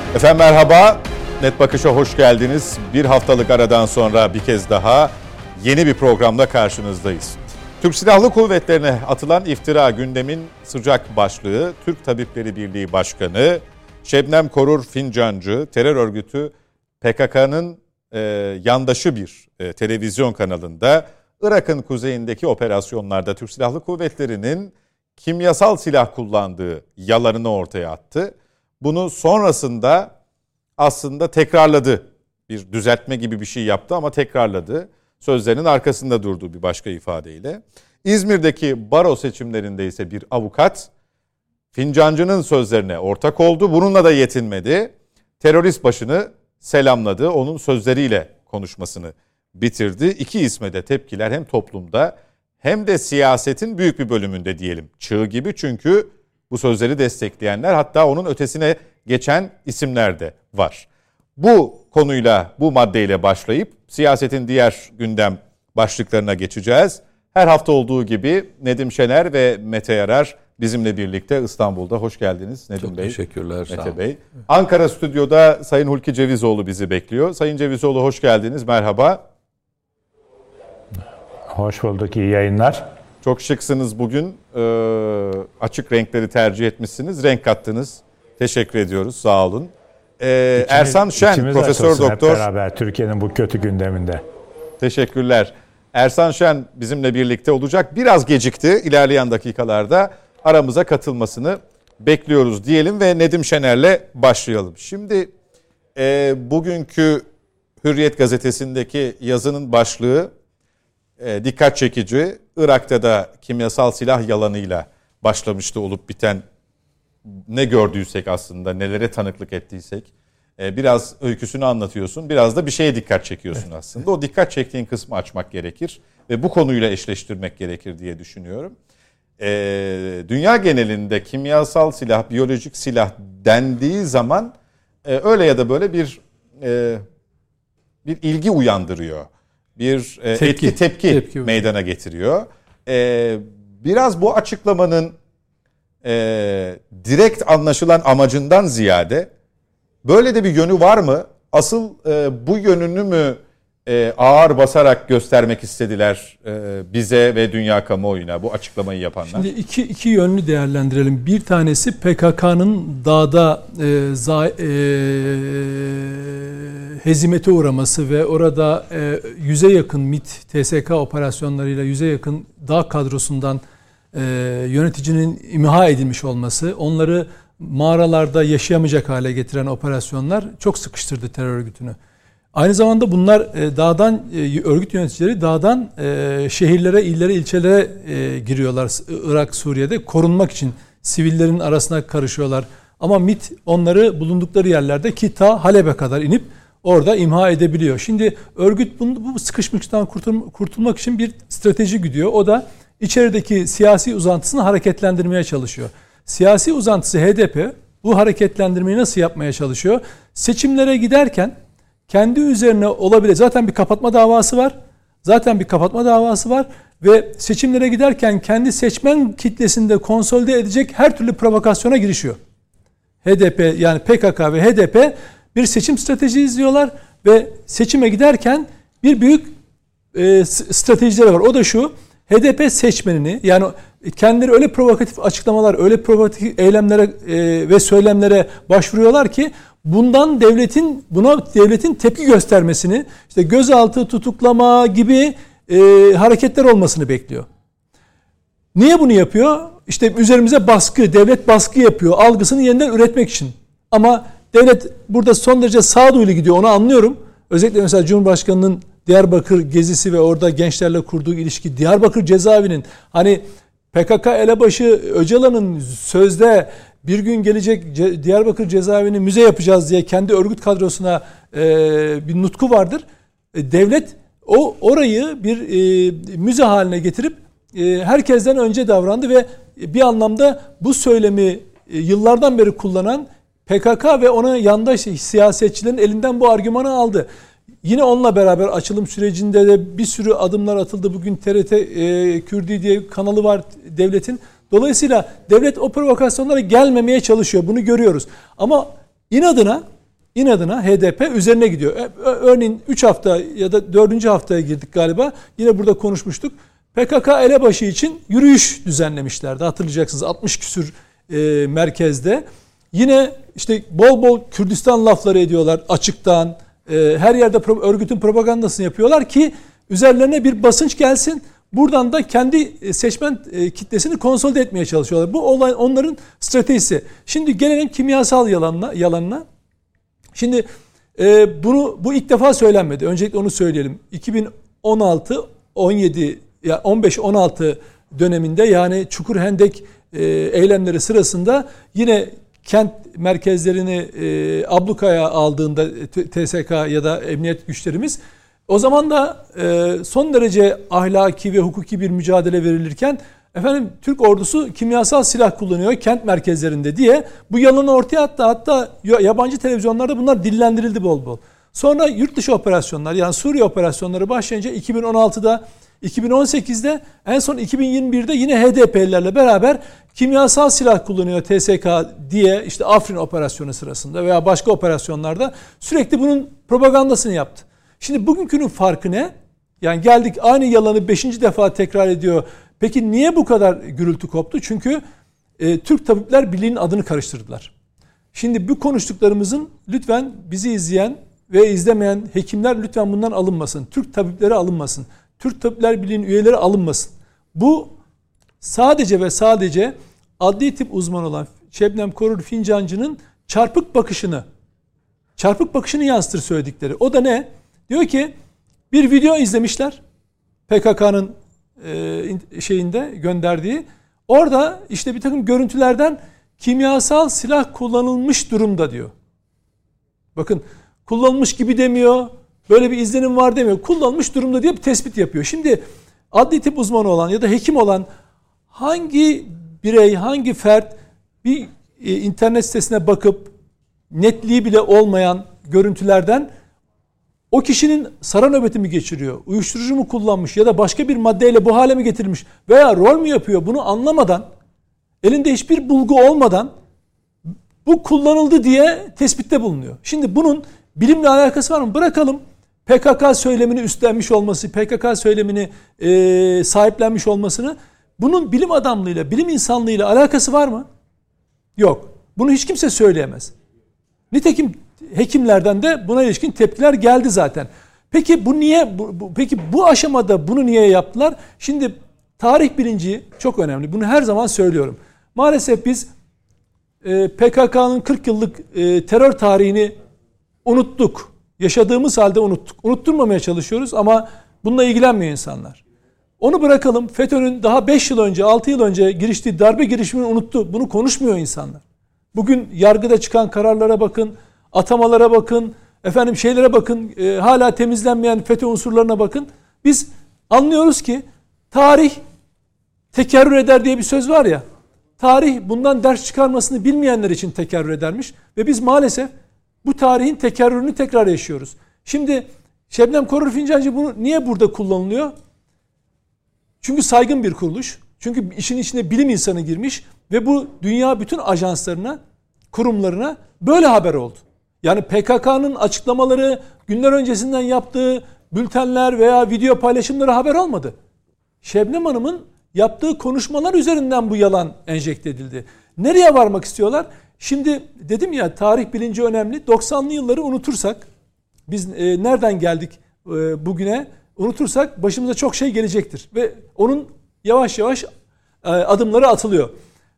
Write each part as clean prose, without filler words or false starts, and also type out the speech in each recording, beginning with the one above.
Efendim merhaba, Net Bakış'a hoş geldiniz. Bir haftalık aradan sonra bir kez daha yeni bir programda karşınızdayız. Türk Silahlı Kuvvetleri'ne atılan iftira gündemin sıcak başlığı. Türk Tabipleri Birliği Başkanı Şebnem Korur Fincancı, terör örgütü PKK'nın yandaşı bir televizyon kanalında Irak'ın kuzeyindeki operasyonlarda Türk Silahlı Kuvvetleri'nin kimyasal silah kullandığı yalanını ortaya attı. Bunu sonrasında aslında tekrarladı. Bir düzeltme gibi bir şey yaptı ama tekrarladı. Sözlerinin arkasında durduğu bir başka ifadeyle. İzmir'deki baro seçimlerinde ise bir avukat Fincancı'nın sözlerine ortak oldu. Bununla da yetinmedi. Terörist başını selamladı. Onun sözleriyle konuşmasını bitirdi. İki isme de tepkiler hem toplumda hem de siyasetin büyük bir bölümünde diyelim. Çığ gibi, çünkü bu sözleri destekleyenler, hatta onun ötesine geçen isimler de var. Bu konuyla, bu maddeyle başlayıp siyasetin diğer gündem başlıklarına geçeceğiz. Her hafta olduğu gibi Nedim Şener ve Mete Yarar bizimle birlikte İstanbul'da. Hoş geldiniz Nedim Bey. Çok teşekkürler. Mete Bey. Ankara stüdyoda Sayın Hulki Cevizoğlu bizi bekliyor. Sayın Cevizoğlu hoş geldiniz. Merhaba. Hoş bulduk. İyi yayınlar. Çok şıksınız bugün. Açık renkleri tercih etmişsiniz. Renk kattınız. Teşekkür ediyoruz. Sağ olun. Ersan Şen, Profesör Doktor. Hep beraber Türkiye'nin bu kötü gündeminde. Teşekkürler. Ersan Şen bizimle birlikte olacak. Biraz gecikti. İlerleyen dakikalarda aramıza katılmasını bekliyoruz diyelim ve Nedim Şener'le başlayalım. Şimdi bugünkü Hürriyet gazetesindeki yazının başlığı dikkat çekici. Irak'ta da kimyasal silah yalanıyla başlamıştı olup biten, ne gördüysek aslında, nelere tanıklık ettiysek. Biraz öyküsünü anlatıyorsun, biraz da bir şeye dikkat çekiyorsun aslında. O dikkat çektiğin kısmı açmak gerekir ve bu konuyla eşleştirmek gerekir diye düşünüyorum. Dünya genelinde kimyasal silah, biyolojik silah dendiği zaman öyle ya da böyle bir ilgi uyandırıyor. Bir tepki meydana getiriyor. Biraz bu açıklamanın direkt anlaşılan amacından ziyade böyle de bir yönü var mı? Asıl bu yönünü mü ağır basarak göstermek istediler bize ve dünya kamuoyuna, bu açıklamayı yapanlar? Şimdi iki yönlü değerlendirelim. Bir tanesi PKK'nın dağda hezimete uğraması ve orada 100'e yakın MİT, TSK operasyonlarıyla 100'e yakın dağ kadrosundan yöneticinin imha edilmiş olması, onları mağaralarda yaşayamayacak hale getiren operasyonlar çok sıkıştırdı terör örgütünü. Aynı zamanda bunlar dağdan, örgüt yöneticileri dağdan şehirlere, illere, ilçelere giriyorlar. Irak, Suriye'de korunmak için sivillerin arasına karışıyorlar. Ama MİT onları bulundukları yerlerde ki ta Halep'e kadar inip orada imha edebiliyor. Şimdi örgüt bu sıkışmışlıktan kurtulmak için bir strateji güdüyor. O da içerideki siyasi uzantısını hareketlendirmeye çalışıyor. Siyasi uzantısı HDP bu hareketlendirmeyi nasıl yapmaya çalışıyor? Seçimlere giderken kendi üzerine olabilir. Zaten bir kapatma davası var. Ve seçimlere giderken kendi seçmen kitlesinde konsolide edecek her türlü provokasyona girişiyor. HDP, yani PKK ve HDP bir seçim stratejisi izliyorlar ve seçime giderken bir büyük stratejileri var. O da şu: HDP seçmenini, yani kendileri öyle provokatif açıklamalar, öyle provokatif eylemlere ve söylemlere başvuruyorlar ki buna devletin tepki göstermesini, işte gözaltı, tutuklama gibi hareketler olmasını bekliyor. Niye bunu yapıyor? İşte üzerimize devlet baskı yapıyor algısını yeniden üretmek için. Ama devlet burada son derece sağduyulu gidiyor, onu anlıyorum. Özellikle mesela Cumhurbaşkanı'nın Diyarbakır gezisi ve orada gençlerle kurduğu ilişki, Diyarbakır cezaevinin, hani PKK elebaşı Öcalan'ın sözde bir gün gelecek Diyarbakır cezaevini müze yapacağız diye kendi örgüt kadrosuna bir nutku vardır. Devlet orayı bir müze haline getirip herkesten önce davrandı ve bir anlamda bu söylemi yıllardan beri kullanan PKK ve ona yandaş siyasetçilerin elinden bu argümanı aldı. Yine onunla beraber açılım sürecinde de bir sürü adımlar atıldı. Bugün TRT Kürdi diye kanalı var devletin. Dolayısıyla devlet o provokasyonlara gelmemeye çalışıyor. Bunu görüyoruz. Ama inadına inadına HDP üzerine gidiyor. Örneğin 3 hafta ya da 4. haftaya girdik galiba. Yine burada konuşmuştuk. PKK elebaşı için yürüyüş düzenlemişlerdi. Hatırlayacaksınız 60 küsür merkezde. Yine işte bol bol Kürdistan lafları ediyorlar açıktan. Her yerde örgütün propagandasını yapıyorlar ki üzerlerine bir basınç gelsin. Buradan da kendi seçmen kitlesini konsolide etmeye çalışıyorlar. Bu olay onların stratejisi. Şimdi gelelim kimyasal yalanına. Şimdi bu ilk defa söylenmedi. Öncelikle onu söyleyelim. 2016, 17, ya 15-16 döneminde yani Çukurhendek eylemleri sırasında yine kent merkezlerini ablukaya aldığında TSK ya da emniyet güçlerimiz, o zaman da son derece ahlaki ve hukuki bir mücadele verilirken efendim Türk ordusu kimyasal silah kullanıyor kent merkezlerinde diye bu yalanı ortaya attı. Hatta yabancı televizyonlarda bunlar dillendirildi bol bol. Sonra yurt dışı operasyonlar yani Suriye operasyonları başlayınca 2016'da 2018'de en son 2021'de yine HDP'lilerle beraber kimyasal silah kullanıyor TSK diye işte Afrin operasyonu sırasında veya başka operasyonlarda sürekli bunun propagandasını yaptı. Şimdi bugünkünün farkı ne? Yani geldik aynı yalanı 5. defa tekrar ediyor. Peki niye bu kadar gürültü koptu? Çünkü Türk Tabipler Birliği'nin adını karıştırdılar. Şimdi bu konuştuklarımızın lütfen bizi izleyen ve izlemeyen hekimler lütfen bundan alınmasın. Türk tabipleri alınmasın. Türk Tabipler Birliği'nin üyeleri alınmasın. Bu sadece ve sadece adli tıp uzmanı olan Şebnem Korur Fincancı'nın çarpık bakışını yansıtır söyledikleri. O da ne? Diyor ki bir video izlemişler. PKK'nın şeyinde gönderdiği. Orada işte bir takım görüntülerden kimyasal silah kullanılmış durumda diyor. Bakın kullanılmış gibi demiyor. Böyle bir izlenim var demiyor. Kullanılmış durumda diye bir tespit yapıyor. Şimdi adli tıp uzmanı olan ya da hekim olan hangi birey, hangi fert bir internet sitesine bakıp netliği bile olmayan görüntülerden o kişinin sara nöbeti mi geçiriyor, uyuşturucu mu kullanmış ya da başka bir maddeyle bu hale mi getirilmiş veya rol mü yapıyor bunu anlamadan, elinde hiçbir bulgu olmadan bu kullanıldı diye tespitte bulunuyor. Şimdi bunun bilimle alakası var mı? Bırakalım. PKK söylemini üstlenmiş olması, PKK söylemini sahiplenmiş olmasını, bunun bilim adamlığıyla, bilim insanlığıyla alakası var mı? Yok. Bunu hiç kimse söyleyemez. Nitekim hekimlerden de buna ilişkin tepkiler geldi zaten. Peki bu niye? Peki bu aşamada bunu niye yaptılar? Şimdi tarih bilinci çok önemli. Bunu her zaman söylüyorum. Maalesef biz PKK'nın 40 yıllık terör tarihini unuttuk. Yaşadığımız halde unuttuk. Unutturmamaya çalışıyoruz ama bununla ilgilenmiyor insanlar. Onu bırakalım. FETÖ'nün daha 5 yıl önce, 6 yıl önce giriştiği darbe girişimini unuttu. Bunu konuşmuyor insanlar. Bugün yargıda çıkan kararlara bakın, atamalara bakın, şeylere bakın, hala temizlenmeyen FETÖ unsurlarına bakın. Biz anlıyoruz ki tarih tekerrür eder diye bir söz var ya. Tarih bundan ders çıkarmasını bilmeyenler için tekerrür edermiş ve biz maalesef bu tarihin tekerrürünü tekrar yaşıyoruz. Şimdi Şebnem Korur Fincancı bunu niye burada kullanılıyor? Çünkü saygın bir kuruluş. Çünkü işin içine bilim insanı girmiş ve bu dünya bütün ajanslarına, kurumlarına böyle haber oldu. Yani PKK'nın açıklamaları, günler öncesinden yaptığı bültenler veya video paylaşımları haber olmadı. Şebnem Hanım'ın yaptığı konuşmalar üzerinden bu yalan enjekte edildi. Nereye varmak istiyorlar? Şimdi dedim ya tarih bilinci önemli. 90'lı yılları unutursak, biz nereden geldik bugüne unutursak başımıza çok şey gelecektir. Ve onun yavaş yavaş adımları atılıyor.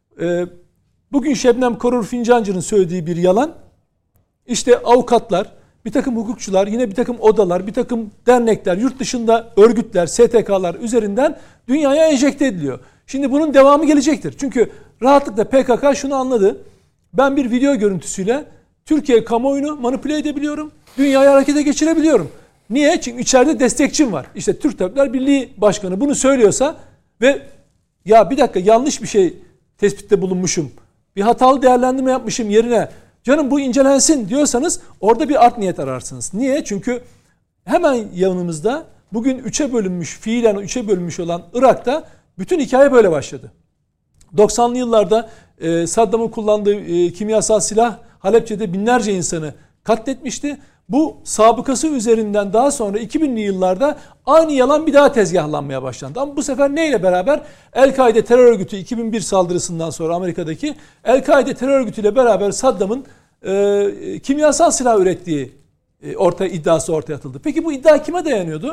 Bugün Şebnem Korur Fincancı'nın söylediği bir yalan, işte avukatlar, bir takım hukukçular, yine bir takım odalar, bir takım dernekler, yurt dışında örgütler, STK'lar üzerinden dünyaya enjekte ediliyor. Şimdi bunun devamı gelecektir. Çünkü rahatlıkla PKK şunu anladı. Ben bir video görüntüsüyle Türkiye kamuoyunu manipüle edebiliyorum. Dünyayı harekete geçirebiliyorum. Niye? Çünkü içeride destekçim var. İşte Türk Tabipler Birliği Başkanı bunu söylüyorsa ve ya bir dakika yanlış bir şey tespitte bulunmuşum, bir hatalı değerlendirme yapmışım yerine canım bu incelensin diyorsanız orada bir art niyet ararsınız. Niye? Çünkü hemen yanımızda bugün fiilen 3'e bölünmüş olan Irak'ta bütün hikaye böyle başladı. 90'lı yıllarda Saddam'ın kullandığı kimyasal silah Halepçe'de binlerce insanı katletmişti. Bu sabıkası üzerinden daha sonra 2000'li yıllarda aynı yalan bir daha tezgahlanmaya başlandı. Ama bu sefer neyle beraber? El-Kaide terör örgütü 2001 saldırısından sonra Amerika'daki El-Kaide terör örgütüyle beraber Saddam'ın kimyasal silah ürettiği iddiası ortaya atıldı. Peki bu iddia kime dayanıyordu?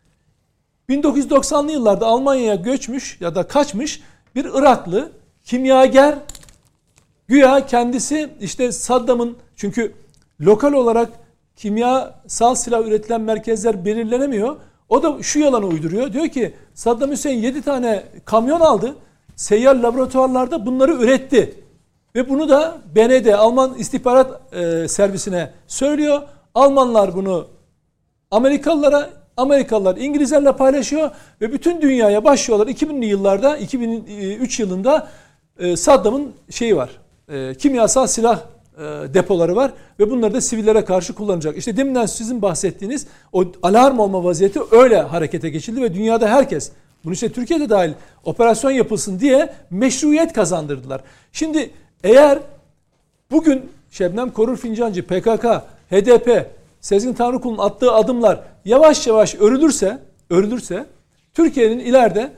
1990'lı yıllarda Almanya'ya göçmüş ya da kaçmış bir Iraklı kimyager, güya kendisi işte Saddam'ın, çünkü lokal olarak kimyasal silah üretilen merkezler belirlenemiyor. O da şu yalanı uyduruyor. Diyor ki Saddam Hüseyin 7 tane kamyon aldı. Seyyar laboratuvarlarda bunları üretti. Ve bunu da BND, Alman istihbarat servisine söylüyor. Almanlar bunu Amerikalılara, Amerikalılar İngilizlerle paylaşıyor ve bütün dünyaya başlıyorlar. 2000'li yıllarda, 2003 yılında Saddam'ın şeyi var. Kimyasal silah depoları var ve bunları da sivillere karşı kullanacak. İşte deminden sizin bahsettiğiniz o alarm olma vaziyeti öyle harekete geçildi ve dünyada herkes, bunu işte Türkiye'de dahil, operasyon yapılsın diye meşruiyet kazandırdılar. Şimdi eğer bugün Şebnem Korur Fincancı, PKK, HDP, Sezgin Tanrıkul'un attığı adımlar yavaş yavaş örülürse Türkiye'nin ileride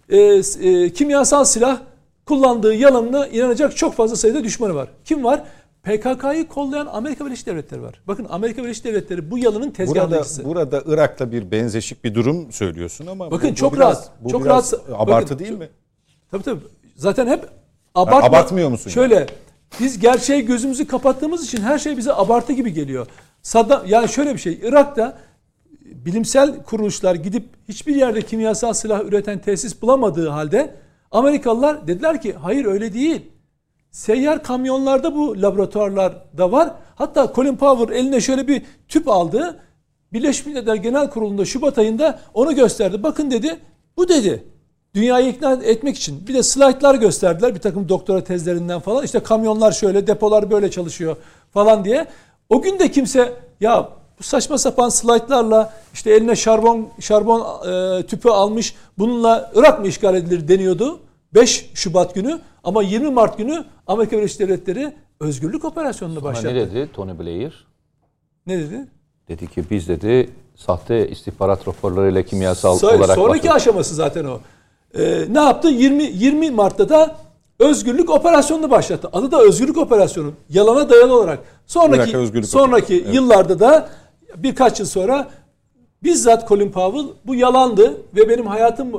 kimyasal silah kullandığı yalanına inanacak çok fazla sayıda düşmanı var. Kim var? PKK'yı kollayan Amerika Birleşik Devletleri var. Bakın Amerika Birleşik Devletleri bu yalanın tezgahındakisi. Burada Irak'ta bir benzeşik bir durum söylüyorsun ama bakın bu çok biraz, rahat. bu çok biraz rahat. abartı bakın, değil mi? Tabii. Zaten hep abartmıyor musun? Şöyle yani? Biz gerçeği gözümüzü kapattığımız için her şey bize abartı gibi geliyor. Saddam, yani şöyle bir şey. Irak'ta bilimsel kuruluşlar gidip hiçbir yerde kimyasal silah üreten tesis bulamadığı halde Amerikalılar dediler ki hayır öyle değil. Seyyar kamyonlarda bu laboratuvarlarda var. Hatta Colin Powell eline şöyle bir tüp aldı. Birleşmiş Milletler Genel Kurulu'nda Şubat ayında onu gösterdi. Bakın dedi, bu dedi. Dünyayı ikna etmek için. Bir de slaytlar gösterdiler. Bir takım doktora tezlerinden falan. İşte kamyonlar şöyle, depolar böyle çalışıyor falan diye. O gün de kimse ya bu saçma sapan slaytlarla işte eline şarbon tüpü almış, bununla Irak mı işgal edilir deniyordu 5 Şubat günü, ama 20 Mart günü Amerika Birleşik Devletleri özgürlük operasyonunu başlattı. Ne dedi Tony Blair? Ne dedi? Dedi ki biz dedi sahte istihbarat raporlarıyla kimyasal olarak... Sonraki aşaması zaten o. Ne yaptı? 20 Mart'ta da özgürlük operasyonunu başlattı. Adı da özgürlük operasyonu. Yalana dayalı olarak. Sonraki yıllarda da birkaç yıl sonra bizzat Colin Powell bu yalandı ve benim hayatım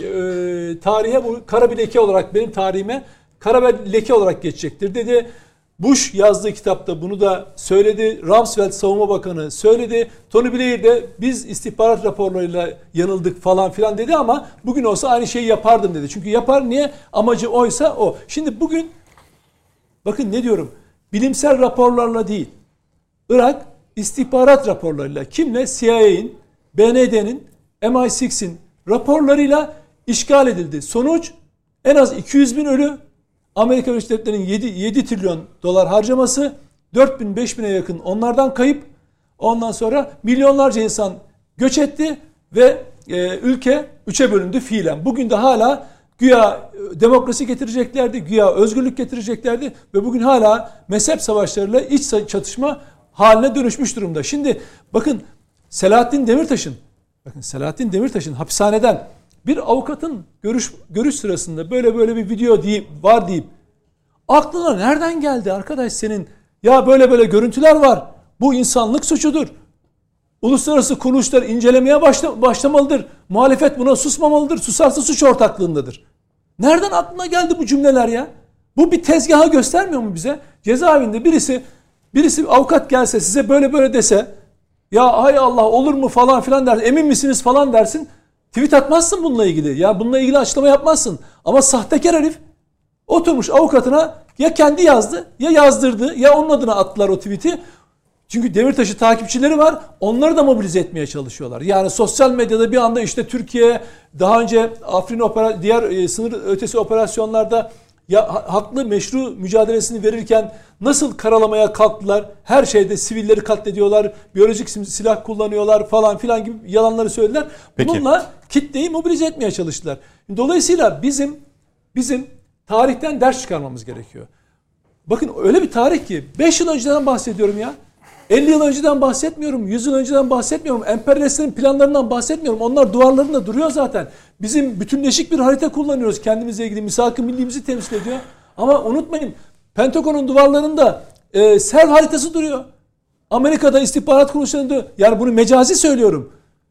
tarihe bu kara bir leke olarak, benim tarihime kara bir leke olarak geçecektir dedi. Bush yazdığı kitapta bunu da söyledi. Rumsfeld Savunma Bakanı söyledi. Tony Blair de biz istihbarat raporlarıyla yanıldık falan filan dedi, ama bugün olsa aynı şeyi yapardım dedi. Çünkü yapar, niye? Amacı oysa o. Şimdi bugün bakın ne diyorum? Bilimsel raporlarla değil. Irak istihbarat raporlarıyla, kimle? CIA'in, BND'nin, MI6'in raporlarıyla işgal edildi. Sonuç en az 200 bin ölü, Amerika Birleşik Devletleri'nin 7 trilyon dolar harcaması, 4000-5000'e yakın onlardan kayıp, ondan sonra milyonlarca insan göç etti ve ülke 3'e bölündü fiilen. Bugün de hala güya demokrasi getireceklerdi, güya özgürlük getireceklerdi ve bugün hala mezhep savaşlarıyla iç çatışma haline dönüşmüş durumda. Şimdi bakın Selahattin Demirtaş'ın hapishaneden bir avukatın görüş sırasında böyle bir video var deyip aklına nereden geldi arkadaş senin? Ya böyle görüntüler var. Bu insanlık suçudur. Uluslararası kuruluşlar incelemeye başlamalıdır. Muhalefet buna susmamalıdır. Susarsa suç ortaklığındadır. Nereden aklına geldi bu cümleler ya? Bu bir tezgahı göstermiyor mu bize? Cezaevinde birisi avukat gelse size böyle dese, ya hay Allah olur mu falan filan der, emin misiniz falan dersin. Tweet atmazsın bununla ilgili. Ya bununla ilgili açıklama yapmazsın. Ama sahtekar herif oturmuş avukatına ya kendi yazdı, ya yazdırdı, ya onun adına attılar o tweet'i. Çünkü Demirtaş'ı takipçileri var. Onları da mobilize etmeye çalışıyorlar. Yani sosyal medyada bir anda işte Türkiye daha önce Afrin diğer sınır ötesi operasyonlarda ya haklı meşru mücadelesini verirken nasıl karalamaya kalktılar? Her şeyde sivilleri katlediyorlar, biyolojik silah kullanıyorlar falan filan gibi yalanları söylediler. Bununla kitleyi mobilize etmeye çalıştılar. Dolayısıyla bizim tarihten ders çıkarmamız gerekiyor. Bakın öyle bir tarih ki 5 yıl önceden bahsediyorum ya. 50 yıl önceden bahsetmiyorum, 100 yıl önceden bahsetmiyorum, emperyalistlerin planlarından bahsetmiyorum. Onlar duvarlarında duruyor zaten. Bizim bütünleşik bir harita kullanıyoruz kendimizle ilgili. Misak-ı millimizi temsil ediyor. Ama unutmayın, Pentagon'un duvarlarında serv haritası duruyor. Amerika'da istihbarat kuruluşlarında, yani bunu mecazi söylüyorum.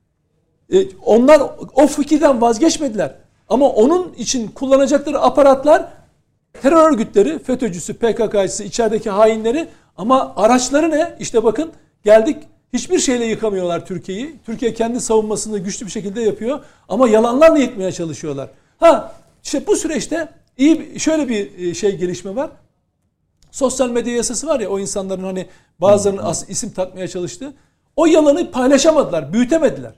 Onlar o fikirden vazgeçmediler. Ama onun için kullanacakları aparatlar terör örgütleri, FETÖ'cüsü, PKK'cısı, içerideki hainleri, ama araçları ne? İşte bakın geldik, hiçbir şeyle yıkamıyorlar Türkiye'yi. Türkiye kendi savunmasını güçlü bir şekilde yapıyor ama yalanlarla yıkmaya çalışıyorlar. İşte bu süreçte şöyle bir gelişme var. Sosyal medya yasası var ya, o insanların hani bazılarının isim takmaya çalıştığı. O yalanı paylaşamadılar, büyütemediler.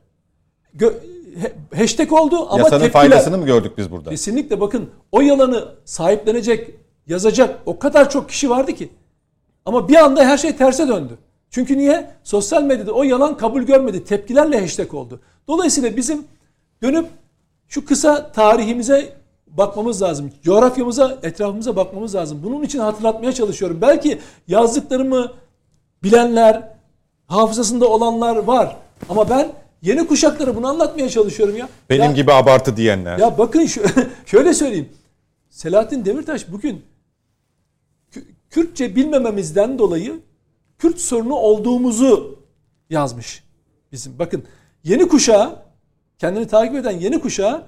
Hashtag oldu ama yasanın tepkiler. Faydasını mı gördük biz burada? Kesinlikle, bakın o yalanı sahiplenecek, yazacak o kadar çok kişi vardı ki. Ama bir anda her şey terse döndü. Çünkü niye? Sosyal medyada o yalan kabul görmedi. Tepkilerle hashtag oldu. Dolayısıyla bizim dönüp şu kısa tarihimize bakmamız lazım. Coğrafyamıza, etrafımıza bakmamız lazım. Bunun için hatırlatmaya çalışıyorum. Belki yazdıklarımı bilenler, hafızasında olanlar var. Ama ben yeni kuşaklara bunu anlatmaya çalışıyorum ya. Benim gibi abartı diyenler. Ya bakın şöyle söyleyeyim. Selahattin Demirtaş bugün Kürtçe bilmememizden dolayı Kürt sorunu olduğumuzu yazmış. Bizim bakın yeni kuşağı, kendini takip eden yeni kuşağı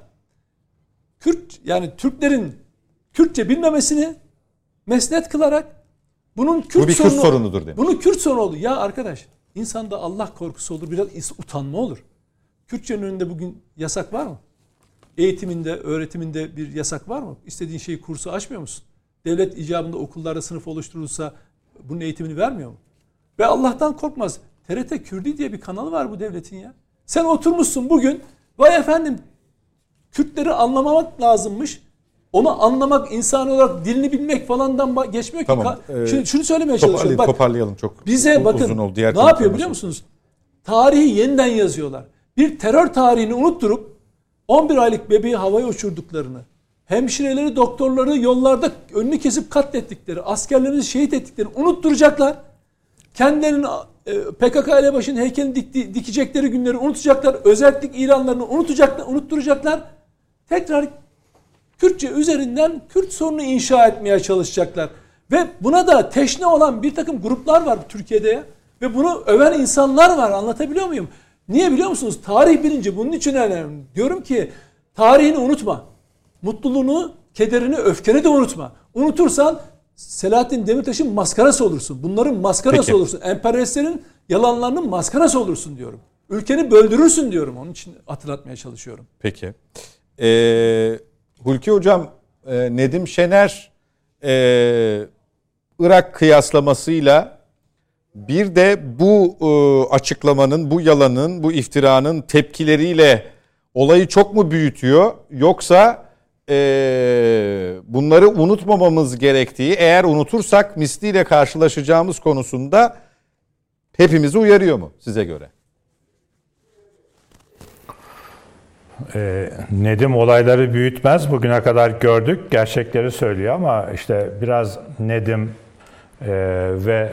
yani Türklerin Kürtçe bilmemesini mesnet kılarak bunun Kürt bu bir Kürt sorunudur demiş. Bunu Kürt sorunu oldu. Ya arkadaş, insanda Allah korkusu olur, biraz utanma olur. Kürtçenin önünde bugün yasak var mı? Eğitiminde, öğretiminde bir yasak var mı? İstediğin şeyi, kursu açmıyor musun? Devlet icabında okullarda sınıf oluşturulsa bunun eğitimini vermiyor mu? Ve Allah'tan korkmaz. TRT Kürdi diye bir kanalı var bu devletin ya. Sen oturmuşsun bugün, vay efendim Kürtleri anlamamak lazımmış. Onu anlamak, insan olarak dilini bilmek falandan geçmiyor ki. Tamam. Şunu söylemeye çalışıyorum. Toparlayalım çok. Bize bakın uzun oldu. Diğer ne yapıyor biliyor musunuz? Tarihi yeniden yazıyorlar. Bir terör tarihini unutturup 11 aylık bebeği havaya uçurduklarını, hemşireleri, doktorları yollarda önünü kesip katlettikleri, askerlerimizi şehit ettiklerini unutturacaklar. Kendilerinin PKK elebaşının heykelini dikecekleri günleri unutacaklar. Özellik ilanlarını unutturacaklar. Tekrar Kürtçe üzerinden Kürt sorunu inşa etmeye çalışacaklar. Ve buna da teşne olan bir takım gruplar var Türkiye'de ya. Ve bunu öven insanlar var. Anlatabiliyor muyum? Niye biliyor musunuz? Tarih bilinci bunun için önemli. Diyorum ki tarihini unutma. Mutluluğunu, kederini, öfkeni de unutma. Unutursan Selahattin Demirtaş'ın maskarası olursun. Bunların maskarası Peki. olursun. Emperyalistlerin yalanlarının maskarası olursun diyorum. Ülkeni böldürürsün diyorum. Onun için hatırlatmaya çalışıyorum. Peki. Hulki Hocam, Nedim Şener Irak kıyaslamasıyla bir de bu açıklamanın, bu yalanın, bu iftiranın tepkileriyle olayı çok mu büyütüyor? Yoksa bunları unutmamamız gerektiği, eğer unutursak misliyle karşılaşacağımız konusunda hepimizi uyarıyor mu size göre? Nedim olayları büyütmez. Bugüne kadar gördük. Gerçekleri söylüyor ama işte biraz Nedim ve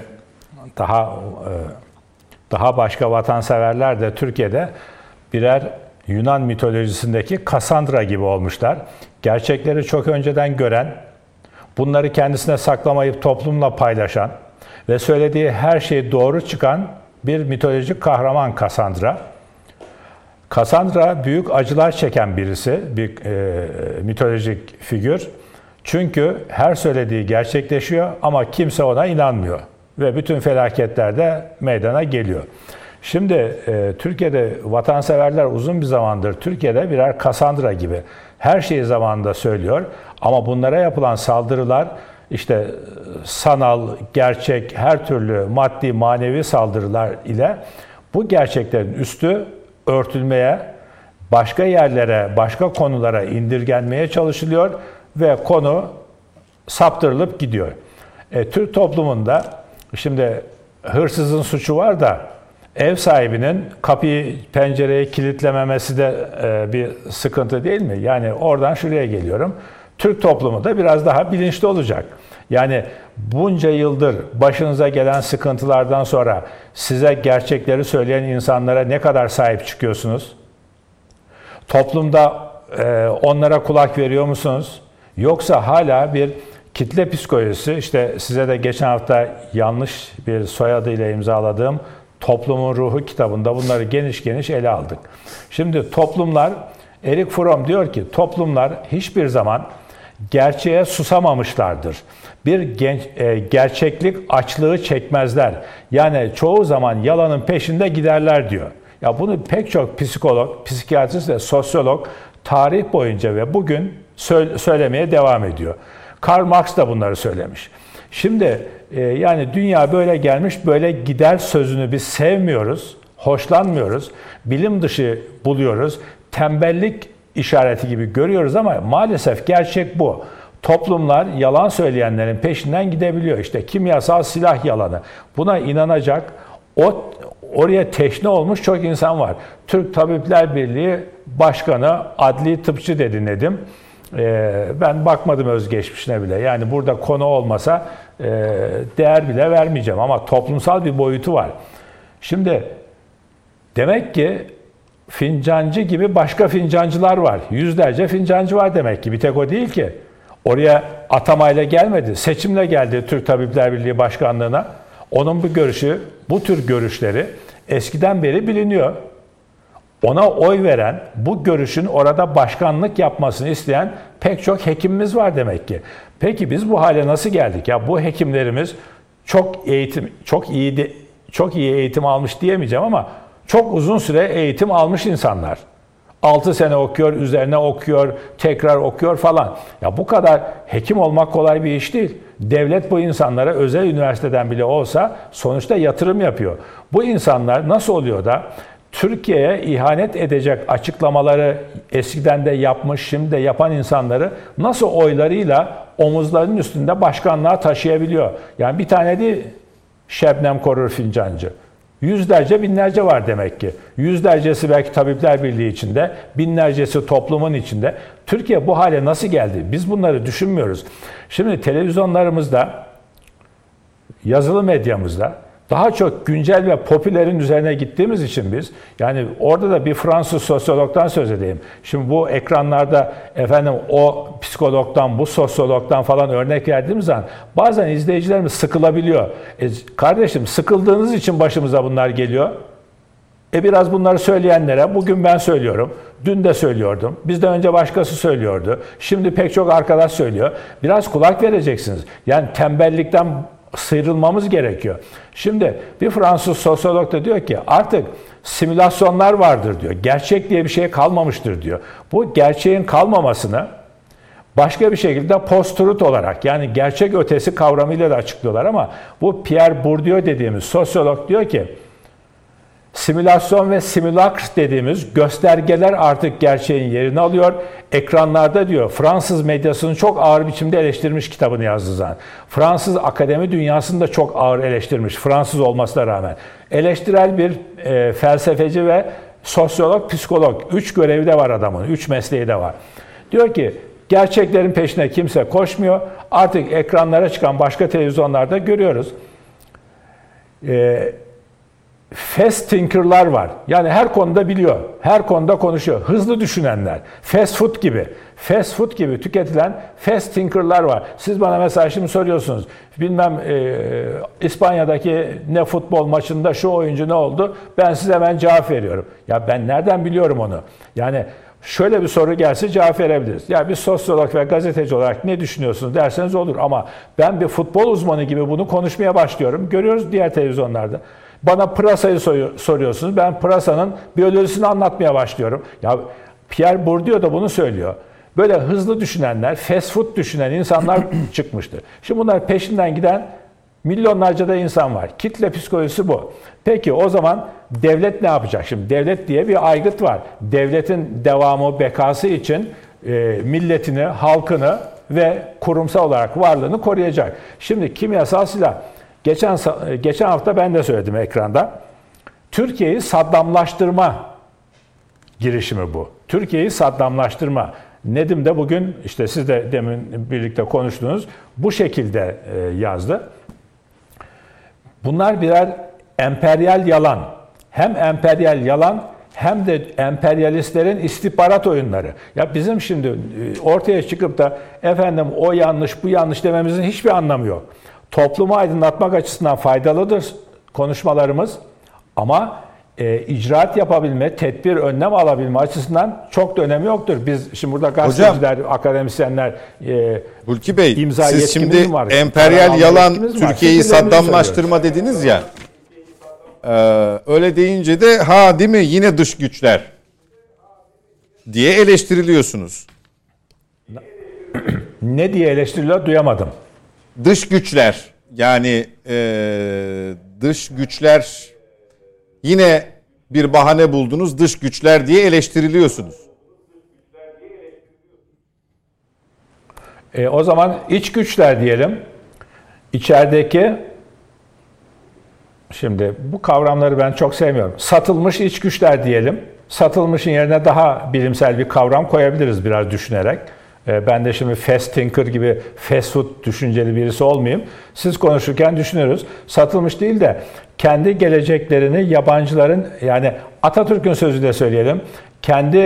daha başka vatanseverler de Türkiye'de birer Yunan mitolojisindeki Kassandra gibi olmuşlar. Gerçekleri çok önceden gören, bunları kendisine saklamayıp toplumla paylaşan ve söylediği her şey doğru çıkan bir mitolojik kahraman Kassandra. Kassandra büyük acılar çeken birisi, bir mitolojik figür. Çünkü her söylediği gerçekleşiyor ama kimse ona inanmıyor. Ve bütün felaketler de meydana geliyor. Şimdi Türkiye'de vatanseverler uzun bir zamandır Türkiye'de birer Kassandra gibi her şeyi zamanında söylüyor. Ama bunlara yapılan saldırılar işte sanal, gerçek, her türlü maddi, manevi saldırılar ile bu gerçeklerin üstü örtülmeye, başka yerlere, başka konulara indirgenmeye çalışılıyor ve konu saptırılıp gidiyor. Türk toplumunda şimdi hırsızın suçu var da ev sahibinin kapıyı, pencereyi kilitlememesi de bir sıkıntı değil mi? Yani oradan şuraya geliyorum. Türk toplumu da biraz daha bilinçli olacak. Yani bunca yıldır başınıza gelen sıkıntılardan sonra size gerçekleri söyleyen insanlara ne kadar sahip çıkıyorsunuz? Toplumda onlara kulak veriyor musunuz? Yoksa hala bir kitle psikolojisi, işte size de geçen hafta yanlış bir soyadıyla imzaladığım Toplumun Ruhu kitabında bunları geniş geniş ele aldık. Şimdi toplumlar, Erich Fromm diyor ki toplumlar hiçbir zaman gerçeğe susamamışlardır. Bir gerçeklik açlığı çekmezler. Yani çoğu zaman yalanın peşinde giderler diyor. Ya bunu pek çok psikolog, psikiyatrist ve sosyolog tarih boyunca ve bugün söylemeye devam ediyor. Karl Marx da bunları söylemiş. Şimdi yani dünya böyle gelmiş, böyle gider sözünü biz sevmiyoruz, hoşlanmıyoruz, bilim dışı buluyoruz, tembellik işareti gibi görüyoruz ama maalesef gerçek bu. Toplumlar yalan söyleyenlerin peşinden gidebiliyor. İşte kimyasal silah yalanı. Buna inanacak, oraya teşne olmuş çok insan var. Türk Tabipler Birliği Başkanı adli tıpçı dedi Nedim. Ben bakmadım özgeçmişine bile. Yani burada konu olmasa değer bile vermeyeceğim ama toplumsal bir boyutu var. Şimdi demek ki fincancı gibi başka fincancılar var. Yüzlerce fincancı var demek ki. Bir tek o değil ki. Oraya atamayla gelmedi. Seçimle geldi Türk Tabipler Birliği Başkanlığı'na. Onun bu görüşü, bu tür görüşleri eskiden beri biliniyor. Ona oy veren, bu görüşün orada başkanlık yapmasını isteyen pek çok hekimimiz var demek ki. Peki biz bu hale nasıl geldik? Ya bu hekimlerimiz çok iyi eğitim almış diyemeyeceğim ama çok uzun süre eğitim almış insanlar. 6 sene okuyor, üzerine okuyor, tekrar okuyor falan. Ya bu kadar hekim olmak kolay bir iş değil. Devlet bu insanlara özel üniversiteden bile olsa sonuçta yatırım yapıyor. Bu insanlar nasıl oluyor da Türkiye'ye ihanet edecek açıklamaları eskiden de yapmış, şimdi de yapan insanları nasıl oylarıyla omuzlarının üstünde başkanlığa taşıyabiliyor? Yani bir tane değil Şebnem Korur fincancı. Yüzlerce, binlerce var demek ki. Yüzlercesi belki Tabipler Birliği içinde, binlercesi toplumun içinde. Türkiye bu hale nasıl geldi? Biz bunları düşünmüyoruz. Şimdi televizyonlarımızda, yazılı medyamızda daha çok güncel ve popülerin üzerine gittiğimiz için biz, yani orada da bir Fransız sosyologdan söz edeyim. Şimdi bu ekranlarda efendim o psikologdan, bu sosyologdan falan örnek verdiğimiz zaman bazen izleyicilerimiz sıkılabiliyor. Kardeşim sıkıldığınız için başımıza bunlar geliyor. Biraz bunları söyleyenlere bugün ben söylüyorum. Dün de söylüyordum. Bizden önce başkası söylüyordu. Şimdi pek çok arkadaş söylüyor. Biraz kulak vereceksiniz. Yani tembellikten sıyrılmamız gerekiyor. Şimdi bir Fransız sosyolog da diyor ki artık simülasyonlar vardır diyor. Gerçek diye bir şey kalmamıştır diyor. Bu gerçeğin kalmamasını başka bir şekilde post-truth olarak, yani gerçek ötesi kavramıyla da açıklıyorlar ama bu Pierre Bourdieu dediğimiz sosyolog diyor ki simülasyon ve simülakr dediğimiz göstergeler artık gerçeğin yerini alıyor. Ekranlarda diyor Fransız medyasını çok ağır biçimde eleştirmiş kitabını yazdığı zaman. Fransız akademi dünyasını da çok ağır eleştirmiş Fransız olmasına rağmen. Eleştirel bir felsefeci ve sosyolog, psikolog. 3 görevi de var adamın, 3 mesleği de var. Diyor ki gerçeklerin peşine kimse koşmuyor. Artık ekranlara çıkan başka televizyonlarda görüyoruz. Fast thinker'lar var. Yani her konuda biliyor, her konuda konuşuyor. Hızlı düşünenler. Fast food gibi tüketilen fast thinker'lar var. Siz bana mesela şimdi soruyorsunuz. Bilmem İspanya'daki ne futbol maçında şu oyuncu ne oldu? Ben size hemen cevap veriyorum. Ya ben nereden biliyorum onu? Yani şöyle bir soru gelse cevap verebiliriz. Ya bir sosyolog ve gazeteci olarak ne düşünüyorsunuz derseniz olur. Ama ben bir futbol uzmanı gibi bunu konuşmaya başlıyorum. Görüyoruz diğer televizyonlarda. Bana pırasayı soruyorsunuz. Ben pırasanın biyolojisini anlatmaya başlıyorum. Ya Pierre Bourdieu da bunu söylüyor. Böyle hızlı düşünenler, fast food düşünen insanlar çıkmıştır. Şimdi bunlar peşinden giden milyonlarca da insan var. Kitle psikolojisi bu. Peki o zaman devlet ne yapacak? Şimdi devlet diye bir aygıt var. Devletin devamı, bekası için milletini, halkını ve kurumsal olarak varlığını koruyacak. Şimdi kimyasal silah. Geçen hafta ben de söyledim ekranda. Türkiye'yi Saddamlaştırma girişimi bu. Türkiye'yi Saddamlaştırma. Nedim de bugün, işte siz de demin birlikte konuştunuz, bu şekilde yazdı. Bunlar birer emperyal yalan. Hem emperyal yalan hem de emperyalistlerin istihbarat oyunları. Ya bizim şimdi ortaya çıkıp da efendim o yanlış bu yanlış dememizin hiçbir anlamı yok. Toplumu aydınlatmak açısından faydalıdır konuşmalarımız ama icraat yapabilme, tedbir, önlem alabilme açısından çok da önemi yoktur. Biz şimdi burada gazeteciler, akademisyenler, Hulki Bey, imza siz şimdi yetkimiz var, emperyal yalan, Türkiye'yi Fikirlerimizi Saddamlaştırma dediniz ya. Öyle deyince de değil mi yine dış güçler diye eleştiriliyorsunuz. Ne diye eleştiriliyor duyamadım. Dış güçler, yani dış güçler, yine bir bahane buldunuz, dış güçler diye eleştiriliyorsunuz. O zaman iç güçler diyelim. İçerideki, şimdi bu kavramları ben çok sevmiyorum. Satılmış iç güçler diyelim. Satılmışın yerine daha bilimsel bir kavram koyabiliriz biraz düşünerek. Ben de şimdi fast thinker gibi fast food düşünceli birisi olmayayım. Siz konuşurken düşünüyoruz. Satılmış değil de kendi geleceklerini yabancıların, yani Atatürk'ün sözüyle söyleyelim, kendi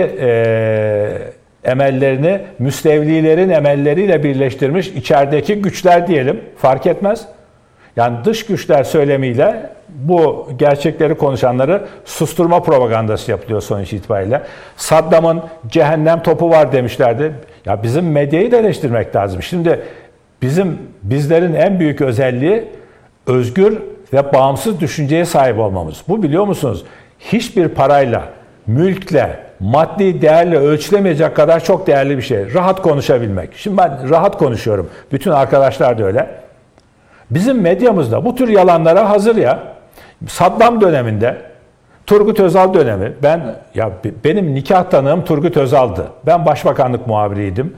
emellerini müstevlilerin emelleriyle birleştirmiş içerideki güçler diyelim. Fark etmez. Yani dış güçler söylemiyle bu gerçekleri konuşanları susturma propagandası yapılıyor sonuç itibariyle. Saddam'ın cehennem topu var demişlerdi. Ya bizim medyayı da eleştirmek lazım. Şimdi bizlerin en büyük özelliği özgür ve bağımsız düşünceye sahip olmamız. Bu, biliyor musunuz, hiçbir parayla, mülkle, maddi değerle ölçülemeyecek kadar çok değerli bir şey. Rahat konuşabilmek. Şimdi ben rahat konuşuyorum. Bütün arkadaşlar da öyle. Bizim medyamızda bu tür yalanlara hazır ya. Saddam döneminde, Turgut Özal dönemi, benim nikah tanığım Turgut Özal'dı. Ben başbakanlık muhabiriydim.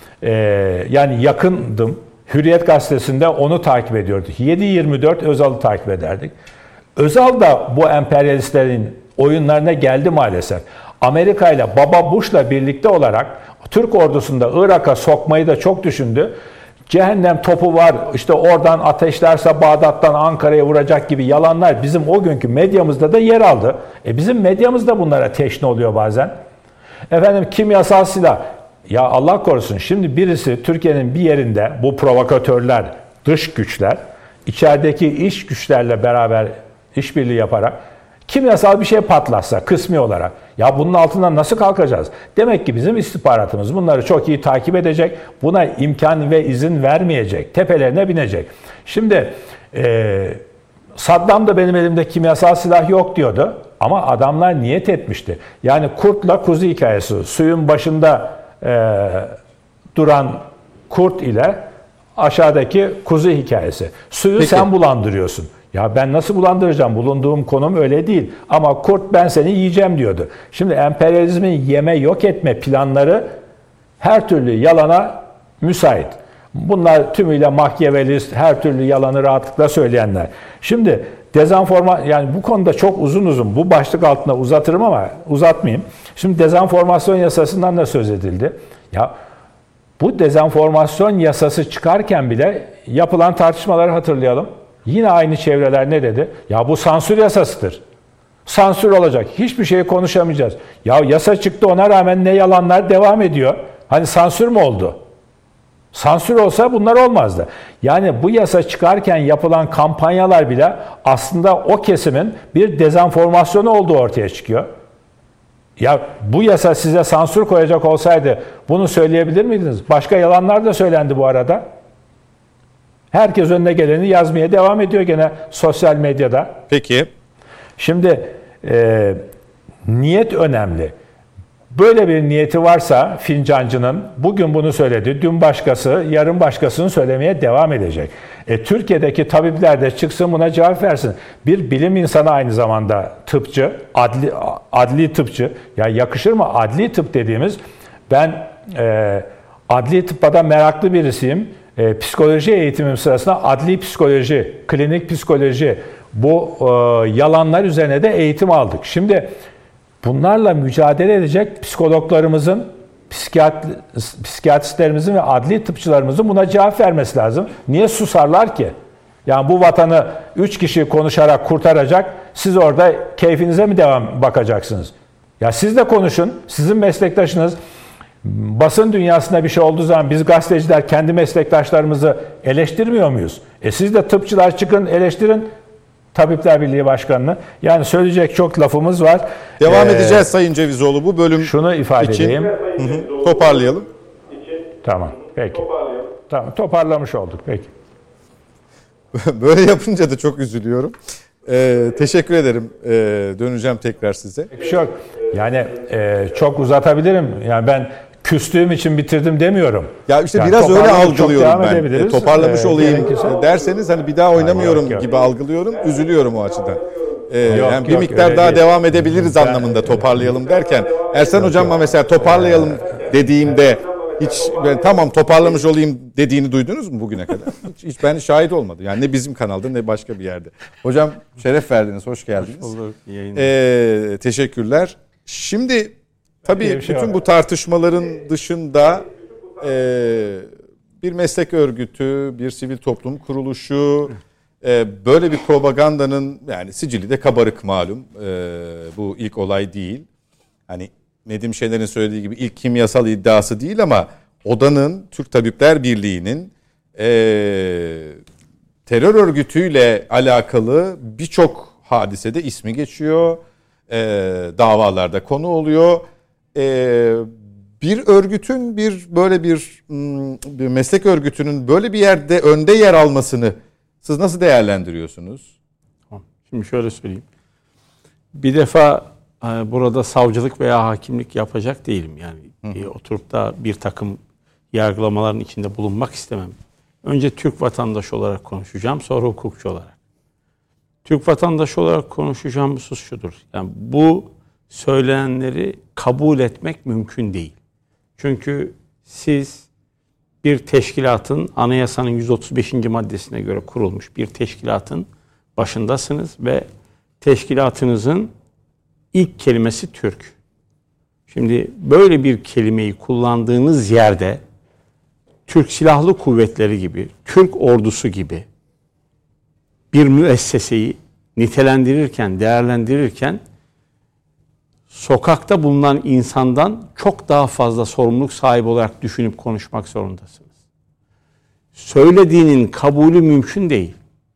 Yani yakındım. Hürriyet gazetesinde onu takip ediyorduk. 7/24 Özal'ı takip ederdik. Özal da bu emperyalistlerin oyunlarına geldi maalesef. Amerika ile Baba Bush'la birlikte olarak Türk ordusunda Irak'a sokmayı da çok düşündü. Cehennem topu var, işte oradan ateşlerse Bağdat'tan Ankara'ya vuracak gibi yalanlar bizim o günkü medyamızda da yer aldı. Bizim medyamızda bunlara teşne oluyor bazen. Efendim kimyasal silah. Ya Allah korusun, şimdi birisi Türkiye'nin bir yerinde, bu provokatörler, dış güçler, içerideki iç güçlerle beraber işbirliği yaparak kimyasal bir şey patlatsa kısmi olarak, ya bunun altından nasıl kalkacağız? Demek ki bizim istihbaratımız bunları çok iyi takip edecek, buna imkan ve izin vermeyecek, tepelerine binecek. Şimdi Saddam da benim elimde kimyasal silah yok diyordu ama adamlar niyet etmişti. Yani kurtla kuzu hikayesi, suyun başında duran kurt ile aşağıdaki kuzu hikayesi. Suyu Peki, sen bulandırıyorsun. Ya ben nasıl bulandıracağım? Bulunduğum konum öyle değil. Ama kurt ben seni yiyeceğim diyordu. Şimdi emperyalizmin yeme yok etme planları her türlü yalana müsait. Bunlar tümüyle Machiavellist, her türlü yalanı rahatlıkla söyleyenler. Şimdi yani bu konuda çok uzun bu başlık altında uzatırım ama uzatmayayım. Şimdi dezenformasyon yasasından da söz edildi. Ya bu dezenformasyon yasası çıkarken bile yapılan tartışmaları hatırlayalım. Yine aynı çevreler ne dedi? Ya bu sansür yasasıdır. Sansür olacak. Hiçbir şeyi konuşamayacağız. Ya yasa çıktı, ona rağmen ne yalanlar devam ediyor. Hani sansür mü oldu? Sansür olsa bunlar olmazdı. Yani bu yasa çıkarken yapılan kampanyalar bile aslında o kesimin bir dezenformasyonu olduğu ortaya çıkıyor. Ya bu yasa size sansür koyacak olsaydı bunu söyleyebilir miydiniz? Başka yalanlar da söylendi bu arada. Herkes önüne geleni yazmaya devam ediyor gene sosyal medyada. Peki. Şimdi niyet önemli. Böyle bir niyeti varsa fincancının, bugün bunu söyledi, dün başkası, yarın başkasını söylemeye devam edecek. Türkiye'deki tabipler de çıksın buna cevap versin. Bir bilim insanı aynı zamanda tıpçı, adli tıpçı. Ya yakışır mı adli tıp dediğimiz? Ben adli tıbba da meraklı birisiyim. Psikoloji eğitimim sırasında adli psikoloji, klinik psikoloji, bu yalanlar üzerine de eğitim aldık. Şimdi bunlarla mücadele edecek psikologlarımızın psikiyatristlerimizin ve adli tıpçılarımızın buna cevap vermesi lazım. Niye susarlar ki? Yani bu vatanı 3 kişi konuşarak kurtaracak, siz orada keyfinize mi devam bakacaksınız? Ya siz de konuşun, sizin meslektaşınız. Basın dünyasında bir şey olduğu zaman biz gazeteciler kendi meslektaşlarımızı eleştirmiyor muyuz? Siz de tıpçılar çıkın eleştirin Tabipler Birliği Başkanı'nı. Yani söyleyecek çok lafımız var. Devam edeceğiz Sayın Cevizoğlu bu bölüm şunu ifade için. edeyim. Toparlayalım. Tamam, peki. Tamam, toparlamış olduk, peki. Böyle yapınca da çok üzülüyorum. Teşekkür ederim. Döneceğim tekrar size. Bir şey yok. Yani çok uzatabilirim. Yani ben küstüğüm için bitirdim demiyorum. Ya işte yani biraz öyle toparlamak çok algılıyorum devam ben. edebiliriz. Toparlamış olayım Gerekirse. derseniz hani bir daha oynamıyorum yok. gibi algılıyorum. Üzülüyorum o açıdan. Yani bir yok, miktar öyle daha değil. devam edebiliriz anlamında toparlayalım derken. Ersan Hocam'la mesela toparlayalım dediğimde hiç ben tamam toparlamış olayım dediğini duydunuz mu bugüne kadar? Hiç ben şahit olmadım. Yani ne bizim kanalda ne başka bir yerde. Hocam şeref verdiniz, hoş geldiniz. Hoş bulduk. Teşekkürler. Şimdi tabii Bir şey bütün var. bu tartışmaların dışında bir meslek örgütü, bir sivil toplum kuruluşu böyle bir propagandanın yani sicili de kabarık malum. Bu ilk olay değil. Hani Nedim Şener'in söylediği gibi ilk kimyasal iddiası değil ama odanın, Türk Tabipler Birliği'nin terör örgütüyle alakalı birçok hadisede ismi geçiyor. Davalarda konu oluyor. Bir örgütün bir meslek örgütünün böyle bir yerde önde yer almasını siz nasıl değerlendiriyorsunuz? Şimdi şöyle söyleyeyim. Bir defa burada savcılık veya hakimlik yapacak değilim. Yani oturup da bir takım yargılamaların içinde bulunmak istemem. Önce Türk vatandaşı olarak konuşacağım, sonra hukukçu olarak. Türk vatandaşı olarak konuşacağım husus şudur. Yani bu söylenenleri kabul etmek mümkün değil. Çünkü siz bir teşkilatın, anayasanın 135. maddesine göre kurulmuş bir teşkilatın başındasınız ve teşkilatınızın ilk kelimesi Türk. Şimdi böyle bir kelimeyi kullandığınız yerde Türk Silahlı Kuvvetleri gibi, Türk ordusu gibi bir müesseseyi nitelendirirken, değerlendirirken sokakta bulunan insandan çok daha fazla sorumluluk sahibi olarak düşünüp konuşmak zorundasınız. Söylediğinin kabulü mümkün değil.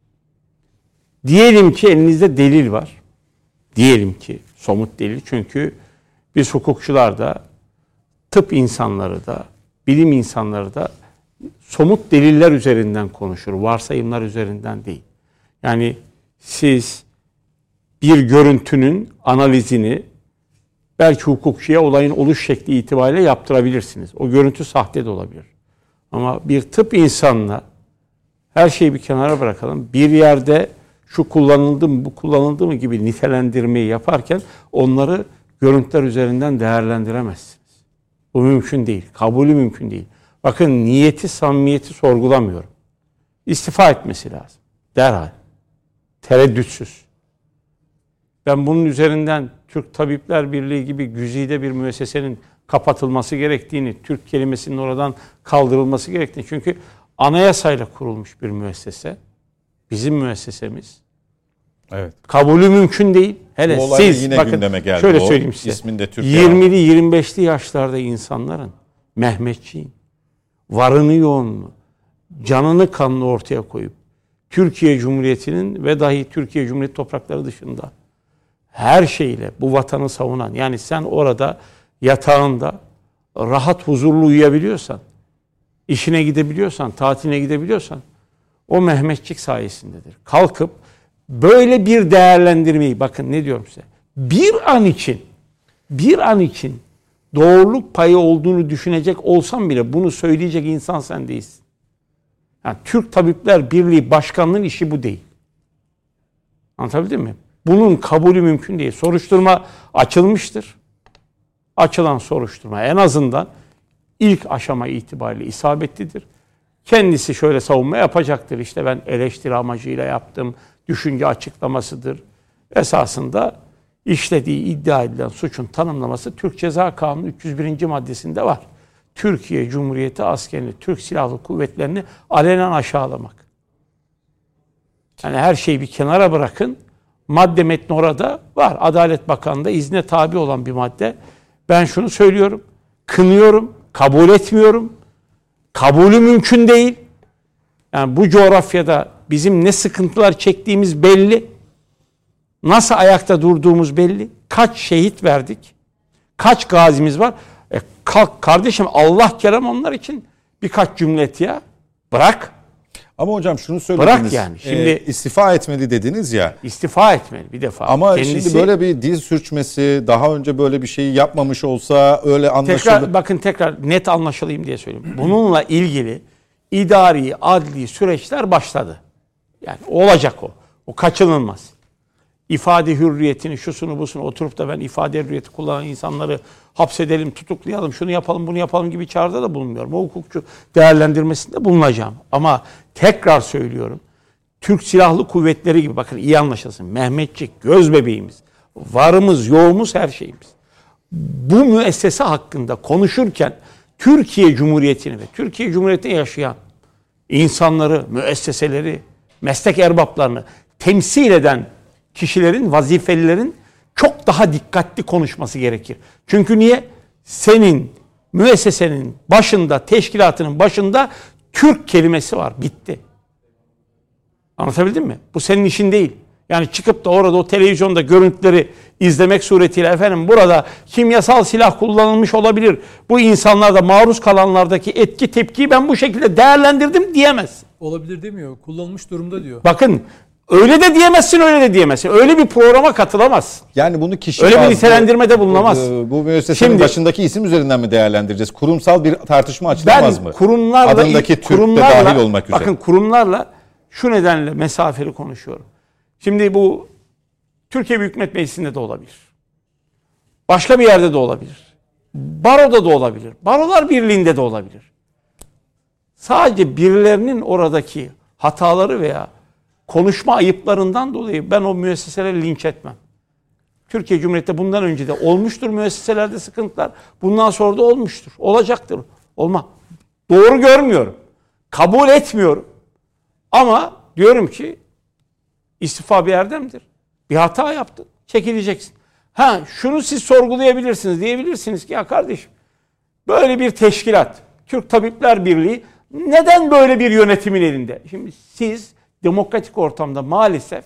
Diyelim ki elinizde delil var. Diyelim ki somut delil. Çünkü biz hukukçular da, tıp insanları da, bilim insanları da somut deliller üzerinden konuşur. Varsayımlar üzerinden değil. Yani siz bir görüntünün analizini belki hukukçuya olayın oluş şekli itibariyle yaptırabilirsiniz. O görüntü sahte de olabilir. Ama bir tıp insanına her şeyi bir kenara bırakalım. Bir yerde şu kullanıldı mı, bu kullanıldı mı gibi nitelendirmeyi yaparken onları görüntüler üzerinden değerlendiremezsiniz. Bu mümkün değil. Kabulü mümkün değil. Bakın niyeti, samimiyeti sorgulamıyorum. İstifa etmesi lazım. Derhal. Tereddütsüz. Ben bunun üzerinden Türk Tabipler Birliği gibi güzide bir müessesenin kapatılması gerektiğini, Türk kelimesinin oradan kaldırılması gerektiğini. Çünkü anayasayla kurulmuş bir müessese. Bizim müessesemiz. Evet. Kabulü mümkün değil. Hele siz yine bakın gündeme geldi. şöyle söyleyeyim size. İsminde Türk 20'li 25'li yaşlarda insanların Mehmetçiğin varını yoğunluğu, canını kanını ortaya koyup Türkiye Cumhuriyeti'nin ve dahi Türkiye Cumhuriyeti toprakları dışında her şeyle bu vatanı savunan, yani sen orada yatağında rahat huzurlu uyuyabiliyorsan, işine gidebiliyorsan, tatiline gidebiliyorsan o Mehmetçik sayesindedir. Kalkıp böyle bir değerlendirmeyi, bakın ne diyorum size, bir an için doğruluk payı olduğunu düşünecek olsam bile bunu söyleyecek insan sen değilsin. Yani Türk Tabipler Birliği Başkanlığı'nın işi bu değil. Anlatabildim mi? Bunun kabulü mümkün değil. Soruşturma açılmıştır. Açılan soruşturma en azından ilk aşama itibariyle isabetlidir. Kendisi şöyle savunma yapacaktır. İşte ben eleştiri amacıyla yaptım. Düşünce açıklamasıdır. Esasında işlediği iddia edilen suçun tanımlaması Türk Ceza Kanunu 301. maddesinde var. Türkiye Cumhuriyeti askerini, Türk Silahlı Kuvvetleri'ni alenen aşağılamak. Yani her şeyi bir kenara bırakın. Madde metni orada var. Adalet Bakanlığı'nda izne tabi olan bir madde. Ben şunu söylüyorum. Kınıyorum. Kabul etmiyorum. Kabulü mümkün değil. Yani bu coğrafyada bizim ne sıkıntılar çektiğimiz belli. Nasıl ayakta durduğumuz belli. Kaç şehit verdik. Kaç gazimiz var. Kalk kardeşim, Allah kerem onlar için birkaç cümle et ya. Bırak. Ama hocam şunu söylediniz. Bırak yani. Şimdi istifa etmeli dediniz ya. İstifa etmeli bir defa. Ama şimdi böyle bir dil sürçmesi, daha önce böyle bir şeyi yapmamış olsa öyle anlaşılır. Tekrar net anlaşılayım diye söyleyeyim. Bununla ilgili idari, adli süreçler başladı. Yani olacak o. O kaçınılmaz. İfade hürriyetini, şusunu busunu oturup da ben ifade hürriyeti kullanan insanları hapsedelim, tutuklayalım, şunu yapalım, bunu yapalım gibi çağrıda da bulunmuyorum. O hukukçu değerlendirmesinde bulunacağım. Ama tekrar söylüyorum. Türk Silahlı Kuvvetleri gibi, bakın iyi anlaşılsın. Mehmetçik, göz bebeğimiz, varımız, yoğumuz, her şeyimiz. Bu müessese hakkında konuşurken Türkiye Cumhuriyeti'ni ve Türkiye Cumhuriyeti'nde yaşayan insanları, müesseseleri, meslek erbaplarını temsil eden kişilerin, vazifelilerin çok daha dikkatli konuşması gerekir. Çünkü niye? Senin müessesenin başında, teşkilatının başında Türk kelimesi var. Bitti. Anlatabildim mi? Bu senin işin değil. Yani çıkıp da orada o televizyonda görüntüleri izlemek suretiyle efendim burada kimyasal silah kullanılmış olabilir. Bu insanlarda, maruz kalanlardaki etki tepkiyi ben bu şekilde değerlendirdim diyemez. Olabilir demiyor. Kullanılmış durumda diyor. Bakın öyle de diyemezsin, öyle de diyemezsin. Öyle bir programa katılamazsın. Yani bunu kişi öyle bir nitelendirmede bulunamaz. Bu müessesenin başındaki isim üzerinden mi değerlendireceğiz? Kurumsal bir tartışma açılamaz mı? Kurumlarla, adındaki Türk de dahil olmak üzere. Bakın kurumlarla şu nedenle mesafeli konuşuyorum. Şimdi bu Türkiye Büyük Millet Meclisi'nde de olabilir. Başka bir yerde de olabilir. Baroda da olabilir. Barolar Birliği'nde de olabilir. Sadece birilerinin oradaki hataları veya konuşma ayıplarından dolayı ben o müesseseleri linç etmem. Türkiye Cumhuriyeti'nde bundan önce de olmuştur müesseselerde sıkıntılar. Bundan sonra da olmuştur. Olacaktır. Doğru görmüyorum. Kabul etmiyorum. Ama diyorum ki istifa bir erdemdir. Bir hata yaptın. Çekileceksin. Şunu siz sorgulayabilirsiniz. Diyebilirsiniz ki ya kardeşim böyle bir teşkilat, Türk Tabipler Birliği neden böyle bir yönetimin elinde? Şimdi siz demokratik ortamda maalesef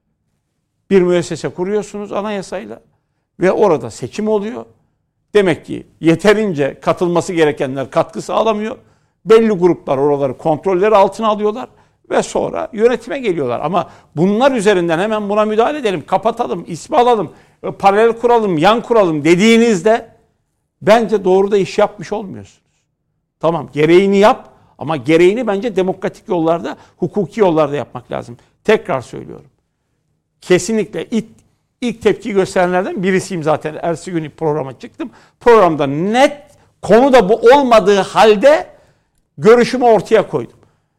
bir müessese kuruyorsunuz anayasayla ve orada seçim oluyor. Demek ki yeterince katılması gerekenler katkı sağlamıyor. Belli gruplar oraları kontrolleri altına alıyorlar ve sonra yönetime geliyorlar. Ama bunlar üzerinden hemen buna müdahale edelim, kapatalım, ismi alalım, paralel kuralım, yan kuralım dediğinizde bence doğru da iş yapmış olmuyorsunuz. Tamam, gereğini yap ama gereğini bence demokratik yollarda, hukuki yollarda yapmak lazım. Tekrar söylüyorum. Kesinlikle ilk tepki gösterenlerden birisiyim zaten. Ertesi gün programa çıktım. Programda net konu da bu olmadığı halde görüşümü ortaya koydum.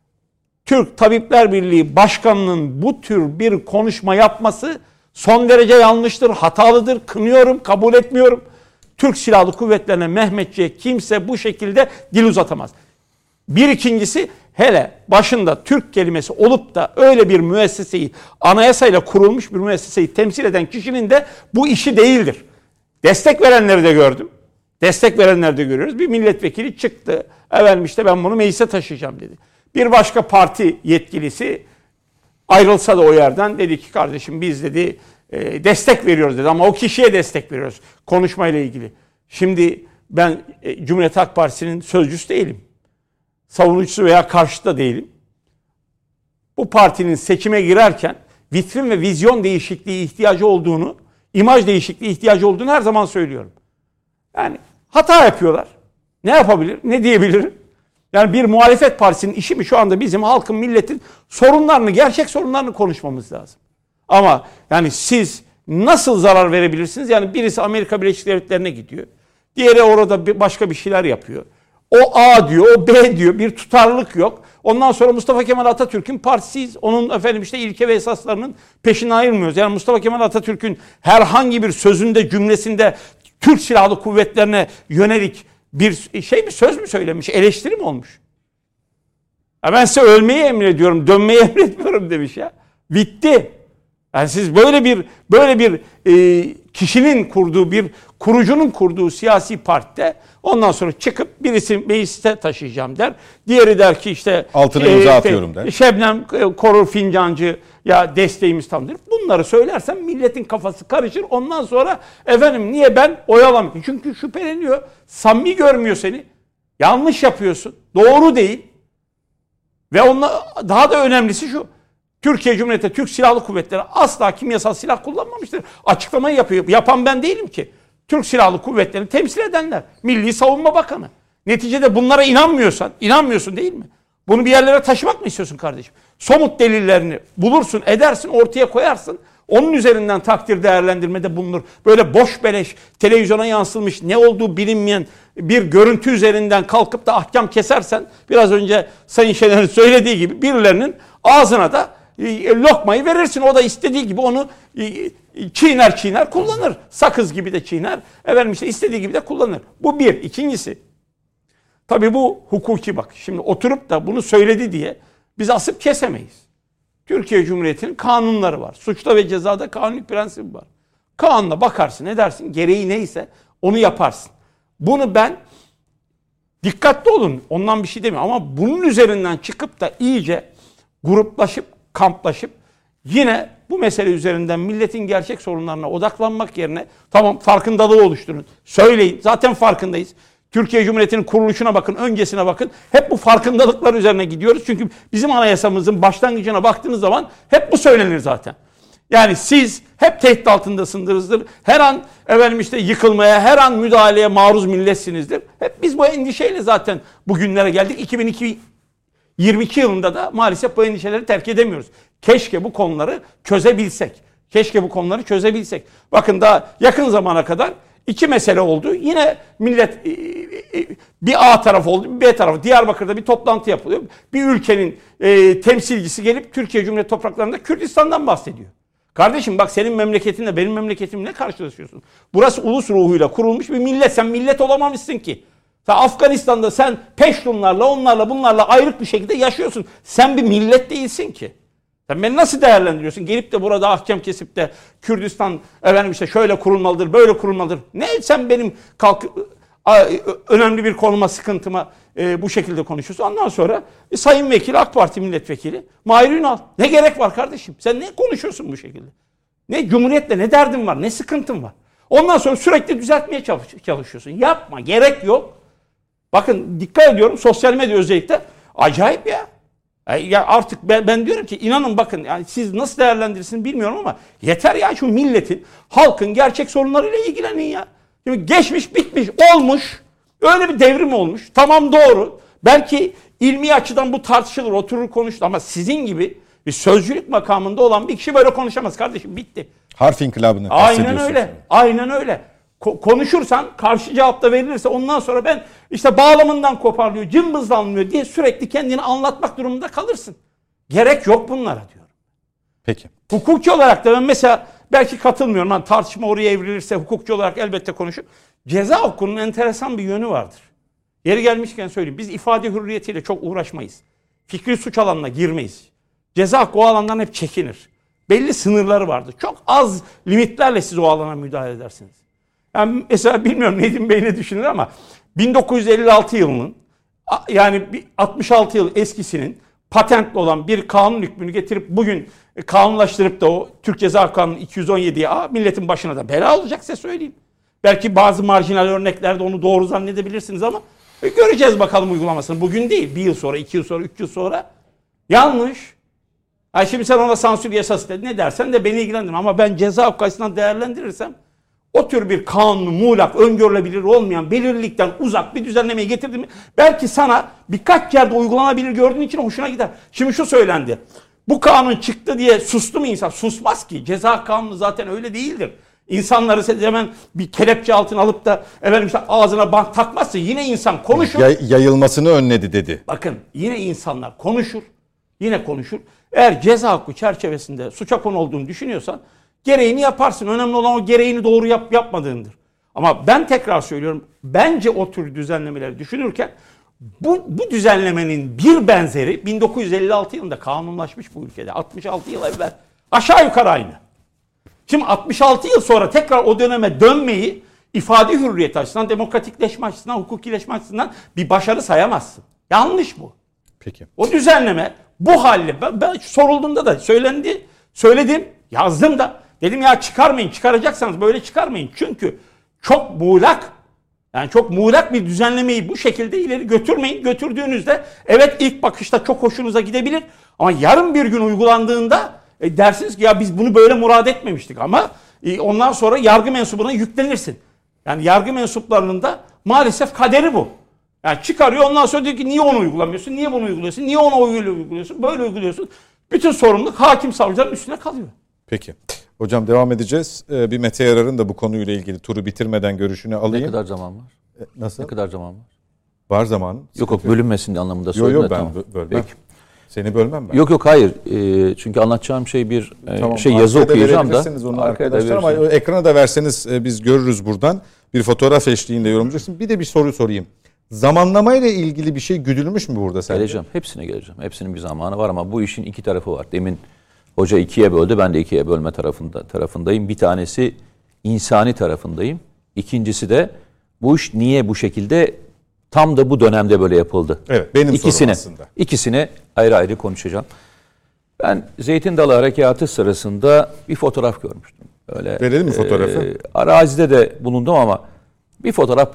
Türk Tabipler Birliği Başkanı'nın bu tür bir konuşma yapması son derece yanlıştır, hatalıdır. Kınıyorum, kabul etmiyorum. Türk Silahlı Kuvvetleri'ne, Mehmetçiğe kimse bu şekilde dil uzatamaz. Bir ikincisi, hele başında Türk kelimesi olup da öyle bir müesseseyi, anayasayla kurulmuş bir müesseseyi temsil eden kişinin de bu işi değildir. Destek verenleri de gördüm. Destek verenleri de görüyoruz. Bir milletvekili çıktı. Efendim işte ben bunu meclise taşıyacağım dedi. Bir başka parti yetkilisi ayrılsa da o yerden dedi ki kardeşim biz dedi destek veriyoruz dedi ama o kişiye destek veriyoruz konuşmayla ilgili. Şimdi ben Cumhuriyet Halk Partisi'nin sözcüsü değilim. Savunucusu veya karşıtı da değilim. Bu partinin seçime girerken vitrin ve vizyon değişikliği ihtiyacı olduğunu, imaj değişikliği ihtiyacı olduğunu her zaman söylüyorum. Yani hata yapıyorlar. Ne yapabilir? Ne diyebilir? Yani bir muhalefet partisinin işi mi şu anda bizim halkın, milletin sorunlarını, gerçek sorunlarını konuşmamız lazım. Ama yani siz nasıl zarar verebilirsiniz? Yani birisi Amerika Birleşik Devletleri'ne gidiyor. Diğeri orada başka bir şeyler yapıyor. O A diyor, o B diyor. Bir tutarlılık yok. Ondan sonra Mustafa Kemal Atatürk'ün partisiyiz. Onun efendim işte ilke ve esaslarının peşine ayrılmıyoruz. Yani Mustafa Kemal Atatürk'ün herhangi bir sözünde, cümlesinde Türk Silahlı Kuvvetlerine yönelik bir söz mü söylemiş, eleştiri mi olmuş? Ya ben size ölmeyi emrediyorum, dönmeyi emretmiyorum demiş ya. Bitti. Yani siz böyle bir kişinin kurduğu, bir kurucunun kurduğu siyasi partide ondan sonra çıkıp birisi mecliste taşıyacağım der. Diğeri der ki işte altına imza atıyorum der. Şebnem Korur Fincancı ya desteğimiz tamdır. Bunları söylersen milletin kafası karışır. Ondan sonra efendim niye ben oyalamıyorum? Çünkü şüpheleniyor. Samimi görmüyor seni. Yanlış yapıyorsun. Doğru değil. Ve daha da önemlisi şu. Türkiye Cumhuriyeti Türk Silahlı Kuvvetleri asla kimyasal silah kullanmamıştır. Açıklamayı yapıyor. Yapan ben değilim ki. Türk Silahlı Kuvvetleri'ni temsil edenler. Milli Savunma Bakanı. Neticede bunlara inanmıyorsun değil mi? Bunu bir yerlere taşımak mı istiyorsun kardeşim? Somut delillerini bulursun, edersin, ortaya koyarsın. Onun üzerinden takdir değerlendirmede bulunur. Böyle boş beleş, televizyona yansılmış, ne olduğu bilinmeyen bir görüntü üzerinden kalkıp da ahkam kesersen, biraz önce Sayın Şener'in söylediği gibi birilerinin ağzına da lokmayı verirsin. O da istediği gibi onu çiğner kullanır. Sakız gibi de çiğner. Efendim işte istediği gibi de kullanır. Bu bir. İkincisi, tabii bu hukuki bak. Şimdi oturup da bunu söyledi diye biz asıp kesemeyiz. Türkiye Cumhuriyeti'nin kanunları var. Suçta ve cezada kanunluk prensibi var. Kanuna bakarsın, edersin, gereği neyse onu yaparsın. Bunu ben, dikkatli olun, ondan bir şey demiyorum ama bunun üzerinden çıkıp da iyice gruplaşıp, kamplaşıp yine bu mesele üzerinden milletin gerçek sorunlarına odaklanmak yerine tamam farkındalığı oluşturun, söyleyin, zaten farkındayız. Türkiye Cumhuriyeti'nin kuruluşuna bakın, öncesine bakın. Hep bu farkındalıklar üzerine gidiyoruz. Çünkü bizim anayasamızın başlangıcına baktığınız zaman hep bu söylenir zaten. Yani siz hep tehdit altındasınızdır. Her an efendim işte yıkılmaya, her an müdahaleye maruz milletsinizdir. Hep biz bu endişeyle zaten bugünlere geldik. 2022 yılında da maalesef bu endişeleri terk edemiyoruz. Keşke bu konuları çözebilsek. Bakın daha yakın zamana kadar İki mesele oldu. Yine millet bir A taraf oldu, bir B tarafı. Diyarbakır'da bir toplantı yapılıyor. Bir ülkenin temsilcisi gelip Türkiye Cumhuriyeti topraklarında Kürdistan'dan bahsediyor. Kardeşim bak senin memleketinle benim memleketimle karşılaşıyorsun. Burası ulus ruhuyla kurulmuş bir millet. Sen millet olamamışsın ki. Afganistan'da sen Peştunlarla, onlarla, bunlarla ayrık bir şekilde yaşıyorsun. Sen bir millet değilsin ki. Sen beni nasıl değerlendiriyorsun? Gelip de burada ahkam kesip de Kürdistan efendim işte şöyle kurulmalıdır, böyle kurulmalıdır. Ne sen benim önemli bir konuma, sıkıntıma bu şekilde konuşuyorsun. Ondan sonra Sayın Vekili, AK Parti Milletvekili Mahir Ünal. Ne gerek var kardeşim? Sen ne konuşuyorsun bu şekilde? Ne Cumhuriyetle ne derdin var, ne sıkıntın var? Ondan sonra sürekli düzeltmeye çalışıyorsun. Yapma, gerek yok. Bakın dikkat ediyorum sosyal medya özellikle acayip ya. Ya artık ben diyorum ki inanın bakın yani siz nasıl değerlendirirsiniz bilmiyorum ama yeter ya şu milletin, halkın gerçek sorunlarıyla ilgilenin ya. Şimdi geçmiş bitmiş olmuş öyle bir devrim olmuş tamam doğru belki ilmi açıdan bu tartışılır oturur konuşulur ama sizin gibi bir sözcülük makamında olan bir kişi böyle konuşamaz kardeşim bitti. Harf inkılabını kastediyorsun. Aynen öyle. Konuşursan karşı cevap da verilirse ondan sonra ben işte bağlamından koparlıyor, cımbızlanmıyor diye sürekli kendini anlatmak durumunda kalırsın. Gerek yok bunlara diyorum. Peki. Hukukçu olarak da ben mesela belki katılmıyorum. Yani tartışma oraya evrilirse hukukçu olarak elbette konuşup ceza hukukunun enteresan bir yönü vardır. Yeri gelmişken söyleyeyim. Biz ifade hürriyetiyle çok uğraşmayız. Fikri suç alanına girmeyiz. Ceza hakkı o alandan hep çekinir. Belli sınırları vardır. Çok az limitlerle siz o alana müdahale edersiniz. Yani mesela bilmiyorum Nedim Bey ne düşünür ama 1956 yılının yani 66 yıl eskisinin patentli olan bir kanun hükmünü getirip bugün kanunlaştırıp da o Türk Ceza Kanunu 217'ye milletin başına da bela olacak size söyleyeyim. Belki bazı marjinal örneklerde onu doğru zannedebilirsiniz ama göreceğiz bakalım uygulamasını. Bugün değil, bir yıl sonra, 2 yıl sonra, 3 yıl sonra. Yanlış. Şimdi sen ona sansür yasası dedi. Ne dersen de beni ilgilendirmez ama ben ceza hukuku açısından değerlendirirsem o tür bir kanunu muğlak, öngörülebilir olmayan, belirlilikten uzak bir düzenlemeyi getirdim mi belki sana birkaç yerde uygulanabilir gördüğün için hoşuna gider. Şimdi şu söylendi. Bu kanun çıktı diye sustu mu insan? Susmaz ki. Ceza kanunu zaten öyle değildir. İnsanları hemen bir kelepçe altına alıp da efendim işte ağzına bant takmazsa yine insan konuşur. Yayılmasını önledi dedi. Bakın yine insanlar konuşur. Yine konuşur. Eğer ceza hakkı çerçevesinde suça konu olduğunu düşünüyorsan gereğini yaparsın. Önemli olan o gereğini doğru yapmadığındır. Ama ben tekrar söylüyorum, bence o tür düzenlemeleri düşünürken bu düzenlemenin bir benzeri 1956 yılında kanunlaşmış bu ülkede. 66 yıl evvel. Aşağı yukarı aynı. Şimdi 66 yıl sonra tekrar o döneme dönmeyi ifade hürriyeti açısından, demokratikleşme açısından, hukukileşme açısından bir başarı sayamazsın. Yanlış bu. Peki. O düzenleme bu halle, ben sorulduğunda da söyledim, yazdım da. Dedim ya çıkarmayın, çıkaracaksanız böyle çıkarmayın. Çünkü çok muğlak bir düzenlemeyi bu şekilde ileri götürmeyin. Götürdüğünüzde evet ilk bakışta çok hoşunuza gidebilir ama yarın bir gün uygulandığında dersiniz ki ya biz bunu böyle murad etmemiştik ama ondan sonra yargı mensubuna yüklenirsin. Yani yargı mensuplarının da maalesef kaderi bu. Yani çıkarıyor ondan sonra diyor ki niye onu uygulamıyorsun, niye bunu uyguluyorsun, niye onu öyle uyguluyorsun, böyle uyguluyorsun. Bütün sorumluluk hakim savcıların üstüne kalıyor. Peki. Hocam devam edeceğiz. Bir Mete Yarar'ın da bu konuyla ilgili turu bitirmeden görüşünü alayım. Ne kadar zaman var? Nasıl? Ne kadar zaman var? Var zaman. Yok bölünmesin anlamında söyledim. Yok ben tamam. bölmem. Peki. Seni bölmem ben. Yok hayır. Çünkü anlatacağım şey bir tamam, yazı okuyacağım da. Onu arkadaşlar ama ekrana da verseniz biz görürüz buradan. Bir fotoğraf eşliğinde yorumlayacaksın. Bir de bir soru sorayım. Zamanlamayla ilgili bir şey güdülmüş mü burada sence? Geleceğim. Hepsine geleceğim. Hepsinin bir zamanı var ama bu işin iki tarafı var. Demin hoca ikiye böldü. Ben de ikiye bölme tarafındayım. Bir tanesi insani tarafındayım. İkincisi de bu iş niye bu şekilde tam da bu dönemde böyle yapıldı? Evet, benim sorum aslında. İkisini ayrı ayrı konuşacağım. Ben Zeytin Dalı Harekatı sırasında bir fotoğraf görmüştüm. Öyle, verelim mi fotoğrafı? Arazide de bulundum ama bir fotoğraf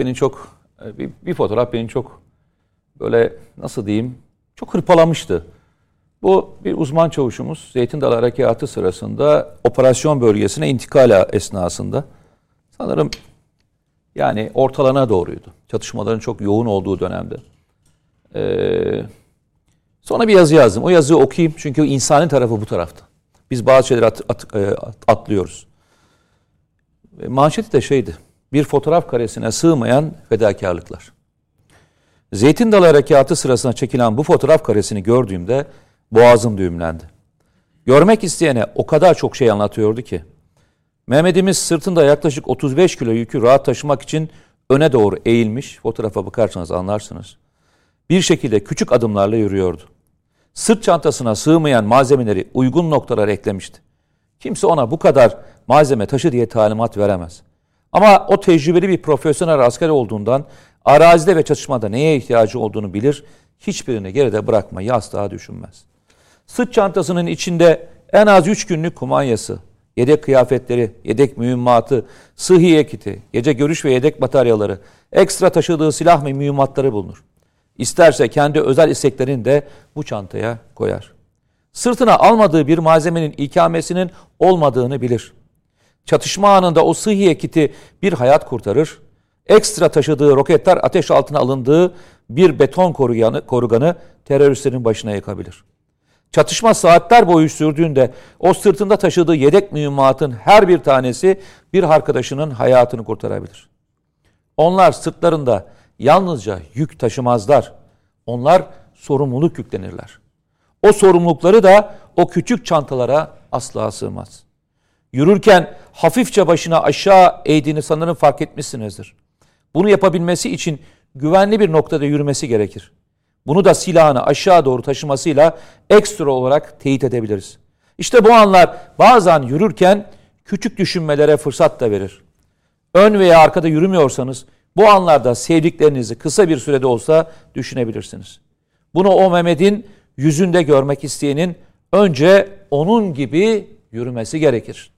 beni çok böyle nasıl diyeyim çok hırpalamıştı. Bu bir uzman çavuşumuz Zeytin Dalı Harekatı sırasında operasyon bölgesine intikal esnasında sanırım yani ortalarına doğruydu. Çatışmaların çok yoğun olduğu dönemde. Sonra bir yazı yazdım. O yazıyı okuyayım çünkü insani tarafı bu tarafta. Biz bazı şeyleri atlıyoruz. Manşeti de şeydi. Bir fotoğraf karesine sığmayan fedakarlıklar. Zeytin Dalı Harekatı sırasında çekilen bu fotoğraf karesini gördüğümde boğazım düğümlendi. Görmek isteyene o kadar çok şey anlatıyordu ki. Mehmet'imiz sırtında yaklaşık 35 kilo yükü rahat taşımak için öne doğru eğilmiş. Fotoğrafa bakarsanız anlarsınız. Bir şekilde küçük adımlarla yürüyordu. Sırt çantasına sığmayan malzemeleri uygun noktalara eklemişti. Kimse ona bu kadar malzeme taşı diye talimat veremez. Ama o tecrübeli bir profesyonel asker olduğundan arazide ve çatışmada neye ihtiyacı olduğunu bilir, hiçbirini geride bırakmayı asla düşünmez. Sırt çantasının içinde en az 3 günlük kumanyası, yedek kıyafetleri, yedek mühimmatı, sıhhiye kiti, gece görüş ve yedek bataryaları, ekstra taşıdığı silah ve mühimmatları bulunur. İsterse kendi özel isteklerini de bu çantaya koyar. Sırtına almadığı bir malzemenin ikamesinin olmadığını bilir. Çatışma anında o sıhhiye kiti bir hayat kurtarır. Ekstra taşıdığı roketler ateş altına alındığı bir beton koruganı teröristlerin başına yakabilir. Çatışma saatler boyu sürdüğünde o sırtında taşıdığı yedek mühimmatın her bir tanesi bir arkadaşının hayatını kurtarabilir. Onlar sırtlarında yalnızca yük taşımazlar. Onlar sorumluluk yüklenirler. O sorumlulukları da o küçük çantalara asla sığmaz. Yürürken hafifçe başına aşağı eğdiğini sanırım fark etmişsinizdir. Bunu yapabilmesi için güvenli bir noktada yürümesi gerekir. Bunu da silahını aşağı doğru taşımasıyla ekstra olarak teyit edebiliriz. İşte bu anlar bazen yürürken küçük düşünmelere fırsat da verir. Ön veya arkada yürümüyorsanız bu anlarda sevdiklerinizi kısa bir sürede olsa düşünebilirsiniz. Bunu o Mehmet'in yüzünde görmek isteyenin önce onun gibi yürümesi gerekir.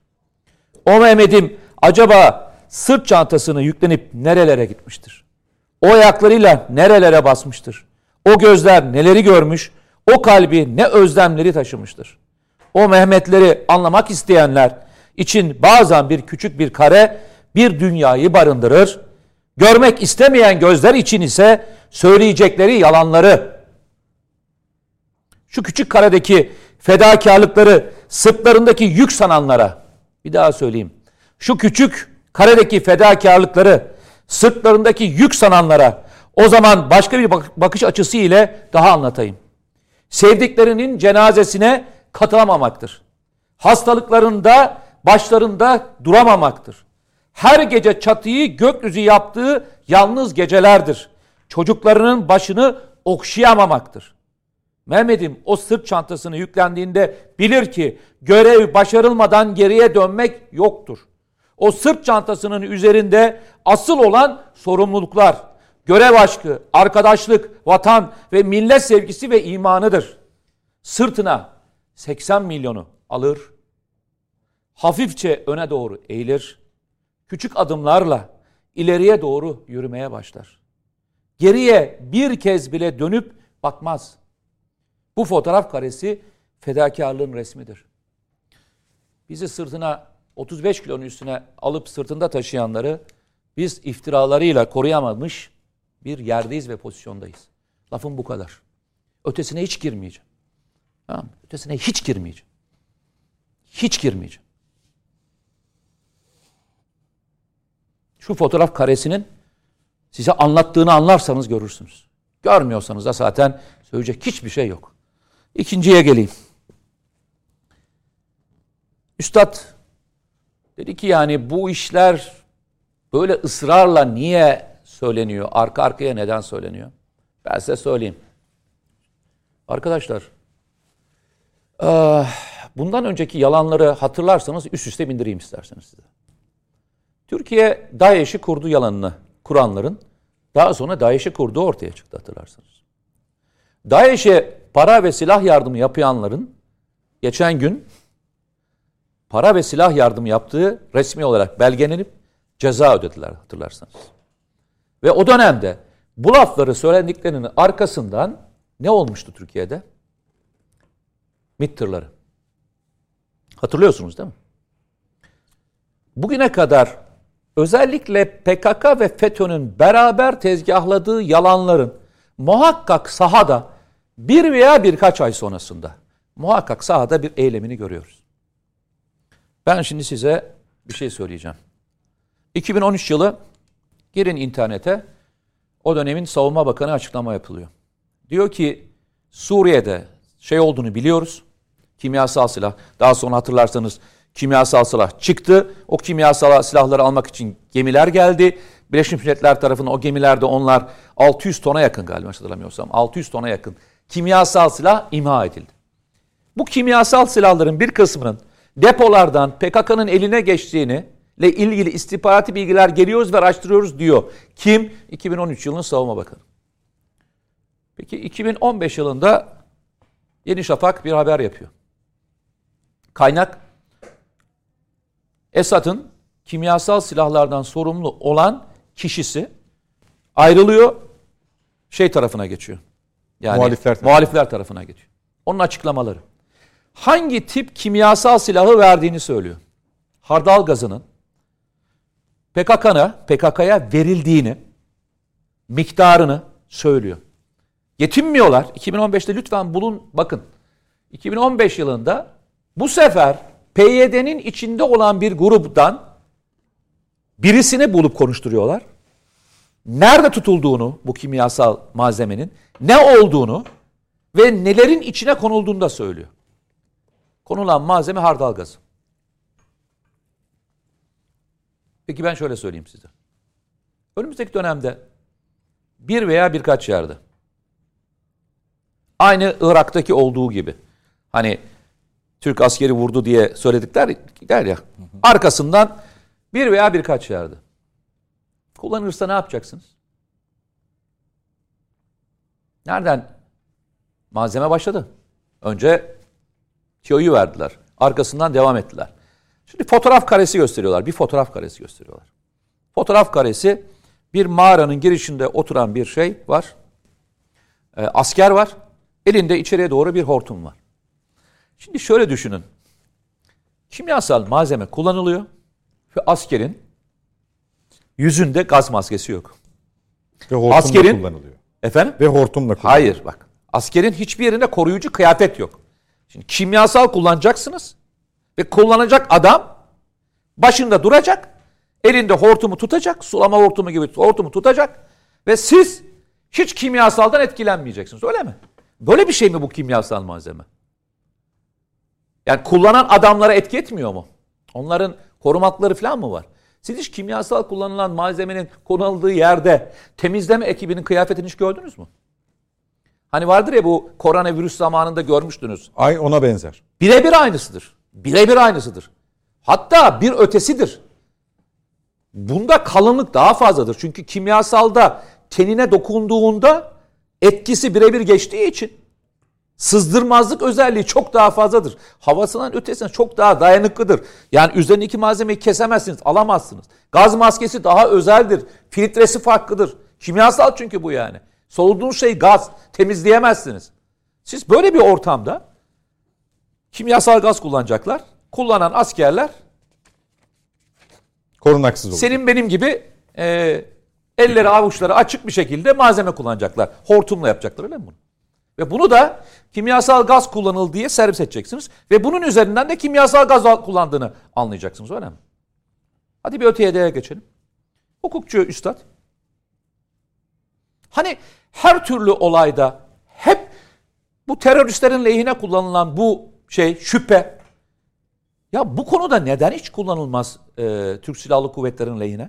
O Mehmet'im acaba sırt çantasını yüklenip nerelere gitmiştir? O ayaklarıyla nerelere basmıştır? O gözler neleri görmüş? O kalbi ne özlemleri taşımıştır? O Mehmetleri anlamak isteyenler için bazen bir küçük bir kare bir dünyayı barındırır. Görmek istemeyen gözler için ise söyleyecekleri yalanları. Şu küçük karedeki fedakarlıkları sırtlarındaki yük sananlara, bir daha söyleyeyim. Şu küçük karedeki fedakarlıkları sırtlarındaki yük sananlara o zaman başka bir bakış açısı ile daha anlatayım. Sevdiklerinin cenazesine katılamaktır. Hastalıklarında başlarında duramamaktır. Her gece çatıyı gökyüzü yaptığı yalnız gecelerdir. Çocuklarının başını okşayamamaktır. Mehmet'im o sırt çantasını yüklendiğinde bilir ki görev başarılmadan geriye dönmek yoktur. O sırt çantasının üzerinde asıl olan sorumluluklar, görev aşkı, arkadaşlık, vatan ve millet sevgisi ve imanıdır. Sırtına 80 milyonu alır, hafifçe öne doğru eğilir, küçük adımlarla ileriye doğru yürümeye başlar. Geriye bir kez bile dönüp bakmaz. Bu fotoğraf karesi fedakarlığın resmidir. Bizi sırtına 35 kilonun üstüne alıp sırtında taşıyanları biz iftiralarıyla koruyamamış bir yerdeyiz ve pozisyondayız. Lafım bu kadar. Ötesine hiç girmeyeceğim. Tamam, ötesine hiç girmeyeceğim. Hiç girmeyeceğim. Şu fotoğraf karesinin size anlattığını anlarsanız görürsünüz. Görmüyorsanız da zaten söyleyecek hiçbir şey yok. İkinciye geleyim. Üstad dedi ki yani bu işler böyle ısrarla niye söyleniyor? Arka arkaya neden söyleniyor? Ben size söyleyeyim. Arkadaşlar, bundan önceki yalanları hatırlarsanız üst üste bindireyim isterseniz size. Türkiye DAEŞ'i kurdu yalanını kuranların daha sonra DAEŞ'i kurduğu ortaya çıktı hatırlarsanız. DAEŞ'e para ve silah yardımı yapanların geçen gün para ve silah yardımı yaptığı resmi olarak belgelenip ceza ödediler hatırlarsanız. Ve o dönemde bu lafları söylendiklerinin arkasından ne olmuştu Türkiye'de? MİT tırları. Hatırlıyorsunuz değil mi? Bugüne kadar özellikle PKK ve FETÖ'nün beraber tezgahladığı yalanların muhakkak sahada bir veya birkaç ay sonrasında muhakkak sahada bir eylemini görüyoruz. Ben şimdi size bir şey söyleyeceğim. 2013 yılı girin internete, o dönemin Savunma Bakanı açıklama yapılıyor. Diyor ki Suriye'de şey olduğunu biliyoruz. Kimyasal silah. Daha sonra hatırlarsanız kimyasal silah çıktı. O kimyasal silahları almak için gemiler geldi. Birleşmiş Milletler tarafından o gemilerde onlar 600 tona yakın galiba hatırlamıyorsam 600 tona yakın kimyasal silah imha edildi. Bu kimyasal silahların bir kısmının depolardan PKK'nın eline geçtiğini ile ilgili istihbarati bilgiler geliyoruz ve araştırıyoruz diyor. Kim? 2013 yılının Savunma Bakanı. Peki 2015 yılında Yeni Şafak bir haber yapıyor. Kaynak Esad'ın kimyasal silahlardan sorumlu olan kişisi ayrılıyor, şey tarafına geçiyor. Yani muhalifler tarafına geçiyor. Onun açıklamaları. Hangi tip kimyasal silahı verdiğini söylüyor. Hardal gazının PKK'ya verildiğini, miktarını söylüyor. Yetinmiyorlar. 2015'te lütfen bakın. 2015 yılında bu sefer PYD'nin içinde olan bir gruptan birisini bulup konuşturuyorlar. Nerede tutulduğunu, bu kimyasal malzemenin ne olduğunu ve nelerin içine konulduğunu da söylüyor. Konulan malzeme hardal gazı. Peki ben şöyle söyleyeyim size. Önümüzdeki dönemde bir veya birkaç yerde aynı Irak'taki olduğu gibi hani Türk askeri vurdu diye söyledikler ya arkasından bir veya birkaç yerde kullanırsa ne yapacaksınız? Nereden? Malzeme başladı. Önce tüyoyu verdiler. Arkasından devam ettiler. Şimdi fotoğraf karesi gösteriyorlar. Bir fotoğraf karesi gösteriyorlar. Fotoğraf karesi bir mağaranın girişinde oturan bir şey var. Asker var. Elinde içeriye doğru bir hortum var. Şimdi şöyle düşünün. Kimyasal malzeme kullanılıyor ve askerin yüzünde gaz maskesi yok. Ve hortumla kullanılıyor. Efendim? Ve hortumla kullanılıyor. Hayır bak. Askerin hiçbir yerinde koruyucu kıyafet yok. Şimdi kimyasal kullanacaksınız ve kullanacak adam başında duracak, elinde hortumu tutacak, sulama hortumu gibi hortumu tutacak ve siz hiç kimyasaldan etkilenmeyeceksiniz. Öyle mi? Böyle bir şey mi bu kimyasal malzeme? Yani kullanan adamlara etki etmiyor mu? Onların korumakları falan mı var? Siz hiç kimyasal kullanılan malzemenin kullanıldığı yerde temizleme ekibinin kıyafetini hiç gördünüz mü? Hani vardır ya, bu koronavirüs zamanında görmüştünüz. Ay ona benzer. Birebir aynısıdır. Birebir aynısıdır. Hatta bir ötesidir. Bunda kalınlık daha fazladır. Çünkü kimyasalda tenine dokunduğunda etkisi birebir geçtiği için sızdırmazlık özelliği çok daha fazladır. Havasından ötesine çok daha dayanıklıdır. Yani üzerindeki malzemeyi kesemezsiniz, alamazsınız. Gaz maskesi daha özeldir. Filtresi farklıdır. Kimyasal çünkü bu yani. Soluduğunuz şey gaz. Temizleyemezsiniz. Siz böyle bir ortamda kimyasal gaz kullanacaklar. Kullanan askerler Korunaksız olur. senin benim gibi elleri avuçları açık bir şekilde malzeme kullanacaklar. Hortumla yapacaklar, öyle mi bunu? Ve bunu da kimyasal gaz kullanıldı diye servis edeceksiniz. Ve bunun üzerinden de kimyasal gaz kullandığını anlayacaksınız, öyle mi? Hadi bir öteye de geçelim. Hukukçu üstad. Hani her türlü olayda hep bu teröristlerin lehine kullanılan bu şüphe. Ya bu konuda neden hiç kullanılmaz Türk Silahlı Kuvvetleri'nin lehine?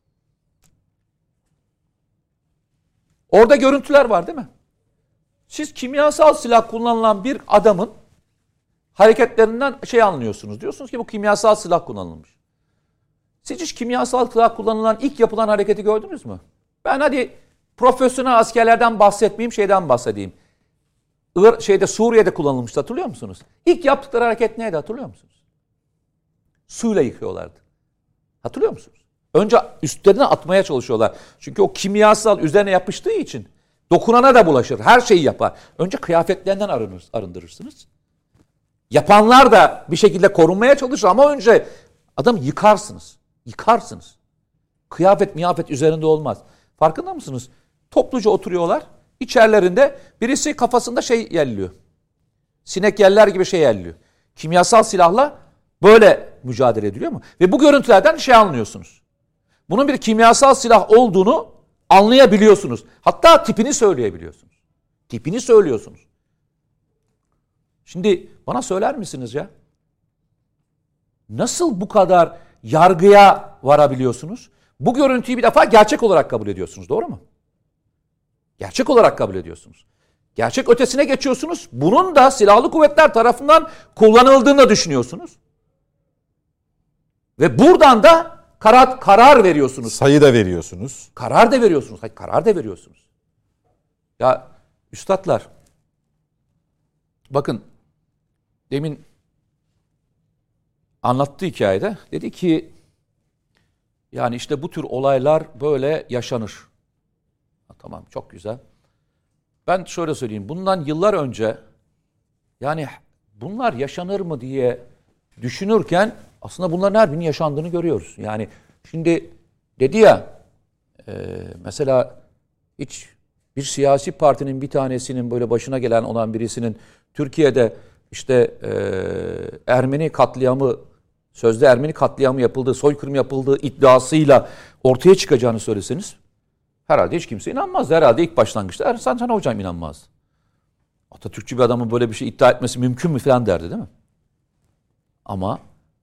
Orada görüntüler var değil mi? Siz kimyasal silah kullanılan bir adamın hareketlerinden anlıyorsunuz. Diyorsunuz ki bu kimyasal silah kullanılmış. Siz hiç kimyasal silah kullanılan ilk yapılan hareketi gördünüz mü? Ben hadi profesyonel askerlerden bahsetmeyeyim, şeyden bahsedeyim. Suriye'de kullanılmıştı, hatırlıyor musunuz? İlk yaptıkları hareket neydi, hatırlıyor musunuz? Suyla yıkıyorlardı. Hatırlıyor musunuz? Önce üstlerine atmaya çalışıyorlar. Çünkü o kimyasal üzerine yapıştığı için dokunana da bulaşır. Her şeyi yapar. Önce kıyafetlerinden arındırırsınız. Yapanlar da bir şekilde korunmaya çalışır ama önce adamı yıkarsınız. Yıkarsınız. Kıyafet üzerinde olmaz. Farkında mısınız? Topluca oturuyorlar. İçerilerinde birisi kafasında yelliyor. Sinek yeller gibi yelliyor. Kimyasal silahla böyle mücadele ediliyor mu? Ve bu görüntülerden anlıyorsunuz. Bunun bir kimyasal silah olduğunu anlayabiliyorsunuz. Hatta tipini söyleyebiliyorsunuz. Tipini söylüyorsunuz. Şimdi bana söyler misiniz ya? Nasıl bu kadar yargıya varabiliyorsunuz? Bu görüntüyü bir defa gerçek olarak kabul ediyorsunuz, doğru mu? Gerçek olarak kabul ediyorsunuz. Gerçek ötesine geçiyorsunuz. Bunun da silahlı kuvvetler tarafından kullanıldığını düşünüyorsunuz. Ve buradan da karar veriyorsunuz. Sayı da veriyorsunuz. Karar da veriyorsunuz. Hayır, karar da veriyorsunuz. Ya üstadlar, bakın demin anlattığı hikayede dedi ki yani işte bu tür olaylar böyle yaşanır. Tamam, çok güzel. Ben şöyle söyleyeyim. Bundan yıllar önce yani bunlar yaşanır mı diye düşünürken aslında bunların her birinin yaşandığını görüyoruz. Yani şimdi dedi ya mesela hiç bir siyasi partinin bir tanesinin böyle başına gelen olan birisinin Türkiye'de işte Ermeni katliamı, sözde Ermeni katliamı yapıldığı, soykırım yapıldığı iddiasıyla ortaya çıkacağını söyleseniz herhalde hiç kimse inanmaz. Herhalde ilk başlangıçta Ersan Hocam inanmaz. Atatürkçü bir adamın böyle bir şey iddia etmesi mümkün mü falan derdi, değil mi? Ama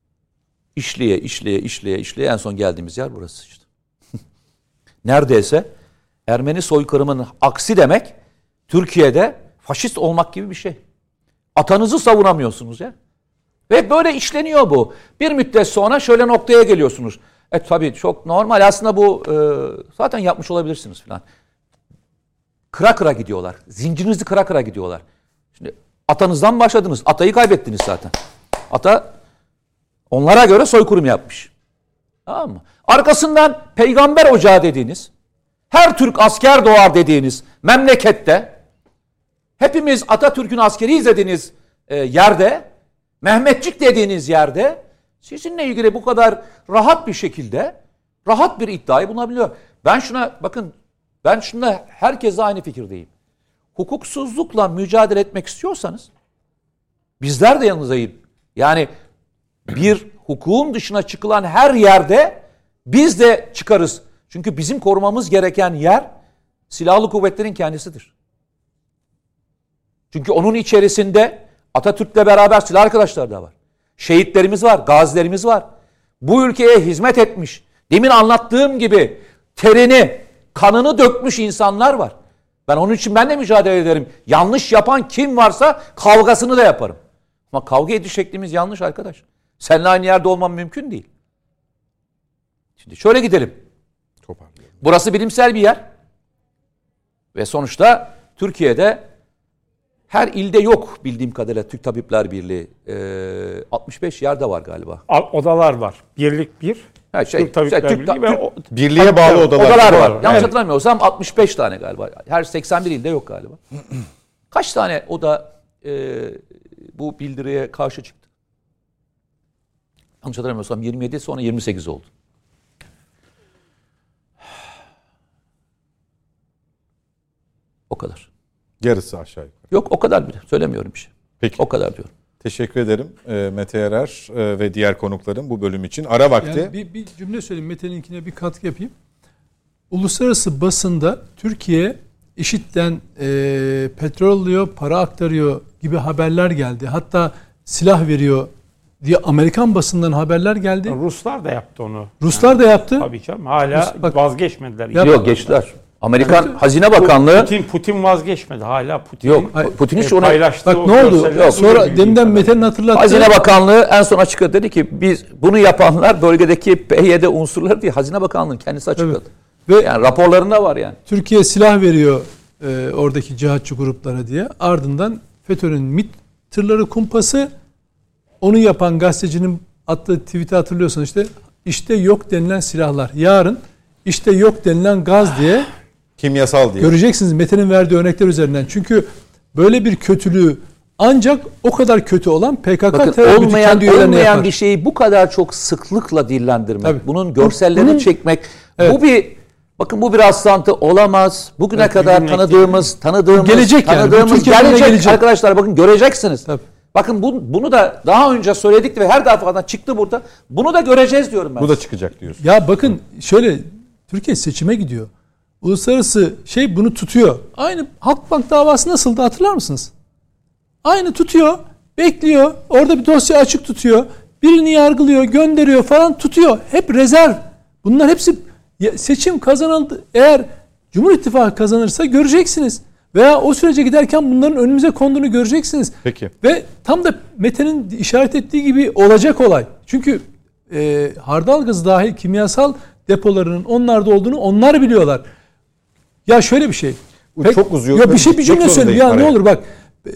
işleye en son geldiğimiz yer burası işte. Neredeyse Ermeni soykırımının aksi demek Türkiye'de faşist olmak gibi bir şey. Atanızı savunamıyorsunuz ya. Ve böyle işleniyor bu. Bir müddet sonra şöyle noktaya geliyorsunuz. Tabii çok normal aslında bu zaten yapmış olabilirsiniz falan. Kıra gidiyorlar. Zincirinizi kıra gidiyorlar. Şimdi atanızdan başladınız. Atayı kaybettiniz zaten. Ata onlara göre soykırım yapmış. Tamam mı? Arkasından peygamber ocağı dediğiniz, her Türk asker doğar dediğiniz memlekette, hepimiz Atatürk'ün askeriyiz dediğiniz yerde, Mehmetçik dediğiniz yerde sizinle ilgili bu kadar rahat bir şekilde rahat bir iddiayı bulunabiliyor. Ben şuna herkese aynı fikirdeyim. Hukuksuzlukla mücadele etmek istiyorsanız bizler de yanınızdayız. Yani bir hukukun dışına çıkılan her yerde biz de çıkarız. Çünkü bizim korumamız gereken yer silahlı kuvvetlerin kendisidir. Çünkü onun içerisinde Atatürk'le beraber silah arkadaşlar da var. Şehitlerimiz var, gazilerimiz var. Bu ülkeye hizmet etmiş, Demin anlattığım gibi terini, kanını dökmüş insanlar var. Ben onun için ben de mücadele ederim. Yanlış yapan kim varsa kavgasını da yaparım. Ama kavga ediş şeklimiz yanlış arkadaş. Seninle aynı yerde olmam mümkün değil. Şimdi şöyle gidelim. Burası bilimsel bir yer. Ve sonuçta Türkiye'de her ilde yok bildiğim kadarıyla Türk Tabipler Birliği. 65 yerde var galiba. Odalar var. Birlik bir. Türk Tabipler Birliği ve Birliğe bağlı odalar var. var. Yanlış hatırlamıyorsam 65 tane galiba. Her 81 ilde yok galiba. Kaç tane oda bu bildiriye karşı çıktı? Yanlış hatırlamıyorsam 27 sonra 28 oldu. O kadar. Yarısı aşağı yukarı. Yok o kadar bile. Söylemiyorum bir şey. Peki. O kadar diyorum. Teşekkür ederim Mete Erer ve diğer konuklarım bu bölüm için. Ara vakti. Yani bir cümle söyleyeyim. Mete'ninkine bir katkı yapayım. Uluslararası basında Türkiye IŞİD'den petrol alıyor, para aktarıyor gibi haberler geldi. Hatta silah veriyor diye Amerikan basından haberler geldi. Ruslar da yaptı onu. Ruslar da yaptı. Tabii canım. Hala vazgeçmediler. Yok geçtiler. Amerikan Hazine Bakanlığı Putin vazgeçmedi. Hala Putin. Yok. Putin hiç ona paylaştığı bak ne oldu? Yok, sonra deminden Mete'nin hatırlattığı Hazine Bakanlığı en son açıkladı, dedi ki biz bunu yapanlar bölgedeki PYD unsurları diye Hazine Bakanlığı'nın kendisi açıkladı. Evet. Ve yani raporlarında var yani. Türkiye silah veriyor oradaki cihatçı gruplara diye. Ardından FETÖ'nün MİT tırları kumpası, onu yapan gazetecinin attığı tweet'i hatırlıyorsanız işte yok denilen silahlar. Yarın işte yok denilen gaz diye Kimyasal diye. göreceksiniz Mete'nin verdiği örnekler üzerinden. Çünkü böyle bir kötülüğü ancak o kadar kötü olan PKK terör örgütü kendi üyelerine olmayan yapar. bir şeyi bu kadar çok sıklıkla dillendirmek, Tabii. bunun görsellerini çekmek, Evet. bu bir rastlantı olamaz. Bugüne kadar tanıdığımız gelecek yani. Bu Türkiye'de gelecek arkadaşlar, bakın göreceksiniz. Tabii. Bakın bunu da daha önce söyledik ve her defadan çıktı burada. Bunu da göreceğiz diyorum ben. Bu da çıkacak diyorsun. Ya bakın şöyle, Türkiye seçime gidiyor. Uluslararası bunu tutuyor. Aynı Halkbank davası nasıldı hatırlar mısınız? Aynı tutuyor, bekliyor. Orada bir dosya açık tutuyor. Birini yargılıyor, gönderiyor falan, tutuyor. Hep rezerv. Bunlar hepsi seçim kazanıldı. Eğer Cumhur İttifakı kazanırsa göreceksiniz. Veya o sürece giderken bunların önümüze konduğunu göreceksiniz. Peki. Ve tam da Mete'nin işaret ettiği gibi olacak olay. Çünkü hardal gazı dahil kimyasal depolarının onlarda olduğunu onlar biliyorlar. Ya şöyle bir şey. Bu çok uzuyor. Ya bir cümle söyleyeyim. Ya ne olur bak.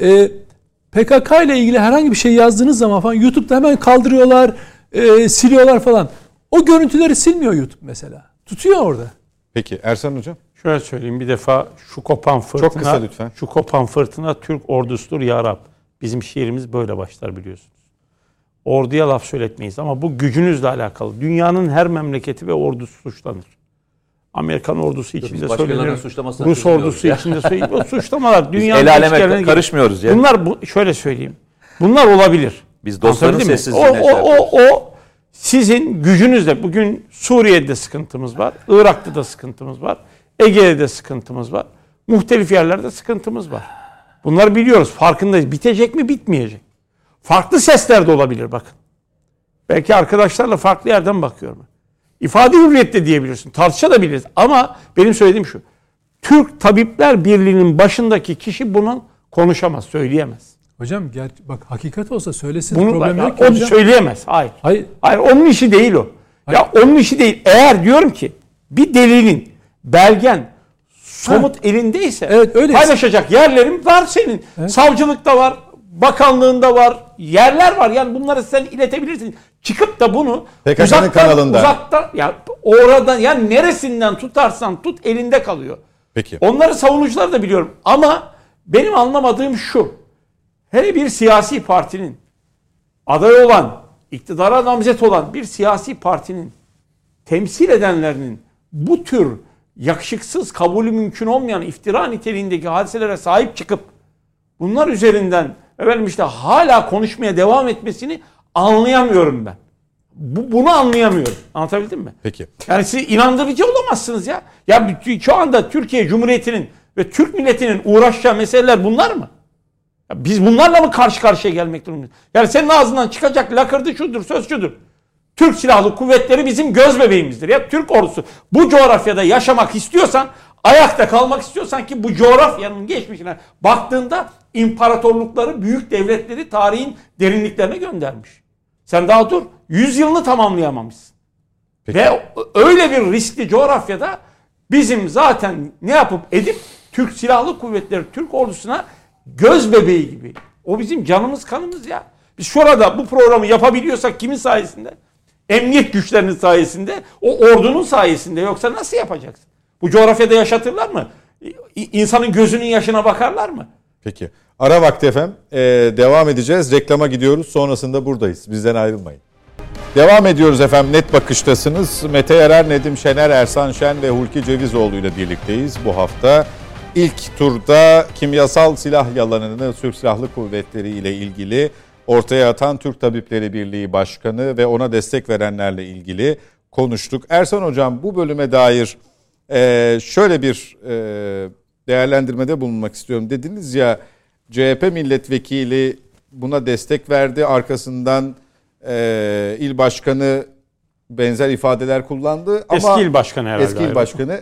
PKK ile ilgili herhangi bir şey yazdığınız zaman falan YouTube'da hemen kaldırıyorlar, siliyorlar falan. O görüntüleri silmiyor YouTube mesela. Tutuyor orada. Peki Ersan Hocam. Şöyle söyleyeyim, bir defa şu kopan fırtına. Çok kısa lütfen. Şu kopan fırtına Türk ordusudur ya Rab. Bizim şiirimiz böyle başlar biliyorsunuz. Orduya laf söyletmeyiz ama bu gücünüzle alakalı. Dünyanın her memleketi ve ordusu suçlanır. Amerikan ordusu içinde söylenir. Rus ordusu içinde söylenir. Suçlamalar dünyanın el aleme karışmıyoruz yani. Bunlar şöyle söyleyeyim. Bunlar olabilir. Biz dostların sessizliğine o sizin gücünüzle, bugün Suriye'de sıkıntımız var. Irak'ta da sıkıntımız var. Ege'de de sıkıntımız var. Muhtelif yerlerde sıkıntımız var. Bunları biliyoruz. Farkındayız. Bitecek mi? Bitmeyecek. Farklı sesler de olabilir bakın. Belki arkadaşlarla farklı yerden bakıyorum. İfade hürriyeti de diyebilirsin. Tartışabiliriz. Ama benim söylediğim şu. Türk Tabipler Birliği'nin başındaki kişi bunu konuşamaz, söyleyemez. Hocam bak hakikat olsa söylesin. Problem yok ki hocam. Onu söyleyemez. Hayır. Hayır, onun işi değil o. Hayır. Ya onun işi değil. Eğer diyorum ki bir delilin, belgen somut elindeyse evet, paylaşacak yerlerin var senin. Evet. Savcılıkta var, bakanlığında var, yerler var. Yani bunları sen iletebilirsin. Çıkıp da bunu PKK'nın kanalında. Uzaktan ya oradan, yani neresinden tutarsan tut elinde kalıyor. Peki. Onları savunucular da biliyorum ama benim anlamadığım şu. Hele bir siyasi partinin aday olan, iktidara namzet olan bir siyasi partinin temsil edenlerinin bu tür yakışıksız, kabulü mümkün olmayan iftira niteliğindeki hadiselere sahip çıkıp bunlar üzerinden hala konuşmaya devam etmesini anlayamıyorum ben. Bunu anlayamıyorum. Anlatabildim mi? Peki. Yani siz inandırıcı olamazsınız ya. Ya şu anda Türkiye Cumhuriyeti'nin ve Türk milletinin uğraşacağı meseleler bunlar mı? Biz bunlarla mı karşı karşıya gelmek durumundayız? Yani senin ağzından çıkacak lakırdı şudur, söz şudur. Türk Silahlı Kuvvetleri bizim göz bebeğimizdir. Ya Türk ordusu bu coğrafyada yaşamak istiyorsan, ayakta kalmak istiyorsan, ki bu coğrafyanın geçmişine baktığında imparatorlukları, büyük devletleri tarihin derinliklerine göndermiş. Sen daha dur, 100 yılını tamamlayamamışsın. Peki. Ve öyle bir riskli coğrafyada bizim zaten ne yapıp edip Türk Silahlı Kuvvetleri, Türk ordusuna göz bebeği gibi. O bizim canımız kanımız ya. Biz şurada bu programı yapabiliyorsak kimin sayesinde? Emniyet güçlerinin sayesinde, o ordunun sayesinde. Yoksa nasıl yapacaksın? Bu coğrafyada yaşatırlar mı? İnsanın gözünün yaşına bakarlar mı? Peki. Ara vakti efendim. Devam edeceğiz. Reklama gidiyoruz. Sonrasında buradayız. Bizden ayrılmayın. Devam ediyoruz efendim. Net Bakış'tasınız. Mete Yarar, Nedim Şener, Ersan Şen ve Hulki Cevizoğlu ile birlikteyiz bu hafta. İlk turda kimyasal silah yalanını Türk Silahlı Kuvvetleri ile ilgili ortaya atan Türk Tabipleri Birliği Başkanı ve ona destek verenlerle ilgili konuştuk. Ersan Hocam, bu bölüme dair şöyle bir değerlendirmede bulunmak istiyorum. Dediniz ya, CHP milletvekili buna destek verdi. Arkasından il başkanı benzer ifadeler kullandı. Ama Eski il başkanı herhalde. Eski il başkanı.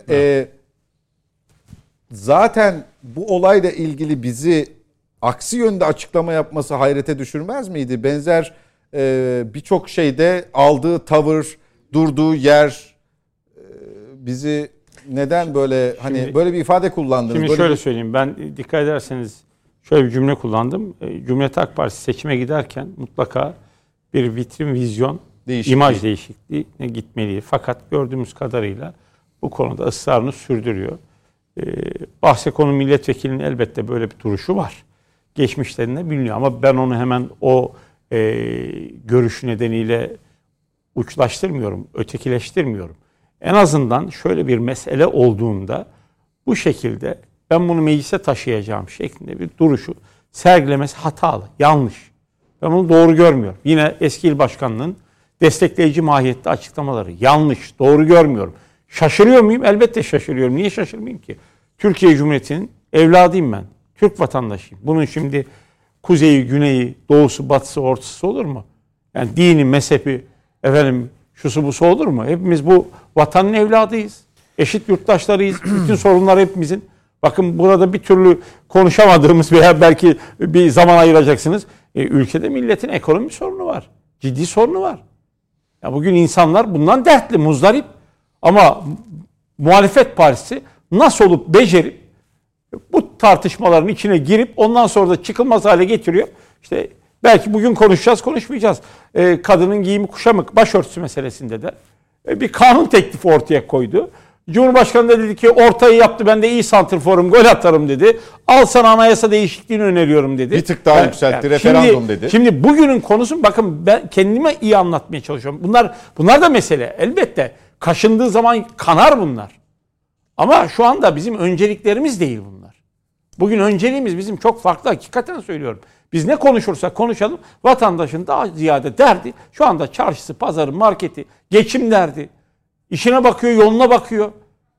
Zaten bu olayla ilgili bizi aksi yönde açıklama yapması hayrete düşürmez miydi? Benzer birçok şeyde aldığı tavır, durduğu yer bizi neden böyle hani böyle bir ifade kullandınız? Şimdi böyle şöyle söyleyeyim. Ben dikkat ederseniz şöyle bir cümle kullandım. Cumhuriyet Halk Partisi seçime giderken mutlaka bir vitrin, vizyon, imaj değişikliğine gitmeli. Fakat gördüğümüz kadarıyla bu konuda ısrarını sürdürüyor. Bahse konu milletvekilinin elbette böyle bir duruşu var. Geçmişlerinde biliniyor ama ben onu hemen o görüşü nedeniyle uçlaştırmıyorum, ötekileştirmiyorum. En azından şöyle bir mesele olduğunda bu şekilde ben bunu meclise taşıyacağım şeklinde bir duruşu sergilemesi hatalı, yanlış. Ben bunu doğru görmüyorum. Yine eski il başkanının destekleyici mahiyette açıklamaları yanlış, doğru görmüyorum. Şaşırıyor muyum? Elbette şaşırıyorum. Niye şaşırmayayım ki? Türkiye Cumhuriyeti'nin evladıyım ben. Türk vatandaşıyım. Bunun şimdi kuzeyi, güneyi, doğusu, batısı, ortası olur mu? Yani dini, mezhebi, efendim şusu busu olur mu? Hepimiz bu vatanın evladıyız. Eşit yurttaşlarıyız. Bütün sorunlar hepimizin. Bakın burada bir türlü konuşamadığımız veya belki bir zaman ayıracaksınız. Ülkede milletin ekonomi sorunu var. Ciddi sorunu var. Ya bugün insanlar bundan dertli, muzdarip. Ama muhalefet partisi nasıl olup becerip bu tartışmaların içine girip ondan sonra da çıkılmaz hale getiriyor. İşte belki bugün konuşacağız, konuşmayacağız. Kadının giyimi, kuşamı, başörtüsü meselesinde de bir kanun teklifi ortaya koydu. Cumhurbaşkanı da dedi ki ortayı yaptı, ben de iyi santrforum, gol atarım dedi. Al sana anayasa değişikliğini öneriyorum dedi. bir tık daha yükseltti, referandum dedi. Şimdi bugünün konusu, bakın ben kendime iyi anlatmaya çalışıyorum. Bunlar da mesele. Elbette kaşındığı zaman kanar bunlar. Ama şu anda bizim önceliklerimiz değil bunlar. Bugün önceliğimiz bizim çok farklı, hakikaten söylüyorum. Biz ne konuşursak konuşalım, vatandaşın daha ziyade derdi şu anda çarşısı, pazarı, marketi, geçim derdi. İşine bakıyor, yoluna bakıyor.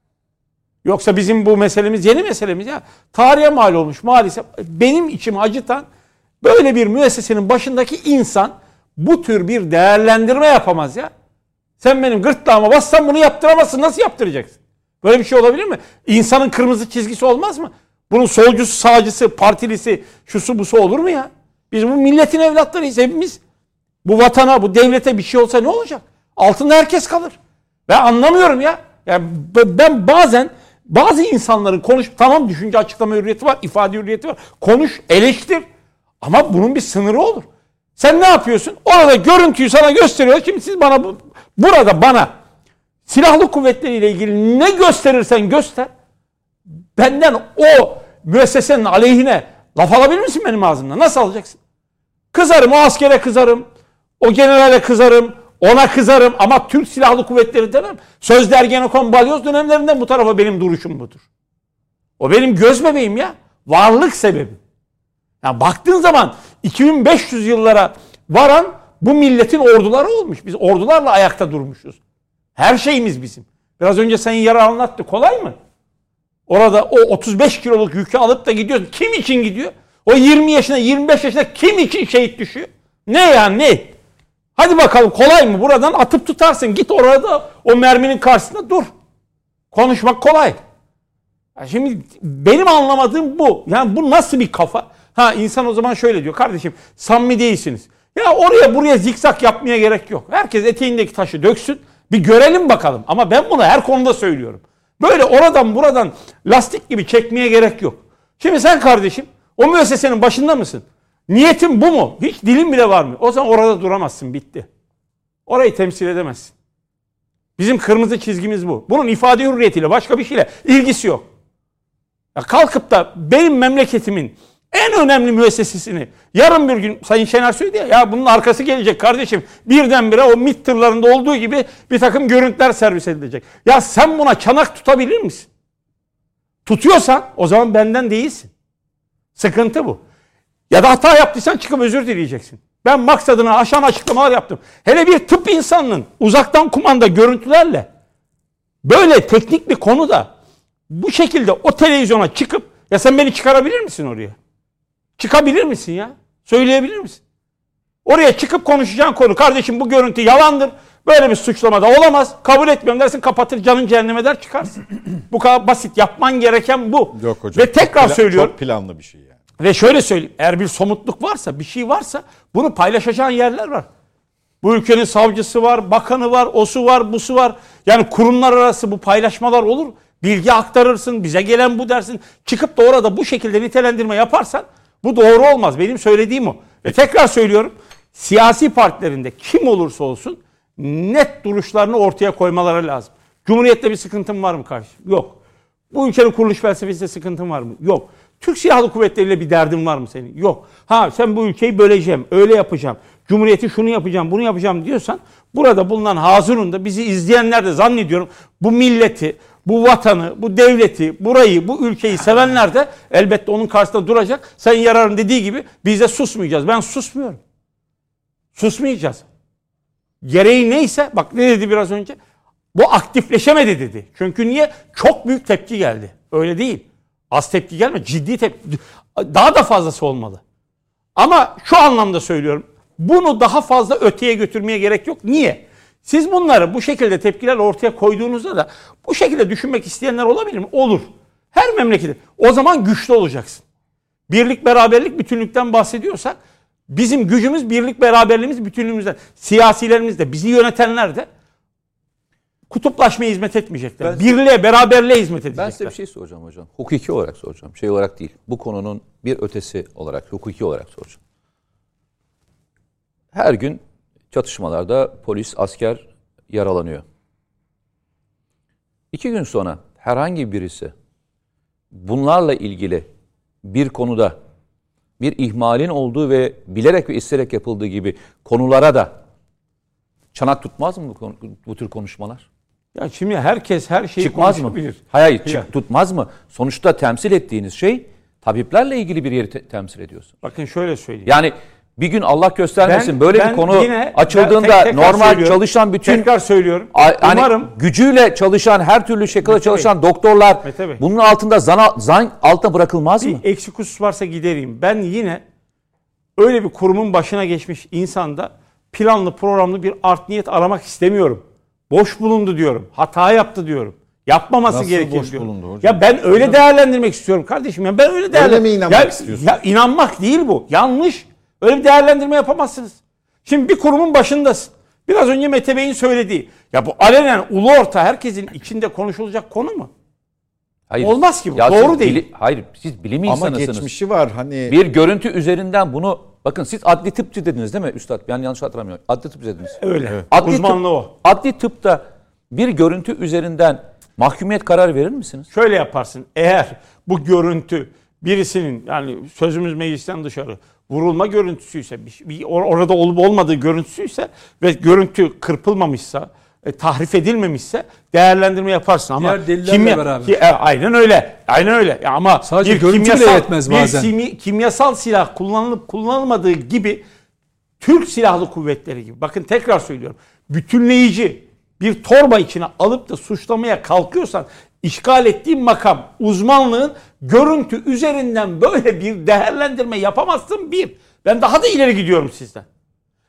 Yoksa bizim bu meselemiz yeni meselemiz ya. Tarihe mal olmuş maalesef. Benim içimi acıtan böyle bir müessesenin başındaki insan bu tür bir değerlendirme yapamaz ya. Sen benim gırtlağıma bassan bunu yaptıramazsın. Nasıl yaptıracaksın? Böyle bir şey olabilir mi? İnsanın kırmızı çizgisi olmaz mı? Bunun solcusu, sağcısı, partilisi, şusu busu olur mu ya? Biz bu milletin evlatlarıyız hepimiz. Bu vatana, bu devlete bir şey olsa ne olacak? Altında herkes kalır. Ben anlamıyorum ya. Yani ben bazen bazı insanların tamam, düşünce açıklama hürriyeti var, ifade hürriyeti var. Konuş, eleştir. Ama bunun bir sınırı olur. Sen ne yapıyorsun? Orada görüntüyü sana gösteriyor. Şimdi siz burada bana silahlı kuvvetleriyle ilgili ne gösterirsen göster. Benden o müessesenin aleyhine laf alabilir misin benim ağzımdan? Nasıl alacaksın? Kızarım, o askere kızarım. O generale kızarım. Ona kızarım ama Türk Silahlı Kuvvetleri demem. Sözde Ergenekon, Balyoz dönemlerinden bu tarafa benim duruşum budur. O benim göz bebeğim ya. Varlık sebebim. Yani baktığın zaman 2500 yıllara varan bu milletin orduları olmuş. Biz ordularla ayakta durmuşuz. Her şeyimiz bizim. Biraz önce Sayın Yara anlattı. Kolay mı? Orada o 35 kiloluk yükü alıp da gidiyorsun. Kim için gidiyor? O 20 yaşında, 25 yaşında kim için şehit düşüyor? Ne yani ne? Hadi bakalım kolay mı? Buradan atıp tutarsın. Git orada o merminin karşısında dur. Konuşmak kolay. Şimdi benim anlamadığım bu. Yani bu nasıl bir kafa? İnsan o zaman şöyle diyor. Kardeşim samimi değilsiniz. Ya oraya buraya zikzak yapmaya gerek yok. Herkes eteğindeki taşı döksün. Bir görelim bakalım. Ama ben bunu her konuda söylüyorum. Böyle oradan buradan lastik gibi çekmeye gerek yok. Şimdi sen kardeşim o müessesenin başında mısın? Niyetin bu mu? Hiç dilin bile var mı? O zaman orada duramazsın. Bitti. Orayı temsil edemezsin. Bizim kırmızı çizgimiz bu. Bunun ifade hürriyetiyle başka bir şeyle ilgisi yok. Ya kalkıp da benim memleketimin en önemli müessesesini yarın bir gün Sayın Şener söyledi ya bunun arkası gelecek kardeşim. Birdenbire o MİT tırlarında olduğu gibi bir takım görüntüler servis edilecek. Ya sen buna çanak tutabilir misin? Tutuyorsan o zaman benden değilsin. Sıkıntı bu. Ya da hata yaptıysan çıkıp özür dileyeceksin. Ben maksadını aşan açıklamalar yaptım. Hele bir tıp insanının uzaktan kumanda görüntülerle böyle teknik bir konuda bu şekilde o televizyona çıkıp ya sen beni çıkarabilir misin oraya? Çıkabilir misin ya? Söyleyebilir misin? Oraya çıkıp konuşacağın konu kardeşim bu görüntü yalandır. Böyle bir suçlamada olamaz. Kabul etmiyorum dersin kapatır canın cehenneme der çıkarsın. Bu kadar basit. Yapman gereken bu. Yok hocam. Ve tekrar söylüyorum. Çok planlı bir şey yani. Ve şöyle söyleyeyim. Eğer bir somutluk varsa bir şey varsa bunu paylaşacağın yerler var. Bu ülkenin savcısı var, bakanı var, osu var, busu var. Yani kurumlar arası bu paylaşmalar olur. Bilgi aktarırsın, bize gelen bu dersin. Çıkıp da orada bu şekilde nitelendirme yaparsan bu doğru olmaz. Benim söylediğim o. Ve tekrar söylüyorum. Siyasi partilerinde kim olursa olsun net duruşlarını ortaya koymaları lazım. Cumhuriyette bir sıkıntın var mı kardeşim? Yok. Bu ülkenin kuruluş felsefesinde sıkıntın var mı? Yok. Türk Silahlı Kuvvetleri'yle bir derdin var mı senin? Yok. Sen bu ülkeyi böleceğim, öyle yapacağım. Cumhuriyeti şunu yapacağım, bunu yapacağım diyorsan burada bulunan hazırın da bizi izleyenler de zannediyorum bu milleti, bu vatanı, bu devleti, burayı, bu ülkeyi sevenler de elbette onun karşısında duracak. Sayın Yarar'ın dediği gibi biz de susmayacağız. Ben susmuyorum. Susmayacağız. Gereği neyse bak ne dedi biraz önce? Bu aktifleşemedi dedi. Çünkü niye? Çok büyük tepki geldi. Öyle değil. Az tepki gelmedi. Ciddi tepki. Daha da fazlası olmalı. Ama şu anlamda söylüyorum. Bunu daha fazla öteye götürmeye gerek yok. Niye? Siz bunları bu şekilde tepkiler ortaya koyduğunuzda da bu şekilde düşünmek isteyenler olabilir mi? Olur. Her memlekette. O zaman güçlü olacaksın. Birlik, beraberlik, bütünlükten bahsediyorsak bizim gücümüz, birlik, beraberliğimiz, bütünlüğümüzden. Siyasilerimiz de, bizi yönetenler de kutuplaşmaya hizmet etmeyecekler. Birliğe, beraberliğe hizmet edecekler. Ben size bir şey soracağım hocam. Hukuki olarak soracağım. Şey olarak değil. Bu konunun bir ötesi olarak, hukuki olarak soracağım. Her gün çatışmalarda polis, asker yaralanıyor. 2 gün sonra herhangi birisi bunlarla ilgili bir konuda bir ihmalin olduğu ve bilerek ve isteyerek yapıldığı gibi konulara da çanak tutmaz mı bu tür konuşmalar? Ya şimdi herkes her şeyi çıkmaz mı? Hayır, tutmaz mı? Sonuçta temsil ettiğiniz şey tabiplerle ilgili bir yeri temsil ediyorsun. Bakın şöyle söyleyeyim. Yani bir gün Allah göstermesin böyle bir konu açıldığında tekrar normal çalışan bütün tekrar söylüyorum. Umarım gücüyle çalışan her türlü şekilde çalışan doktorlar bunun altında zan altına bırakılmaz mı? Bir eksik husus varsa gidereyim. Ben yine öyle bir kurumun başına geçmiş insanda planlı programlı bir art niyet aramak istemiyorum. Boş bulundu diyorum. Hata yaptı diyorum. Yapmaması gerekir diyorum. Ya ben öyle değerlendirmek istiyorum kardeşim. Ya ben öyle Öyle mi inanmak istiyorsun? Ya inanmak değil bu. Yanlış. Öyle bir değerlendirme yapamazsınız. Şimdi bir kurumun başındasın. Biraz önce Mete Bey'in söylediği. Ya bu alenen ulu orta herkesin içinde konuşulacak konu mu? Hayır. Olmaz ki bu. Ya doğru değil. Hayır, siz bilim insanısınız. Ama geçmişi var hani. Bir görüntü üzerinden bunu bakın siz adli tıpçı dediniz değil mi üstad? Ben yanlış hatırlamıyorum. Adli tıpçı dediniz. Öyle. Evet. Uzmanlığı o. Adli tıpta bir görüntü üzerinden mahkumiyet kararı verir misiniz? Şöyle yaparsın. Eğer bu görüntü birisinin yani sözümüz meclisten dışarı vurulma görüntüsüyse, orada olup olmadığı görüntüsüyse ve görüntü kırpılmamışsa, tahrif edilmemişse değerlendirme yaparsın ama aynen öyle. Aynen öyle. Ama sadece bir görüntü bile yetmez bazen. Bir kimyasal silah kullanılıp kullanılmadığı gibi Türk Silahlı Kuvvetleri gibi. Bakın tekrar söylüyorum. Bütünleyici bir torba içine alıp da suçlamaya kalkıyorsan işgal ettiğin makam, uzmanlığın görüntü üzerinden böyle bir değerlendirme yapamazsın bir. Ben daha da ileri gidiyorum sizden.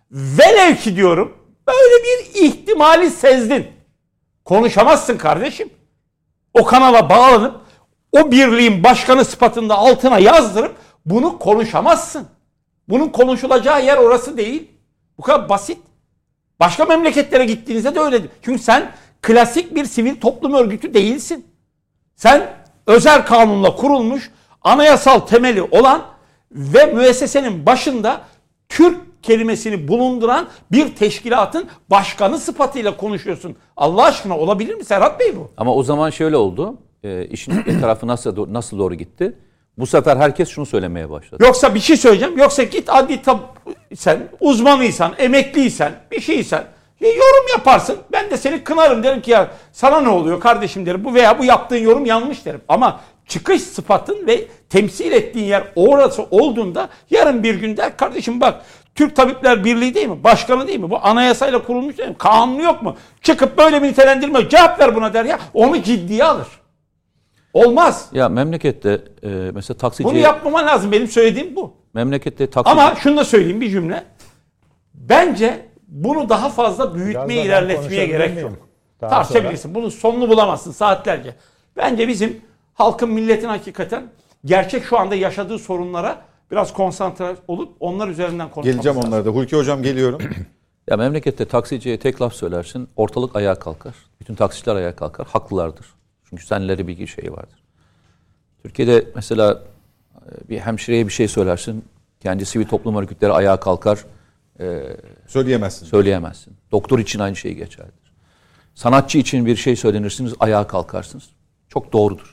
Velev ki diyorum böyle bir ihtimali sezdin. Konuşamazsın kardeşim. O kanala bağlanıp o birliğin başkanı sıfatında altına yazdırıp bunu konuşamazsın. Bunun konuşulacağı yer orası değil. Bu kadar basit. Başka memleketlere gittiğinizde de öyledir. Çünkü sen klasik bir sivil toplum örgütü değilsin. Sen özel kanunla kurulmuş, anayasal temeli olan ve müessesenin başında Türk kelimesini bulunduran bir teşkilatın başkanı sıfatıyla konuşuyorsun. Allah aşkına olabilir mi Serhat Bey bu? Ama o zaman şöyle oldu. İşin tarafı nasıl doğru gitti? Bu sefer herkes şunu söylemeye başladı. Yoksa bir şey söyleyeceğim. Yoksa git adli sen uzmanıysan, emekliysen, bir şeysen yorum yaparsın. Ben de seni kınarım, derim ki ya sana ne oluyor kardeşim derim. Bu veya bu yaptığın yorum yanlış derim. Ama çıkış sıfatın ve temsil ettiğin yer orası olduğunda yarın bir gün der kardeşim bak Türk Tabipler Birliği değil mi? Başkanı değil mi? Bu anayasayla kurulmuş değil mi? Kanunu yok mu? Çıkıp böyle bir nitelendirme cevap ver buna der ya. Onu ciddiye alır. Olmaz. Ya memlekette mesela taksici... Bunu yapmaman lazım. Benim söylediğim bu. Memlekette taksici... Ama şunu da söyleyeyim bir cümle. Bence bunu daha fazla büyütmeye, ilerletmeye gerek yok. Tartışabilirsin. Bunun sonunu bulamazsın saatlerce. Bence bizim halkın, milletin hakikaten gerçek şu anda yaşadığı sorunlara biraz konsantre olup onlar üzerinden konuşmamız Geleceğim lazım. onlara da. Hulki Hocam geliyorum. Ya memlekette taksiciye tek laf söylersin, ortalık ayağa kalkar. Bütün taksiciler ayağa kalkar. Haklılardır. Çünkü senleri bir şeyi vardır. Türkiye'de mesela bir hemşireye bir şey söylersin, kendi sivil toplum örgütleri ayağa kalkar. Söyleyemezsin. Söyleyemezsin. Doktor için aynı şey geçerlidir. Sanatçı için bir şey söylenirsiniz, ayağa kalkarsınız. Çok doğrudur.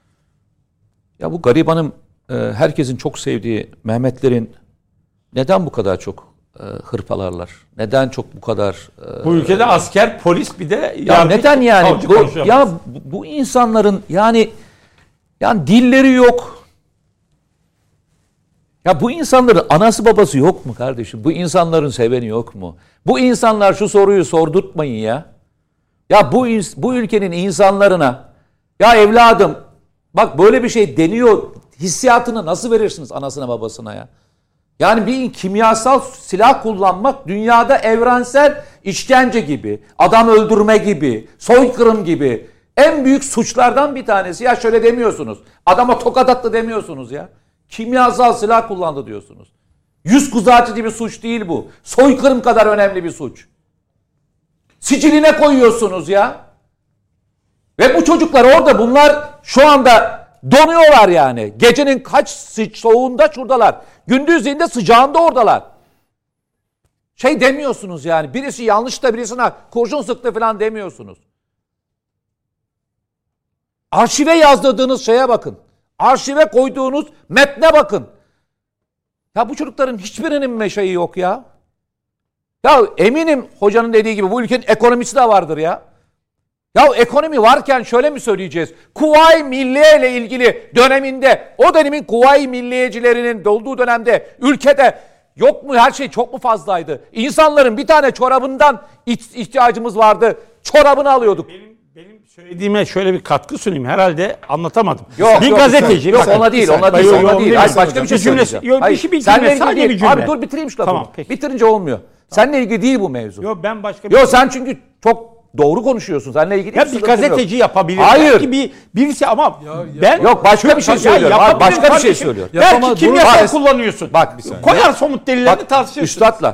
Ya bu garibanım, herkesin çok sevdiği Mehmetlerin neden bu kadar çok hırpalarlar? Neden çok bu kadar... Bu ülkede asker, polis bir de ya neden yani? Bu insanların yani dilleri yok. Ya bu insanların anası babası yok mu kardeşim? Bu insanların seveni yok mu? Bu insanlar şu soruyu sordurtmayın ya. Ya bu ülkenin insanlarına ya evladım bak böyle bir şey deniyor hissiyatını nasıl verirsiniz anasına babasına ya? Yani bir kimyasal silah kullanmak dünyada evrensel işkence gibi, adam öldürme gibi, soykırım gibi en büyük suçlardan bir tanesi. Ya şöyle demiyorsunuz, adama tokat attı demiyorsunuz ya. Kimyasal silah kullandı diyorsunuz. Yüz kızartıcı bir suç değil bu. Soykırım kadar önemli bir suç. Siciline koyuyorsunuz ya. Ve bu çocuklar orada bunlar şu anda donuyorlar yani. Gecenin kaç soğuğunda şuradalar. Gündüzliğinde sıcağında oradalar. Şey demiyorsunuz yani. Birisi yanlış da birisine kurşun sıktı falan demiyorsunuz. Arşive yazdırdığınız şeye bakın. Arşive koyduğunuz metne bakın. Ya bu çocukların hiçbirinin meşayı yok ya. Ya eminim hocanın dediği gibi bu ülkenin ekonomisi de vardır ya. Ya ekonomi varken şöyle mi söyleyeceğiz? Kuvayi Milliye ile ilgili döneminde, o dönemin Kuvayi Milliyecilerinin olduğu dönemde ülkede yok mu her şey çok mu fazlaydı? İnsanların bir tane çorabından ihtiyacımız vardı. Çorabını alıyorduk. Benim söylediğime şöyle bir katkı sunayım. Herhalde anlatamadım. Yok, bir gazeteci. Yok ona değil. Hayır, başka bir şey söyleyeceğim. Yok, Hayır, cümle, sadece bir cümle. Abi dur bitireyim şu lafımı. Tamam, peki. Bitirince olmuyor. Seninle ilgili değil bu mevzu. Yok ben başka bir Yok sen çünkü çok doğru konuşuyorsun. Seninle ilgili ya bir gazeteci yok. yapabilir. Hayır. Belki birisi ama ben yok başka bir şey söylüyor. Başka bir şey söylüyor. Belki kimyasal kullanıyorsun. Bak koyar somut delillerini tartışırsın. Üstadlar.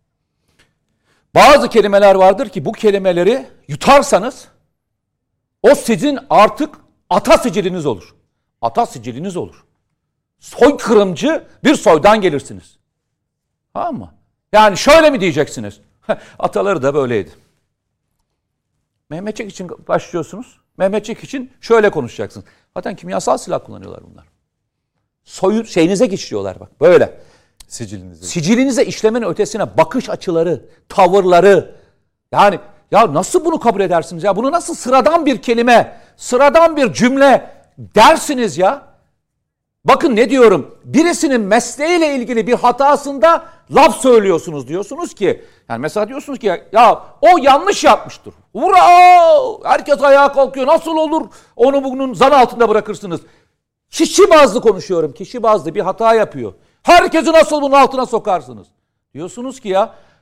Bazı kelimeler vardır ki bu kelimeleri yutarsanız o sizin artık ata siciliniz olur. Ata siciliniz olur. Soykırımcı bir soydan gelirsiniz. Tamam mı? Yani şöyle mi diyeceksiniz? Ataları da böyleydi. Mehmetçik için başlıyorsunuz. Mehmetçik için şöyle konuşacaksınız. Zaten kimyasal silah kullanıyorlar bunlar. Şeyinize geçiyorlar bak böyle. Sicilinize işlemenin ötesine bakış açıları, tavırları. Yani ya nasıl bunu kabul edersiniz ya? Bunu nasıl sıradan bir kelime, sıradan bir cümle dersiniz ya? Bakın ne diyorum. Birisinin mesleğiyle ilgili bir hatasında laf söylüyorsunuz. Diyorsunuz ki yani mesela diyorsunuz ki ya o yanlış yapmıştır. Hurra! Herkes ayağa kalkıyor. Nasıl olur? Onu bugünün zan altında bırakırsınız. Kişi bazlı konuşuyorum. Kişi bazlı bir hata yapıyor. Herkesi nasıl bunun altına sokarsınız? Diyorsunuz ki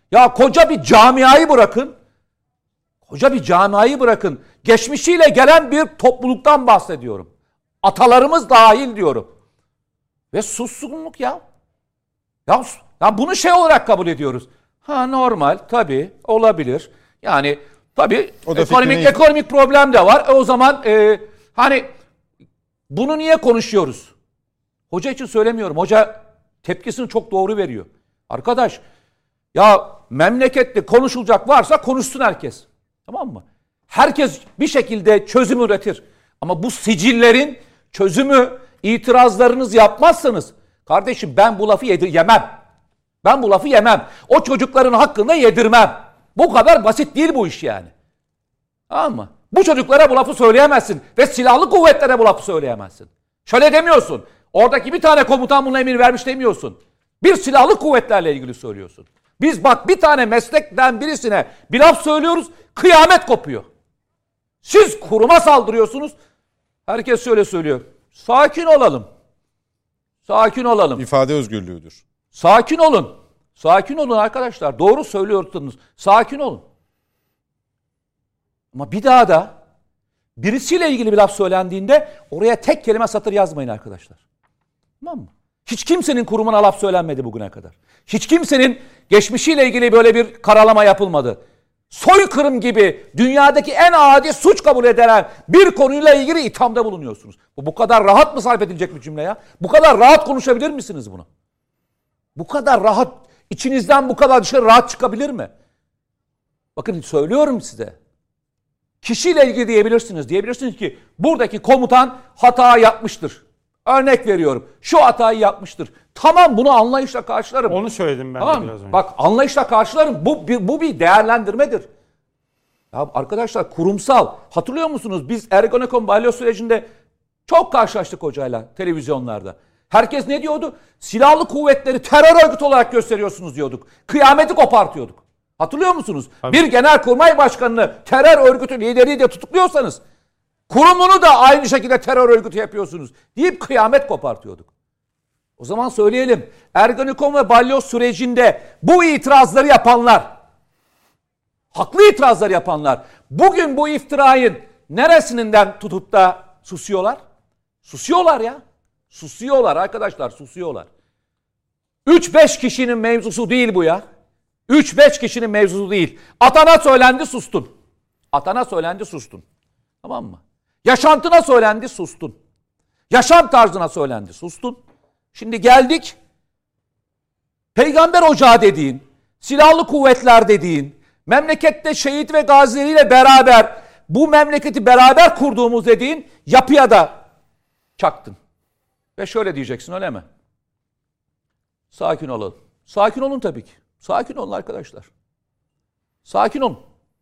Ya koca bir camiayı bırakın. Koca bir camiayı bırakın. Geçmişiyle gelen bir topluluktan bahsediyorum. Atalarımız dahil diyorum. Ve suskunluk ya. Ya bunu şey olarak kabul ediyoruz. Ha normal tabii olabilir. Yani tabii ekonomik problem de var. O zaman hani bunu niye konuşuyoruz? Hoca için söylemiyorum. Hoca tepkisini çok doğru veriyor. Arkadaş ya memlekette konuşulacak varsa konuşsun herkes. Tamam mı? Herkes bir şekilde çözüm üretir. Ama bu sicillerin çözümü, itirazlarınız yapmazsanız kardeşim ben bu lafı yemem. Ben bu lafı yemem. O çocukların hakkında yedirmem. Bu kadar basit değil bu iş yani. Tamam mı? Bu çocuklara bu lafı söyleyemezsin. Ve silahlı kuvvetlere bu lafı söyleyemezsin. Şöyle demiyorsun. Oradaki bir tane komutan buna emir vermiş demiyorsun. Bir silahlı kuvvetlerle ilgili söylüyorsun. Biz bak bir tane meslekten birisine bir laf söylüyoruz, kıyamet kopuyor. Siz kuruma saldırıyorsunuz. Herkes şöyle söylüyor. Sakin olalım. Sakin olalım. İfade özgürlüğüdür. Sakin olun. Sakin olun arkadaşlar. Doğru söylüyorsunuz. Sakin olun. Ama bir daha da birisiyle ilgili bir laf söylendiğinde oraya tek kelime satır yazmayın arkadaşlar. Tamam mı? Hiç kimsenin kurumuna laf söylenmedi bugüne kadar. Hiç kimsenin geçmişiyle ilgili böyle bir karalama yapılmadı. Soykırım gibi dünyadaki en adi suç kabul edilen bir konuyla ilgili ithamda bulunuyorsunuz. Bu kadar rahat mı sarf edilecek bir cümle ya? Bu kadar rahat konuşabilir misiniz bunu? Bu kadar rahat, içinizden bu kadar dışarı rahat çıkabilir mi? Bakın söylüyorum size. Kişiyle ilgili diyebilirsiniz. Diyebilirsiniz ki buradaki komutan hata yapmıştır. Örnek veriyorum. Şu hatayı yapmıştır. Tamam bunu anlayışla karşılarım. Onu söyledim ben tamam de biraz önce. Bak anlayışla karşılarım. Bu bir değerlendirmedir. Ya arkadaşlar kurumsal. Hatırlıyor musunuz? Biz Ergenekon balyoz sürecinde çok karşılaştık hocayla televizyonlarda. Herkes ne diyordu? Silahlı kuvvetleri terör örgütü olarak gösteriyorsunuz diyorduk. Kıyameti kopartıyorduk. Hatırlıyor musunuz? Tabii. Bir genelkurmay başkanını terör örgütü lideri de tutukluyorsanız kurumunu da aynı şekilde terör örgütü yapıyorsunuz deyip kıyamet kopartıyorduk. O zaman söyleyelim. Ergenekon ve balyoz sürecinde bu itirazları yapanlar, haklı itirazları yapanlar bugün bu iftirayın neresinden tutup da susuyorlar? Susuyorlar ya. Susuyorlar arkadaşlar, susuyorlar. 3-5 kişinin mevzusu değil bu ya. 3-5 kişinin mevzusu değil. Atana söylendi sustun. Atana söylendi sustun. Tamam mı? Yaşantına söylendi sustun. Yaşam tarzına söylendi sustun. Şimdi geldik. Peygamber ocağı dediğin, silahlı kuvvetler dediğin, memlekette şehit ve gazileriyle beraber bu memleketi beraber kurduğumuz dediğin yapıya da çaktın. Ve şöyle diyeceksin öyle mi? Sakin olalım. Sakin olun tabii ki. Sakin olun arkadaşlar. Sakin olun.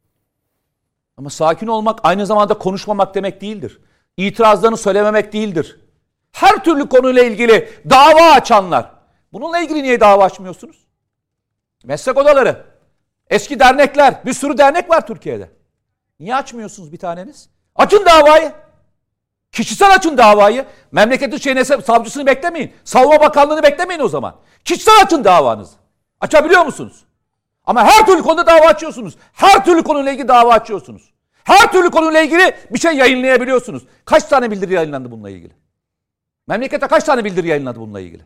Ama sakin olmak aynı zamanda konuşmamak demek değildir. İtirazlarını söylememek değildir. Her türlü konuyla ilgili dava açanlar. Bununla ilgili niye dava açmıyorsunuz? Meslek odaları, eski dernekler, bir sürü dernek var Türkiye'de. Niye açmıyorsunuz bir taneniz? Açın davayı. Kişisel açın davayı. Memleketin savcısını beklemeyin. Savunma Bakanlığı'nı beklemeyin o zaman. Kişisel açın davanızı. Açabiliyor musunuz? Ama her türlü konuda dava açıyorsunuz. Her türlü konuyla ilgili dava açıyorsunuz. Her türlü konuyla ilgili bir şey yayınlayabiliyorsunuz. Kaç tane bildiri yayınlandı bununla ilgili? Memlekete kaç tane bildiri yayınlandı bununla ilgili?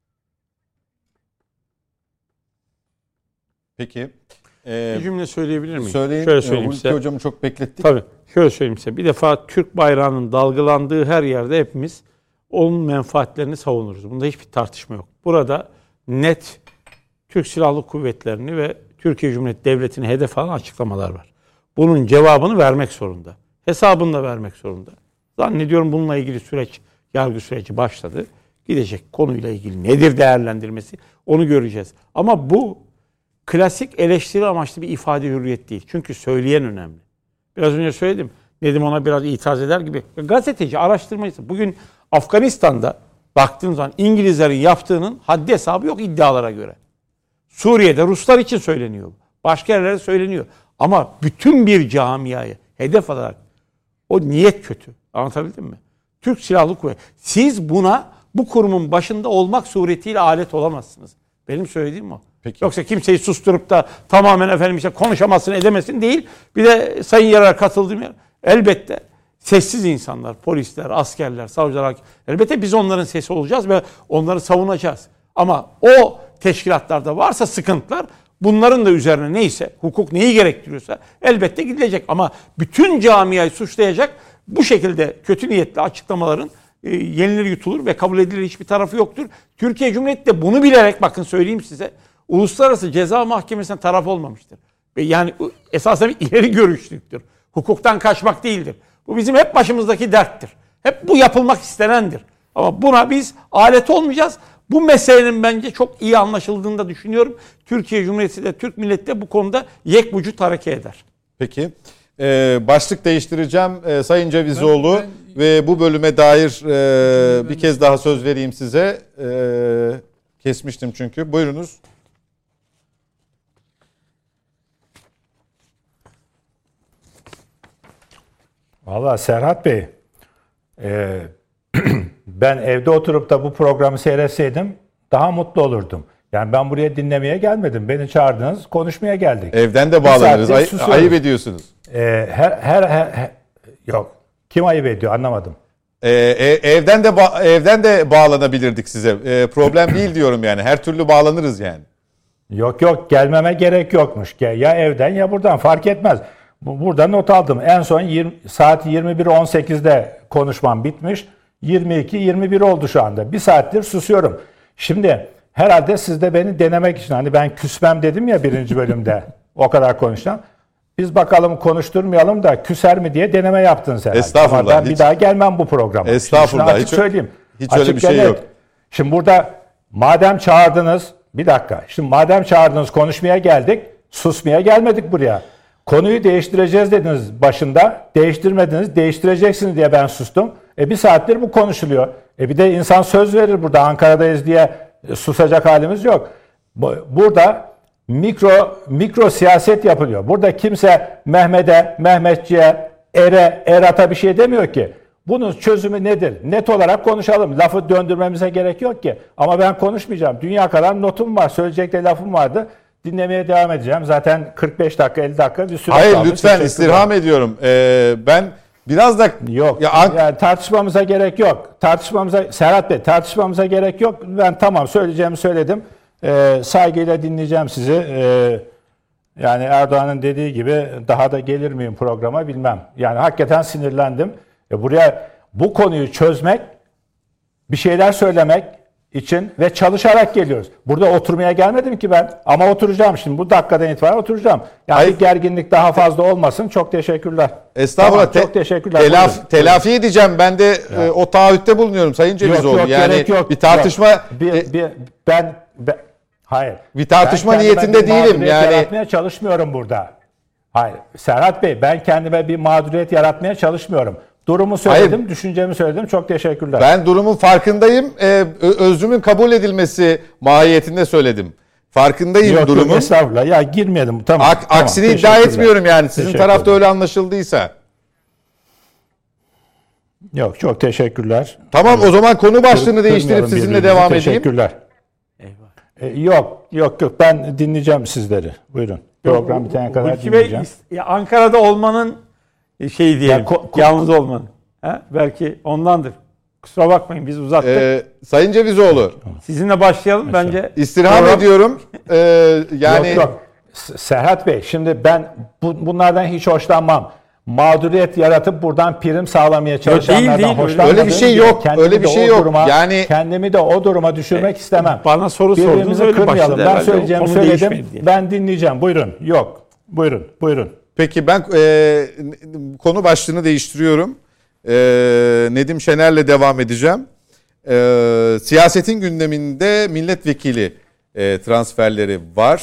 Peki. Bir cümle söyleyebilir miyim? Söyleyin. Şöyle söyleyeyim size. Hocamı çok beklettik. Tabii. Şöyle söyleyeyim size. Bir defa Türk bayrağının dalgalandığı her yerde hepimiz onun menfaatlerini savunuruz. Bunda hiçbir tartışma yok. Burada net Türk Silahlı Kuvvetleri'ni ve Türkiye Cumhuriyeti Devleti'ni hedef alan açıklamalar var. Bunun cevabını vermek zorunda. Hesabını da vermek zorunda. Zannediyorum bununla ilgili yargı süreci başladı. Gidecek konuyla ilgili nedir değerlendirmesi onu göreceğiz. Ama bu klasik eleştiri amaçlı bir ifade hürriyet değil. Çünkü söyleyen önemli. Biraz önce söyledim. Nedim ona biraz itiraz eder gibi. Gazeteci, araştırmacısı. Bugün Afganistan'da baktığın zaman İngilizlerin yaptığının haddi hesabı yok iddialara göre. Suriye'de Ruslar için söyleniyor. Başka yerlere söyleniyor. Ama bütün bir camiayı hedef alarak o niyet kötü. Anlatabildim mi? Türk Silahlı Kuvvetleri. Siz buna bu kurumun başında olmak suretiyle alet olamazsınız. Benim söylediğim o. Peki. Yoksa kimseyi susturup da tamamen efendim işte konuşamazsın edemesin değil. Bir de Sayın Yarar'a katıldığım yer. Elbette sessiz insanlar, polisler, askerler, savcılar, elbette biz onların sesi olacağız ve onları savunacağız. Ama o teşkilatlarda varsa sıkıntılar, bunların da üzerine neyse, hukuk neyi gerektiriyorsa elbette gidilecek. Ama bütün camiayı suçlayacak bu şekilde kötü niyetli açıklamaların yenilir yutulur ve kabul edilir hiçbir tarafı yoktur. Türkiye Cumhuriyeti de bunu bilerek, bakın söyleyeyim size, Uluslararası Ceza Mahkemesi'ne taraf olmamıştır. Ve yani esasen bir ileri görüşlüktür. Hukuktan kaçmak değildir. Bu bizim hep başımızdaki derttir. Hep bu yapılmak istenendir. Ama buna biz alet olmayacağız. Bu meselenin bence çok iyi anlaşıldığını da düşünüyorum. Türkiye Cumhuriyeti de Türk milleti de bu konuda yekvücut hareket eder. Peki. Başlık değiştireceğim. Sayın Cevizoğlu ve bu bölüme dair bir kez daha söz vereyim size. Kesmiştim çünkü. Buyurunuz. Vallahi Serhat Bey, ben evde oturup da bu programı seyretseydim daha mutlu olurdum. Yani ben buraya dinlemeye gelmedim. Beni çağırdınız, konuşmaya geldik. Evden de bağlanırız. Ayıp ediyorsunuz. Yok. Kim ayıp ediyor anlamadım. Evden de bağlanabilirdik size. Problem değil diyorum yani. Her türlü bağlanırız yani. Yok gelmeme gerek yokmuş. Ya evden ya buradan fark etmez. Burada not aldım. En son saat 21.18'de konuşmam bitmiş. 22-21 oldu şu anda. Bir saattir susuyorum. Şimdi herhalde siz de beni denemek için, hani ben küsmem dedim ya birinci bölümde o kadar konuşacağım. Biz bakalım konuşturmayalım da küser mi diye deneme yaptınız herhalde. Estağfurullah. Ama ben bir daha gelmem bu programa. Estağfurullah. Açık söyleyeyim. Hiç öyle bir şey yok. Şimdi burada madem çağırdınız, bir dakika. Şimdi madem çağırdınız konuşmaya geldik, susmaya gelmedik buraya. Konuyu değiştireceğiz dediniz başında. Değiştirmediniz, değiştireceksiniz diye ben sustum. Bir saattir bu konuşuluyor. Bir de insan söz verir burada Ankara'dayız diye susacak halimiz yok. Burada mikro siyaset yapılıyor. Burada kimse Mehmet'e, Mehmetçi'ye, Erat'a bir şey demiyor ki. Bunun çözümü nedir? Net olarak konuşalım. Lafı döndürmemize gerek yok ki. Ama ben konuşmayacağım. Dünya kadar notum var. Söyleyecek de lafım vardı. Dinlemeye devam edeceğim. Zaten 45 dakika, 50 dakika bir süre Hayır kalmış. lütfen istirham ediyorum. Ben biraz da... Yok. Ya, yani tartışmamıza gerek yok. Serhat Bey tartışmamıza gerek yok. Ben tamam söyleyeceğimi söyledim. Saygıyla dinleyeceğim sizi. Yani Erdoğan'ın dediği gibi daha da gelir miyim programa bilmem. Yani hakikaten sinirlendim. Buraya bu konuyu çözmek, bir şeyler söylemek için ve çalışarak geliyoruz. Burada oturmaya gelmedim ki ben. Ama oturacağım şimdi. Bu dakikadan itibaren oturacağım. Yani bir gerginlik daha fazla olmasın. Çok teşekkürler. Estağfurullah. Tamam, çok teşekkürler. Telafi edeceğim. Ben de o taahhütte bulunuyorum Sayın Cevizoğlu. Yok, yani yok, bir tartışma... Hayır. Bir tartışma ben niyetinde değilim. Yani yaratmaya çalışmıyorum burada. Hayır. Serhat Bey, ben kendime bir mağduriyet yaratmaya çalışmıyorum. Durumu söyledim, düşüncemi söyledim. Çok teşekkürler. Ben durumun farkındayım. Özrümün kabul edilmesi mahiyetinde söyledim. Farkındayım durumun. Yok, estağfurullah. Ya girmeyelim. Tamam. Aksini iddia etmiyorum yani. Sizin tarafta öyle anlaşıldıysa. Yok, çok teşekkürler. Tamam, o zaman konu başlığını değiştirip sizinle devam edeyim. Teşekkürler. Yok. Ben dinleyeceğim sizleri. Buyurun. Program bitene kadar dinleyeceğim. Ankara'da olmanın şey diyelim. Yalnız olmanın. Belki ondandır. Kusura bakmayın biz uzattık. Sayın Cevizoğlu. Sizinle başlayalım bence. İstirham ediyorum. Yani Yok. Serhat Bey, şimdi ben bunlardan hiç hoşlanmam. Mağduriyet yaratıp buradan prim sağlamaya çalışanlardan hoşlanmam. Öyle bir şey yok. Öyle bir şey yok. Yani kendimi de o duruma düşürmek istemem. Bana soru sordunuz öyle kırmayalım. Ben söyleyeceğimi söyledim. Diye. Ben dinleyeceğim. Buyurun. Yok. Buyurun. Peki ben konu başlığını değiştiriyorum. Nedim Şener'le devam edeceğim. Siyasetin gündeminde milletvekili transferleri var.